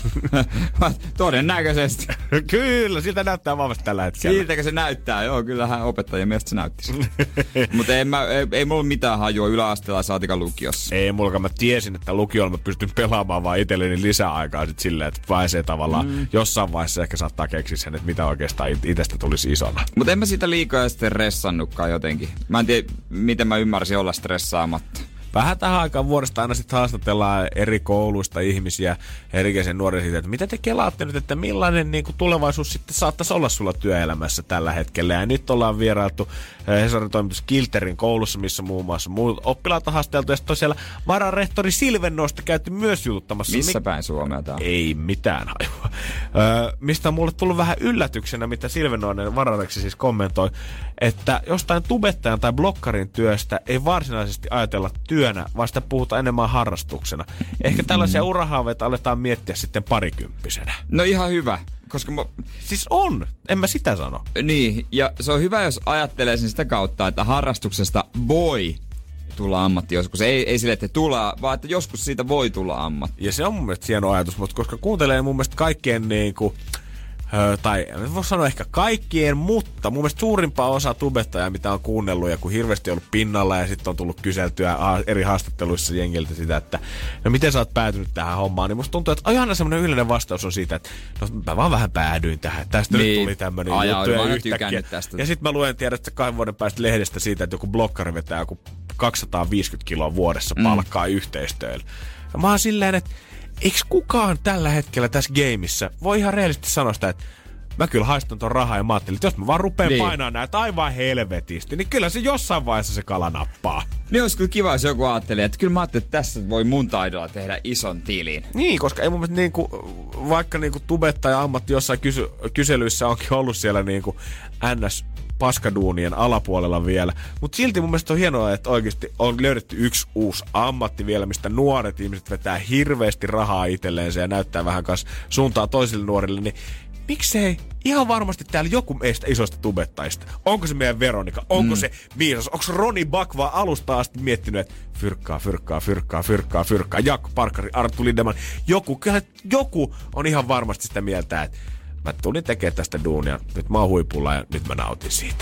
Todennäköisesti. Kyllä, siltä näyttää vahvasti tällä hetkellä. Siltäkö se näyttää? Joo, kyllähän opettajien mielestä se näytti. Mutta ei, ei, ei mulla mitään hajua yläasteella saatika lukiossa. Ei mullakaan. Mä tiesin, että lukiolla mä pystyn pelaamaan vaan itselleni lisäaikaa sit silleen, että pääsee tavallaan mm. jossain vaiheessa ehkä saattaa keksiä sen, että mitä oikeastaan itsestä tulisi isona. Mutta en mä sitä liikaa sitten stressannutkaan jotenkin. Mä en tiedä, miten mä ymmärsin olla stressaamatta. Vähän tähän aikaan vuodesta aina sitten haastatellaan eri kouluista ihmisiä, erikäisen nuoria siitä, että mitä te kelaatte nyt, että millainen niin kuin tulevaisuus sitten saattaisi olla sulla työelämässä tällä hetkellä. Ja nyt ollaan vierailtu Hesarin toimitus Kilterin koulussa, missä muun muassa muut oppilaat on haasteltu. Ja sitten siellä Maran rehtori Silvennoista käyty myös jututtamassa. Missä päin Suomea tää on? Ei mitään hajua. Öö, mistä on mulle tullut vähän yllätyksenä, mitä Silvennoinen varareksi siis kommentoi, että jostain tubettajan tai blokkarin työstä ei varsinaisesti ajatella työnä, vaan sitä puhutaan enemmän harrastuksena. Ehkä tällaisia mm. urahaaveita aletaan miettiä sitten parikymppisenä. No ihan hyvä, koska mä... Siis on, en mä sitä sano. Niin, ja se on hyvä, jos ajattelee sen sitä kautta, että harrastuksesta voi tulla ammatti joskus. Ei, ei sille, että tulee, vaan että joskus siitä voi tulla ammatti. Ja se on mun mielestä hieno ajatus, mutta koska kuuntelee mun mielestä kaikkien niinku... Öö, tai en voi sanoa ehkä kaikkien, mutta mun mielestä suurimpaa osaa tubettajaa, mitä on kuunnellut ja kun hirveästi on ollut pinnalla ja sitten on tullut kyseltyä eri haastatteluissa jengiltä sitä, että no miten sä oot päätynyt tähän hommaan, niin musta tuntuu, että aina semmoinen yleinen vastaus on siitä, että no mä vaan vähän päädyin tähän, tästä niin. Nyt tuli tämmönen Ai, juttu ja yhtäkkiä. Ja sitten mä luen, tiedätkö, kahden vuoden päästä lehdestä siitä, että joku blokkari vetää joku kaksisataaviisikymmentä kiloa vuodessa palkkaa mm. yhteistyöllä. Ja mä oon silleen, että eikö kukaan tällä hetkellä tässä gameissa voi ihan rehellisesti sanoa sitä, että mä kyllä haistan ton rahaa ja mä ajattelin, että jos mä vaan rupeen niin. painaa näitä aivan helvetisti, niin kyllä se jossain vaiheessa se kala nappaa. Niin olisi kyllä kiva, jos joku ajatteli, että kyllä mä ajattelin, että tässä voi mun taidolla tehdä ison tilin. Niin, koska ei mun mielestä niinku, vaikka niinku tubettaja ammatti jossain kysy- kyselyissä onkin ollut siellä niinku ns paskaduunien alapuolella vielä. Mutta silti mun mielestä on hienoa, että oikeasti on löydetty yksi uusi ammatti vielä, mistä nuoret ihmiset vetää hirveästi rahaa itselleensä ja näyttää vähän kanssa suuntaa toisille nuorille, niin miksei ihan varmasti täällä joku meistä isoista tubettajista? Onko se meidän Veronika? Onko mm. se Miiras? Onko Roni Bak vaan alusta asti miettinyt, että fyrkkaa, fyrkkaa, fyrkkaa, fyrkkaa, fyrkkaa, Jaakko Parkkari, Arttu Lindeman. Joku, kyllä joku on ihan varmasti sitä mieltä, että mä tulin tekemään tästä duunia, nyt mä oon huipulla ja nyt mä nautin siitä.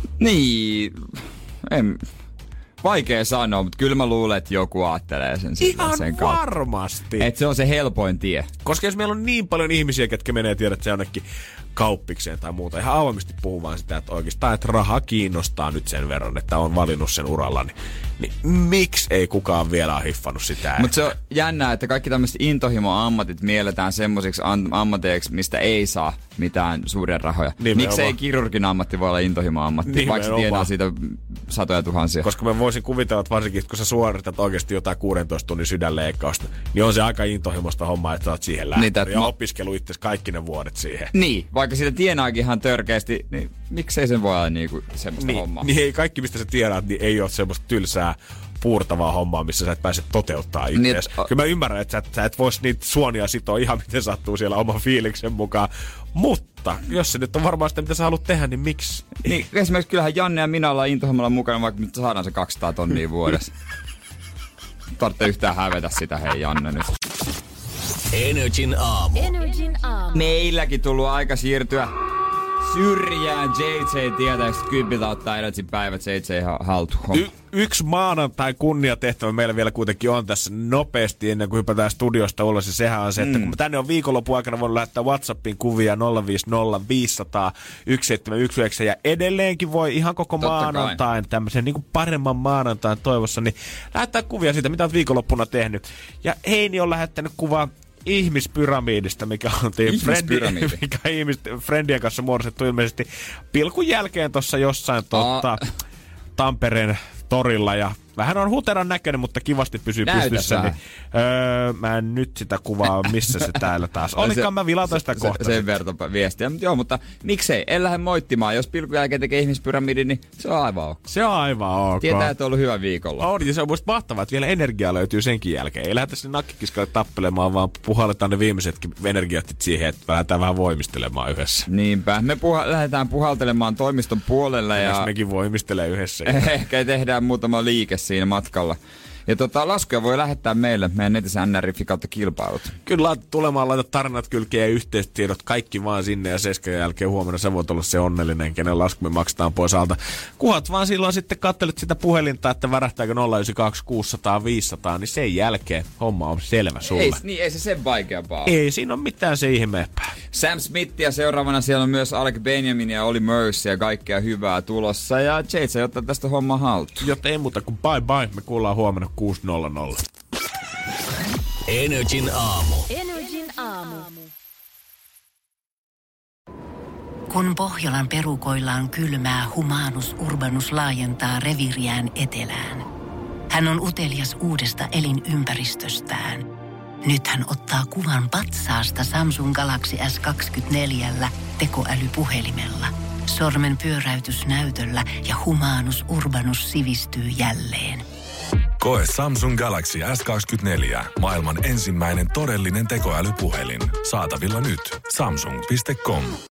Niin, en... Vaikea sanoa, mutta kyllä mä luulen, että joku ajattelee sen, ihan sen kautta. varmasti. Että se on se helpoin tie. Koska jos meillä on niin paljon ihmisiä, ketkä menee tiedät se jonnekin kauppikseen tai muuta, ihan avoimesti puhuu vaan sitä, että oikeastaan, että raha kiinnostaa nyt sen verran, että on valinnut sen uralla, niin, niin miksi ei kukaan vielä ole hiffannut sitä? Mutta se on jännää, että kaikki tämmöiset intohimo-ammatit mielletään semmoisiksi am- ammateiksi, mistä ei saa mitään suuria rahoja. Miksi ei kirurgin ammatti voi olla intohimo-ammatti, nimenomaan, vaikka se tiedää siitä satoja tuhansia? Koska mä voisin kuvitella, että varsinkin kun sä suoritat oikeasti jotain kuudentoista tunnin sydänleikkausta, niin on se aika intohimoista hommaa, että sä oot siihen lähtenyt. Niin, ja opiskelu itse kaikki ne vuodet siihen. Niin, vaikka siitä tienaakin ihan törkeästi, niin miksei sen voi olla niinku semmoista niin, hommaa? Niin ei kaikki, mistä sä tiedät, niin ei ole semmoista tylsää puurtavaa hommaa, missä sä et pääse toteuttaa itseäsi. Niin, kyllä mä ymmärrän, että sä et, sä et vois niitä suonia sitoa ihan miten sattuu siellä oman fiiliksen mukaan. Mutta jos se nyt on varmaan sitä, mitä sä haluat tehdä, niin miksi? Niin, esimerkiksi kyllähän Janne ja minä ollaan intohimolla mukana, vaikka nyt saadaan se kaksisataa tonnia vuodessa. Tarvitse yhtään hävetä sitä, hei Janne nyt. Energin aamu. Energin aamu. Meilläkin tullut aika siirtyä syrjään. J J tietää, että kympiltä ottaa Energin päivät J J haltuun. Y- yksi maanantai kunniatehtävä meillä vielä kuitenkin on tässä nopeasti ennen kuin hypätään studiosta ulos. Ja sehän on se, että mm. kun tänne on viikonlopun aikana voinut lähettää WhatsAppiin kuvia nolla viisi nolla viisi nolla nolla yksi seitsemän yksi yhdeksän ja edelleenkin voi ihan koko Totta maanantain, kai. tämmöisen niin kuin paremman maanantain toivossa, niin lähettää kuvia siitä, mitä olet viikonloppuna tehnyt. Ja Heini on lähettänyt kuvaa ihmispyramiidista, mikä on Frendi, mikä ihmis, Friendien kanssa muodostettu ilmeisesti pilkun jälkeen tuossa jossain tuota, Tampereen torilla ja vähän on huteran näköinen, mutta kivasti pysyy Näytä pystyssä. Niin, öö, mä en nyt sitä kuvaa, missä se täällä taas. Olikaan mä vilautan sitä kohta. Se, sen verran viestiä. Joo, mutta miksei? En lähde moittimaan. Jos pilkun jälkeen tekee ihmispyramidin, niin se on aivan ok. Se on aivan ok. Tietää, että on ollut hyvä viikolla. On, ja se on musta mahtavaa, että vielä energiaa löytyy senkin jälkeen. Ei lähdetä sinne nakkikiskalle tappelemaan, vaan puhalletaan ne viimeisetkin energiat siihen, että lähdetään vähän voimistelemaan yhdessä. Niinpä. Me puha- lähdetään puhaltelemaan toimiston puolelle. Ja, ja mekin voimistelee yhdessä. Ehkä tehdään muutama liike siinä matkalla. Ja tota, laskuja voi lähettää meille meidän netissä N R I kautta kilpailut. Kyllä tulemaan, laita tarinat kylkeen ja yhteistiedot, kaikki vaan sinne ja seskan jälkeen huomenna sä voit olla se onnellinen, kenen lasku me maksetaan pois alta. Kuhat vaan silloin sitten kattelet sitä puhelinta, että värähtääkö nolla yhdeksän kaksi kuusisataa viisisataa, niin sen jälkeen homma on selvä sulle. Ei, niin, ei se sen vaikeampaa. Ei siinä ole mitään se ihmeempää. Sam Smith ja seuraavana siellä on myös Alec Benjamin ja Oli Mercy ja kaikkea hyvää tulossa. Ja J J ottaa tästä homma haltuun. Jotta ei muuta kuin bye bye, me kuullaan huomenna kuusi nolla nolla. Energin aamu. Energin aamu. Kun Pohjolan perukoillaan kylmää, Humanus Urbanus laajentaa reviiriään etelään. Hän on utelias uudesta elinympäristöstään. Nyt hän ottaa kuvan patsaasta Samsung Galaxy S kaksikymmentäneljä tekoälypuhelimella. Sormen pyöräytys näytöllä ja Humanus Urbanus sivistyy jälleen. Koe Samsung Galaxy S kaksikymmentäneljä. Maailman ensimmäinen todellinen tekoälypuhelin. Saatavilla nyt. Samsung piste com.